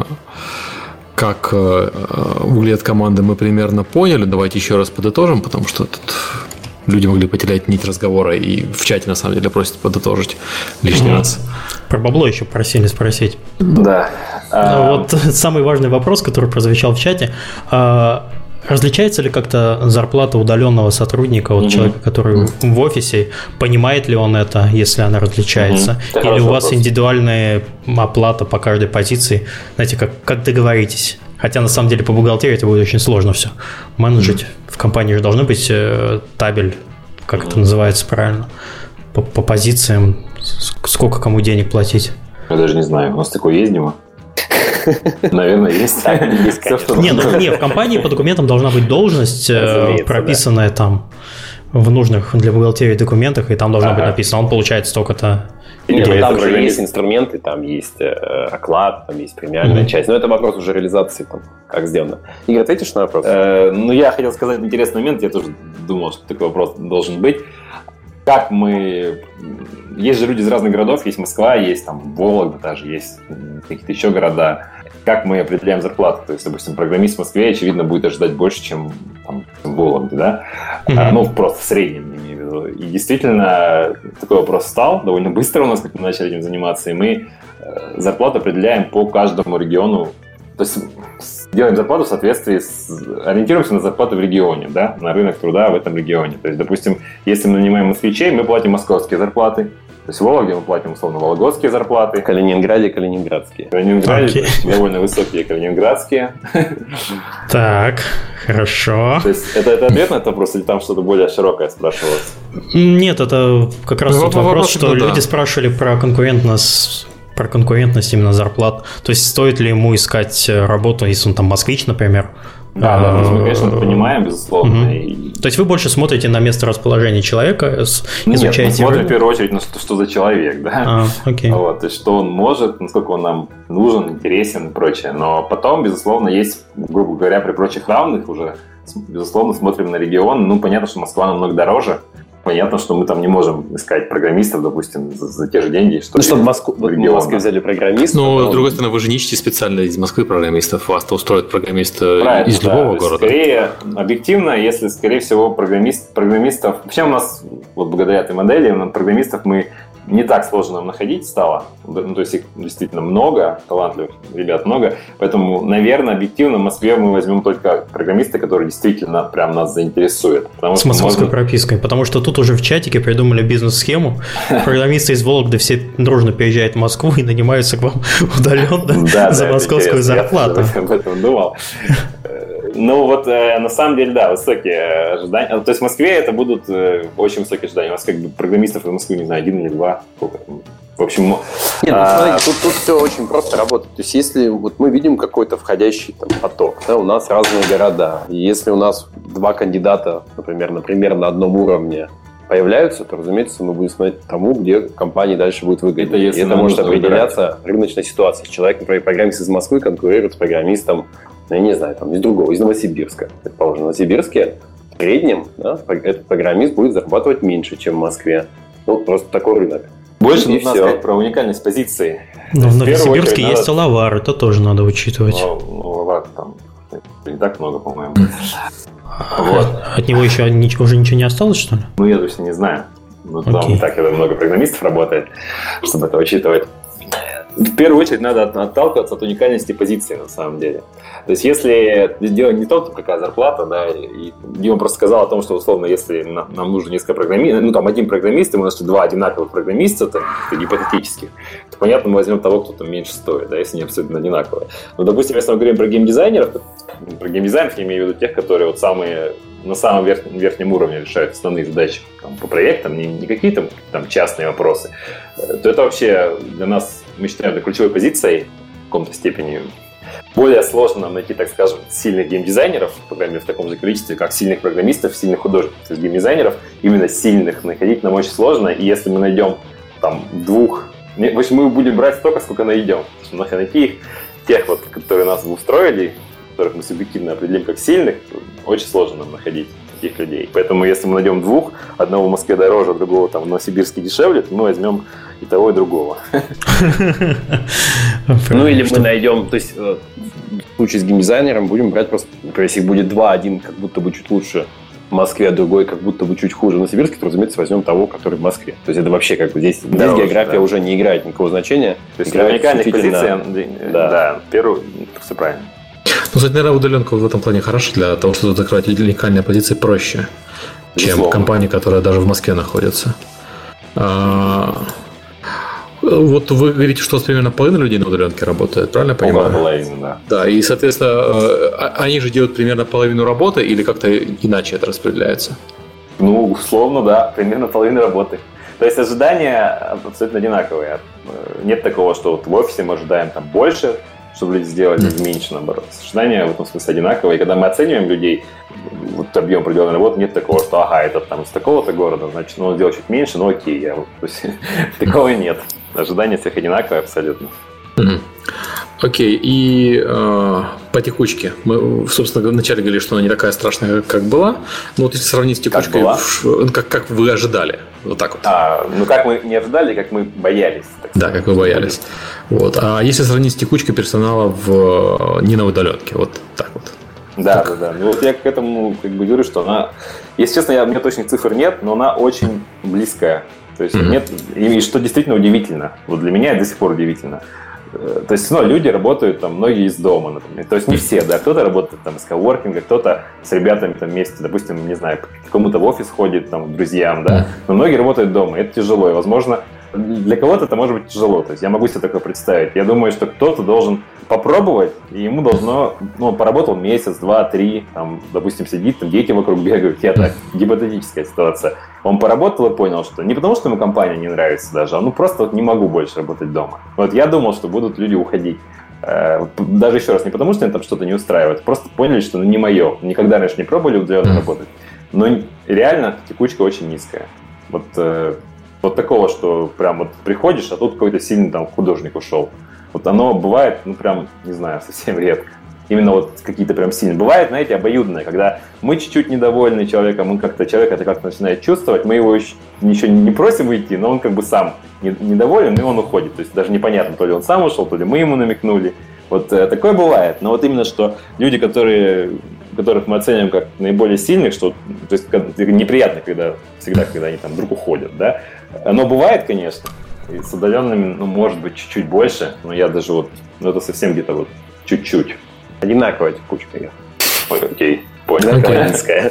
Speaker 1: Как выглядят команды, мы примерно поняли. Давайте еще раз подытожим, потому что тут люди могли потерять нить разговора, и в чате, на самом деле, просят подытожить лишний раз.
Speaker 2: Про бабло еще просили спросить.
Speaker 3: Да.
Speaker 2: Вот самый важный вопрос, который прозвучал в чате. Различается ли как-то зарплата удаленного сотрудника от человека, который в офисе? Понимает ли он это, если она различается? Или у вас индивидуальная оплата по каждой позиции? Знаете, как договоритесь? Хотя, на самом деле, по бухгалтерии это будет очень сложно все. Менеджить в компании же должно быть табель, как это называется правильно, по позициям, сколько кому денег платить.
Speaker 3: Я даже не знаю, у нас такое есть, Дима? Наверное, есть.
Speaker 2: Не, в компании по документам должна быть должность, прописанная там в нужных для бухгалтерии документах, и там должно быть написано, он получает столько-то.
Speaker 5: Там же есть инструменты, там есть оклад, там есть премиальная часть. Но это вопрос уже реализации, там, как сделано. Игорь, ответишь на вопрос?
Speaker 3: Ну, я хотел сказать интересный момент, я тоже думал, что такой вопрос должен быть. Как мы... Есть же люди из разных городов, есть Москва, есть там Вологда даже, есть какие-то еще города. Как мы определяем зарплату? То есть, допустим, программист в Москве, очевидно, будет ожидать больше, чем там, в Вологде, да? Ну, просто в среднем, имею в виду. И действительно, такой вопрос стал довольно быстро у нас, как мы начали этим заниматься, и мы зарплату определяем по каждому региону. То есть делаем зарплату в соответствии ориентируемся на зарплату в регионе, да, на рынок труда в этом регионе. То есть, допустим, если мы нанимаем москвичей, мы платим московские зарплаты. То есть в Вологде мы платим, условно, вологодские зарплаты.
Speaker 5: В Калининграде калининградские.
Speaker 3: В Калининграде довольно высокие калининградские.
Speaker 2: Так, хорошо.
Speaker 3: То есть это ответ на этот вопрос или там что-то более широкое спрашивалось?
Speaker 2: Нет, это как раз тот вопрос, что люди спрашивали про конкурентность именно зарплат. То есть стоит ли ему искать работу, если он там москвич, например?
Speaker 3: Да, мы, конечно, это понимаем, безусловно.
Speaker 2: То есть вы больше смотрите на место расположения человека, изучаете...
Speaker 3: Нет, мы смотрим в первую очередь на что за человек, да?
Speaker 2: Окей.
Speaker 3: Вот, то есть что он может, насколько он нам нужен, интересен и прочее. Но потом, безусловно, есть, грубо говоря, при прочих равных уже, безусловно, смотрим на регион. Ну, понятно, что Москва намного дороже. Понятно, что мы там не можем искать программистов, допустим, за те же деньги, что...
Speaker 5: Ну, чтобы в Москве взяли программистов.
Speaker 1: Но, с другой стороны, вы же не ищете специально из Москвы программистов, вас-то устроит программист из любого города.
Speaker 3: Скорее, объективно, если, скорее всего, программистов... Вообще у нас, вот благодаря этой модели, программистов мы не так сложно нам находить стало. Ну, то есть их действительно много, талантливых ребят много. Поэтому, наверное, объективно в Москве мы возьмем только программиста, который действительно прям нас заинтересует.
Speaker 2: С московской пропиской. Потому что тут уже в чатике придумали бизнес-схему. Программисты из Вологды все дружно переезжают в Москву и нанимаются к вам удаленно за московскую зарплату.
Speaker 3: Я об этом думал. Ну вот, на самом деле, да, высокие ожидания. То есть в Москве это будут очень высокие ожидания. У нас как бы программистов в Москве, не знаю, 1 или 2. Сколько? В общем...
Speaker 5: Нет, смотрите, тут все очень просто работает. То есть если вот мы видим какой-то входящий там поток, да, у нас разные города. И если у нас 2 кандидата, например, на одном уровне появляются, то, разумеется, мы будем смотреть тому, где компании дальше будет выгоднее. Это может определяться рыночной ситуацией. Человек, например, программист из Москвы конкурирует с программистом, ну, я не знаю, там, из другого, из Новосибирска. Предположим, в Новосибирске в среднем, да, этот программист будет зарабатывать меньше, чем в Москве. Ну, просто такой рынок.
Speaker 3: Больше нужно сказать про уникальность позиции.
Speaker 2: Но в Новосибирске есть Алавар, это тоже надо учитывать.
Speaker 3: Алавар там не так много, по-моему.
Speaker 2: От него еще уже ничего не осталось, что ли?
Speaker 3: Ну, я точно не знаю. Ну, там не так много программистов работает, чтобы это учитывать. В первую очередь надо отталкиваться от уникальности позиции на самом деле. То есть если дело не то, какая зарплата, да, и Дима просто сказал о том, что условно, если нам нужно несколько программистов, ну там один программист, и мы нашли два одинаковых программиста, это гипотетически, то понятно, мы возьмем того, кто там меньше стоит, да, если не абсолютно одинаковые. Но, допустим, если мы говорим про геймдизайнеров, я имею в виду тех, которые вот самые на самом верхнем уровне решают основные задачи там, по проектам, не какие-то там частные вопросы, то это вообще для нас, мы считаем, это ключевой позицией в каком-то степени. Более сложно нам найти, так скажем, сильных геймдизайнеров, по крайней мере, в таком же количестве, как сильных программистов, сильных художников. То есть геймдизайнеров именно сильных находить нам очень сложно, и если мы найдем там двух... В общем, мы будем брать столько, сколько найдем. Потому что найти их, тех, вот, которые нас устроили, которых мы субъективно определим как сильных, очень сложно нам находить таких людей. Поэтому если мы найдем двух, одного в Москве дороже, другого там в Новосибирске дешевле, то мы возьмем и того, и другого.
Speaker 5: Ну или мы найдем, то есть в случае с геймдизайнером будем брать просто, если их будет два, один как будто бы чуть лучше в Москве, а другой как будто бы чуть хуже в Новосибирске, то, разумеется, возьмем того, который в Москве. То есть это вообще как бы здесь география уже не играет никакого значения.
Speaker 3: То есть уникальных позиций, да, первый, все правильно.
Speaker 1: Ну, кстати, наверное, удаленка в этом плане хороша для того, чтобы закрывать уникальные позиции проще, чем компании, которые даже в Москве находятся. Вот вы говорите, что примерно половина людей на удаленке работает, правильно я понимаю?
Speaker 3: Половина, да.
Speaker 1: Да, и, соответственно, они же делают примерно половину работы или как-то иначе это распределяется?
Speaker 3: Ну, условно, да, примерно половина работы. То есть ожидания абсолютно одинаковые. Нет такого, что вот в офисе мы ожидаем там больше, чтобы люди сделали, меньше, наоборот. Ожидания в этом смысле одинаковые. И когда мы оцениваем людей, вот объем определенной работы, нет такого, что ага, этот там из такого-то города, значит, он сделал чуть меньше, но окей. То есть, такого нет. Ожидания всех одинаковые абсолютно.
Speaker 1: Окей, и по текучке. Мы, собственно, вначале говорили, что она не такая страшная, как была. Но вот если сравнить с текучкой, как вы ожидали. Вот так вот.
Speaker 3: Ну как мы не ожидали, как мы боялись.
Speaker 1: Да, как вы боялись. Вот. А если сравнить с текучкой персонала не на удаленке, вот так вот.
Speaker 3: Да. Ну вот я к этому как бы говорю, что она, если честно, у меня точных цифр нет, но она очень близкая. То есть нет, и что действительно удивительно. Вот для меня это до сих пор удивительно. То есть, люди работают там многие из дома, например. То есть не все, да, кто-то работает там из коворкинга, кто-то с ребятами там вместе, допустим, не знаю, к кому-то в офис ходит, там, к друзьям, да. Но многие работают дома, это тяжело, и, возможно, для кого-то это может быть тяжело. То есть я могу себе такое представить. Я думаю, что кто-то должен попробовать, и ему должно, он поработал месяц, два, три, там, допустим, сидит, там дети вокруг бегают, я так, гипотетическая ситуация. Он поработал и понял, что не потому, что ему компания не нравится даже, а просто вот не могу больше работать дома. Вот я думал, что будут люди уходить. Даже еще раз, не потому, что они там что-то не устраивают, просто поняли, что не мое. Никогда раньше не пробовали удаленно работать. Но реально текучка очень низкая. Вот такого, что прям вот приходишь, а тут какой-то сильный там художник ушел. Вот оно бывает, прям, не знаю, совсем редко. Именно вот какие-то прям сильные. Бывает, знаете, обоюдное, когда мы чуть-чуть недовольны человеком, человек это как-то начинает чувствовать, мы его еще ничего не просим уйти, но он как бы сам недоволен, и он уходит. То есть даже непонятно, то ли он сам ушел, то ли мы ему намекнули. Вот такое бывает. Но вот именно, что люди, которых мы оцениваем как наиболее сильных, что, то есть неприятно, когда они там вдруг уходят, да. Оно бывает, конечно, и с удаленными, может быть, чуть-чуть больше, но я даже это совсем где-то вот чуть-чуть.
Speaker 5: Одинаковая текучка.
Speaker 3: Окей, понял, украинская.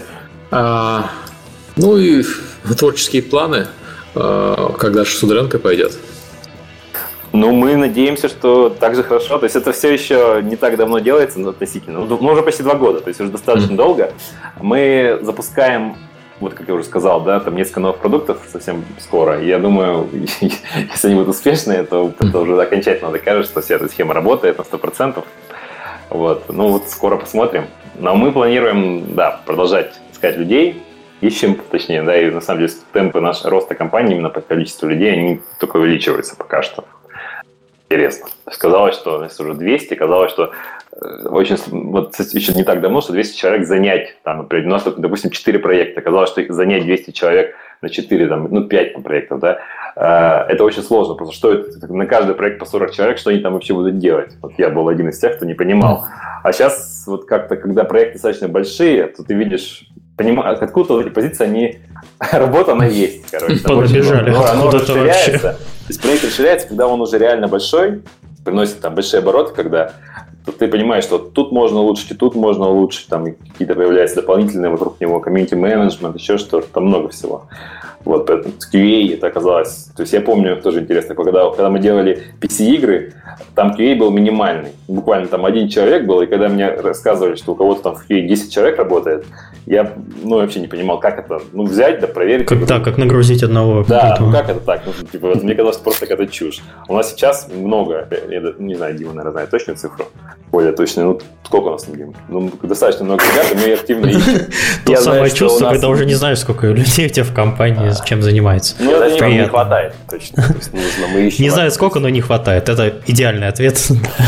Speaker 1: Ну и творческие планы, когда же с удаленкой пойдет?
Speaker 3: Ну, мы надеемся, что так же хорошо. То есть это все еще не так давно делается, но относительно. Ну, уже почти 2 года, то есть уже достаточно долго. Мы запускаем, вот как я уже сказал, да, там несколько новых продуктов совсем скоро. И я думаю, если они будут успешные, то это уже окончательно докажет, что вся эта схема работает на 100%. Скоро посмотрим. Но мы планируем, да, продолжать искать людей. Ищем, точнее, да, и на самом деле темпы нашего роста компании именно по количеству людей, они только увеличиваются пока что. Интересно. Казалось, что если уже 200, казалось, что еще не так давно, что 200 человек занять, там, например, у нас, допустим, 4 проекта, казалось, что занять 200 человек на 4, 5 проектов, да, это очень сложно, просто что это, на каждый проект по 40 человек, что они там вообще будут делать? Вот я был один из тех, кто не понимал. А сейчас, вот как-то, когда проекты достаточно большие, то ты видишь понимаю, откуда вот эти позиции, они... Работа, она есть, короче.
Speaker 2: Понабежали.
Speaker 3: Оно расширяется. То есть проект расширяется, когда он уже реально большой, приносит там большие обороты, когда ты понимаешь, что тут можно улучшить, и тут можно улучшить, там какие-то появляются дополнительные вокруг него комьюнити-менеджмент, еще что-то, там много всего. Вот, поэтому с QA это оказалось... То есть я помню, тоже интересно, когда мы делали PC-игры, там QA был минимальный. Буквально там 1 человек был, и когда мне рассказывали, что у кого-то там в QA 10 человек работает, я вообще не понимал, как это взять, да проверить.
Speaker 2: Как нагрузить одного.
Speaker 3: Да, как это так? Мне казалось, просто какая-то чушь. У нас сейчас много, я не знаю, Дима, наверное, знает точную цифру, более точную. Сколько у нас там, Дима? Достаточно много ребят, и мы активно ищем.
Speaker 2: То самое чувство, когда уже не знаешь, сколько людей у тебя в компании, чем занимается.
Speaker 3: Это не хватает, точно.
Speaker 2: Не знаю, сколько, но не хватает. Это идеальный ответ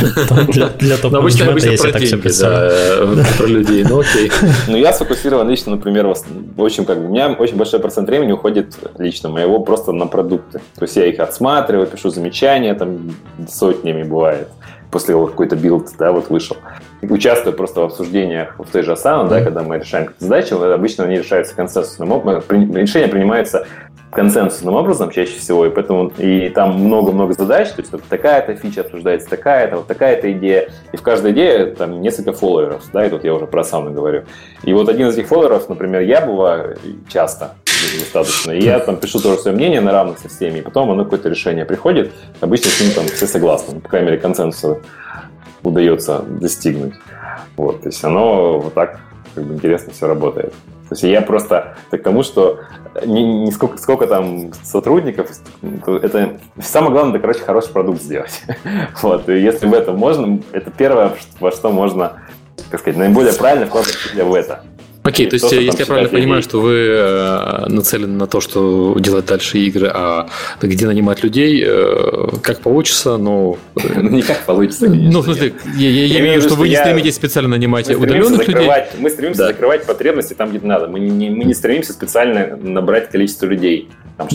Speaker 2: для топ-менеджмента, если так все представить.
Speaker 1: Про людей, окей.
Speaker 3: Я сфокусирован лично, например, у меня очень большой процент времени уходит лично моего просто на продукты. То есть я их отсматриваю, пишу замечания, там сотнями бывает. После какой-то билд, вышел. Участвую просто в обсуждениях в той же Asana, когда мы решаем какие-то задачи, обычно они решаются консенсусным образом. Решение принимается консенсусным образом чаще всего, и поэтому и там много-много задач, то есть такая-то фича обсуждается, такая-то, вот такая-то идея, и в каждой идее там несколько фолловеров, и тут я уже про Asana говорю. И вот один из этих фолловеров, например, я бываю часто, достаточно, и я там пишу тоже свое мнение на равных со всеми, и потом оно какое-то решение приходит, обычно с ним там все согласны, по крайней мере консенсуса удается достигнуть. Вот, то есть оно вот так интересно все работает. То есть я просто к тому, что не сколько там сотрудников, это самое главное, это, хороший продукт сделать. Вот, и если в этом можно, это первое, во что можно, наиболее правильно вкладывать в это.
Speaker 1: Окей, то есть, если я правильно понимаю, что вы нацелены на то, что делать дальше игры, а где нанимать людей, как получится, но...
Speaker 3: Не как получится, конечно.
Speaker 1: В смысле, я имею в виду, что вы не стремитесь специально нанимать удаленных людей.
Speaker 3: Мы стремимся закрывать потребности там, где надо. Мы не стремимся специально набрать количество людей.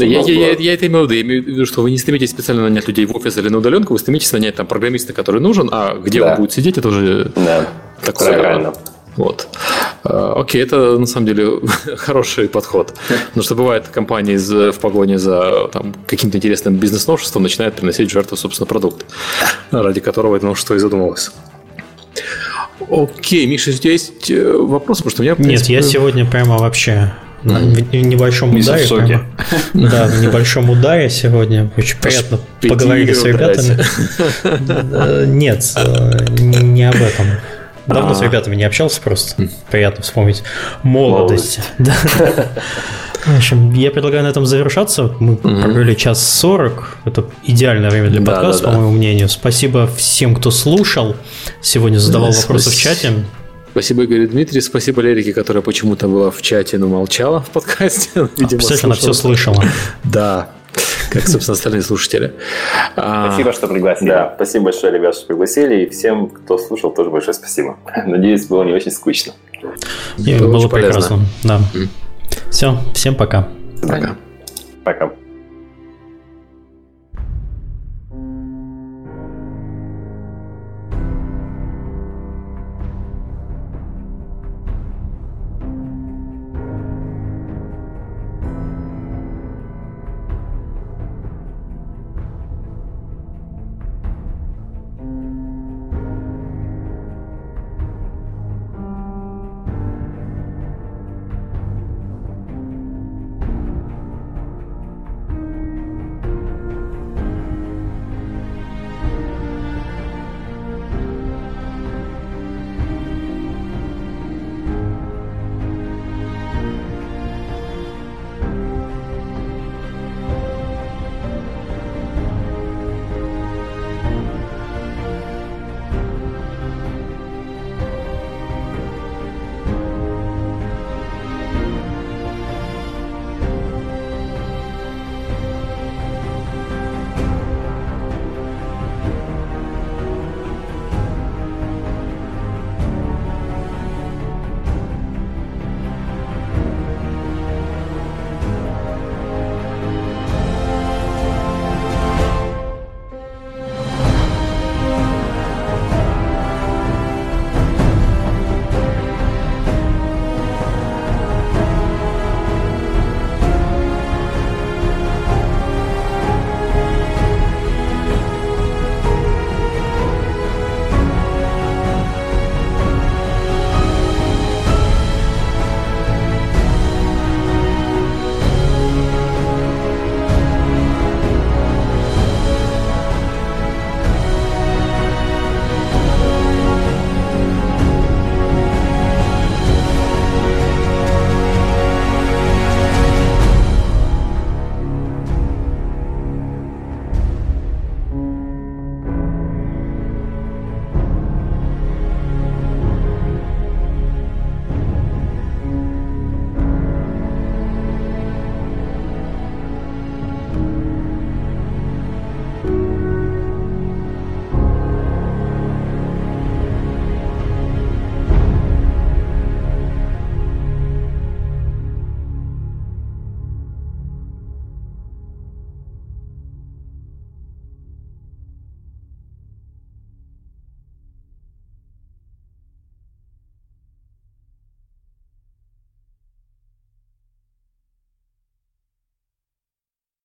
Speaker 1: Я это имею в виду. Я имею в виду, что вы не стремитесь специально нанять людей в офис или на удаленку, вы стремитесь нанять там программиста, который нужен, а где он будет сидеть, это уже такое...
Speaker 3: Правильно.
Speaker 1: Вот. Окей, это на самом деле хороший подход. Потому что бывает, компании в погоне за каким-то интересным бизнес-новшеством начинают приносить в жертву, собственно, продукт, ради которого это новшество и задумывалось. Окей, Миша, у тебя есть вопрос? Потому что у меня,
Speaker 2: Нет, я сегодня прямо вообще в небольшом ударе. Да, в небольшом ударе сегодня. Очень приятно поговорили с ребятами. Нет, не об этом. Давно с ребятами не общался просто. Приятно вспомнить молодость. Да. В общем, я предлагаю на этом завершаться. Мы провели 1:40. Это идеальное время для подкаста, по моему мнению. Спасибо всем, кто слушал. Сегодня задавал вопросы в чате.
Speaker 1: Спасибо, Игорь и Дмитрий. Спасибо Лерике, которая почему-то была в чате, но молчала в подкасте.
Speaker 2: Представляешь, она все слышала.
Speaker 1: Да. Как, собственно, остальные слушатели.
Speaker 3: Спасибо, что пригласили. Да, спасибо большое, ребят, что пригласили. И всем, кто слушал, тоже большое спасибо. Надеюсь, было не очень скучно.
Speaker 2: Было прекрасно. Да. Все, всем пока.
Speaker 1: Пока.
Speaker 3: Пока.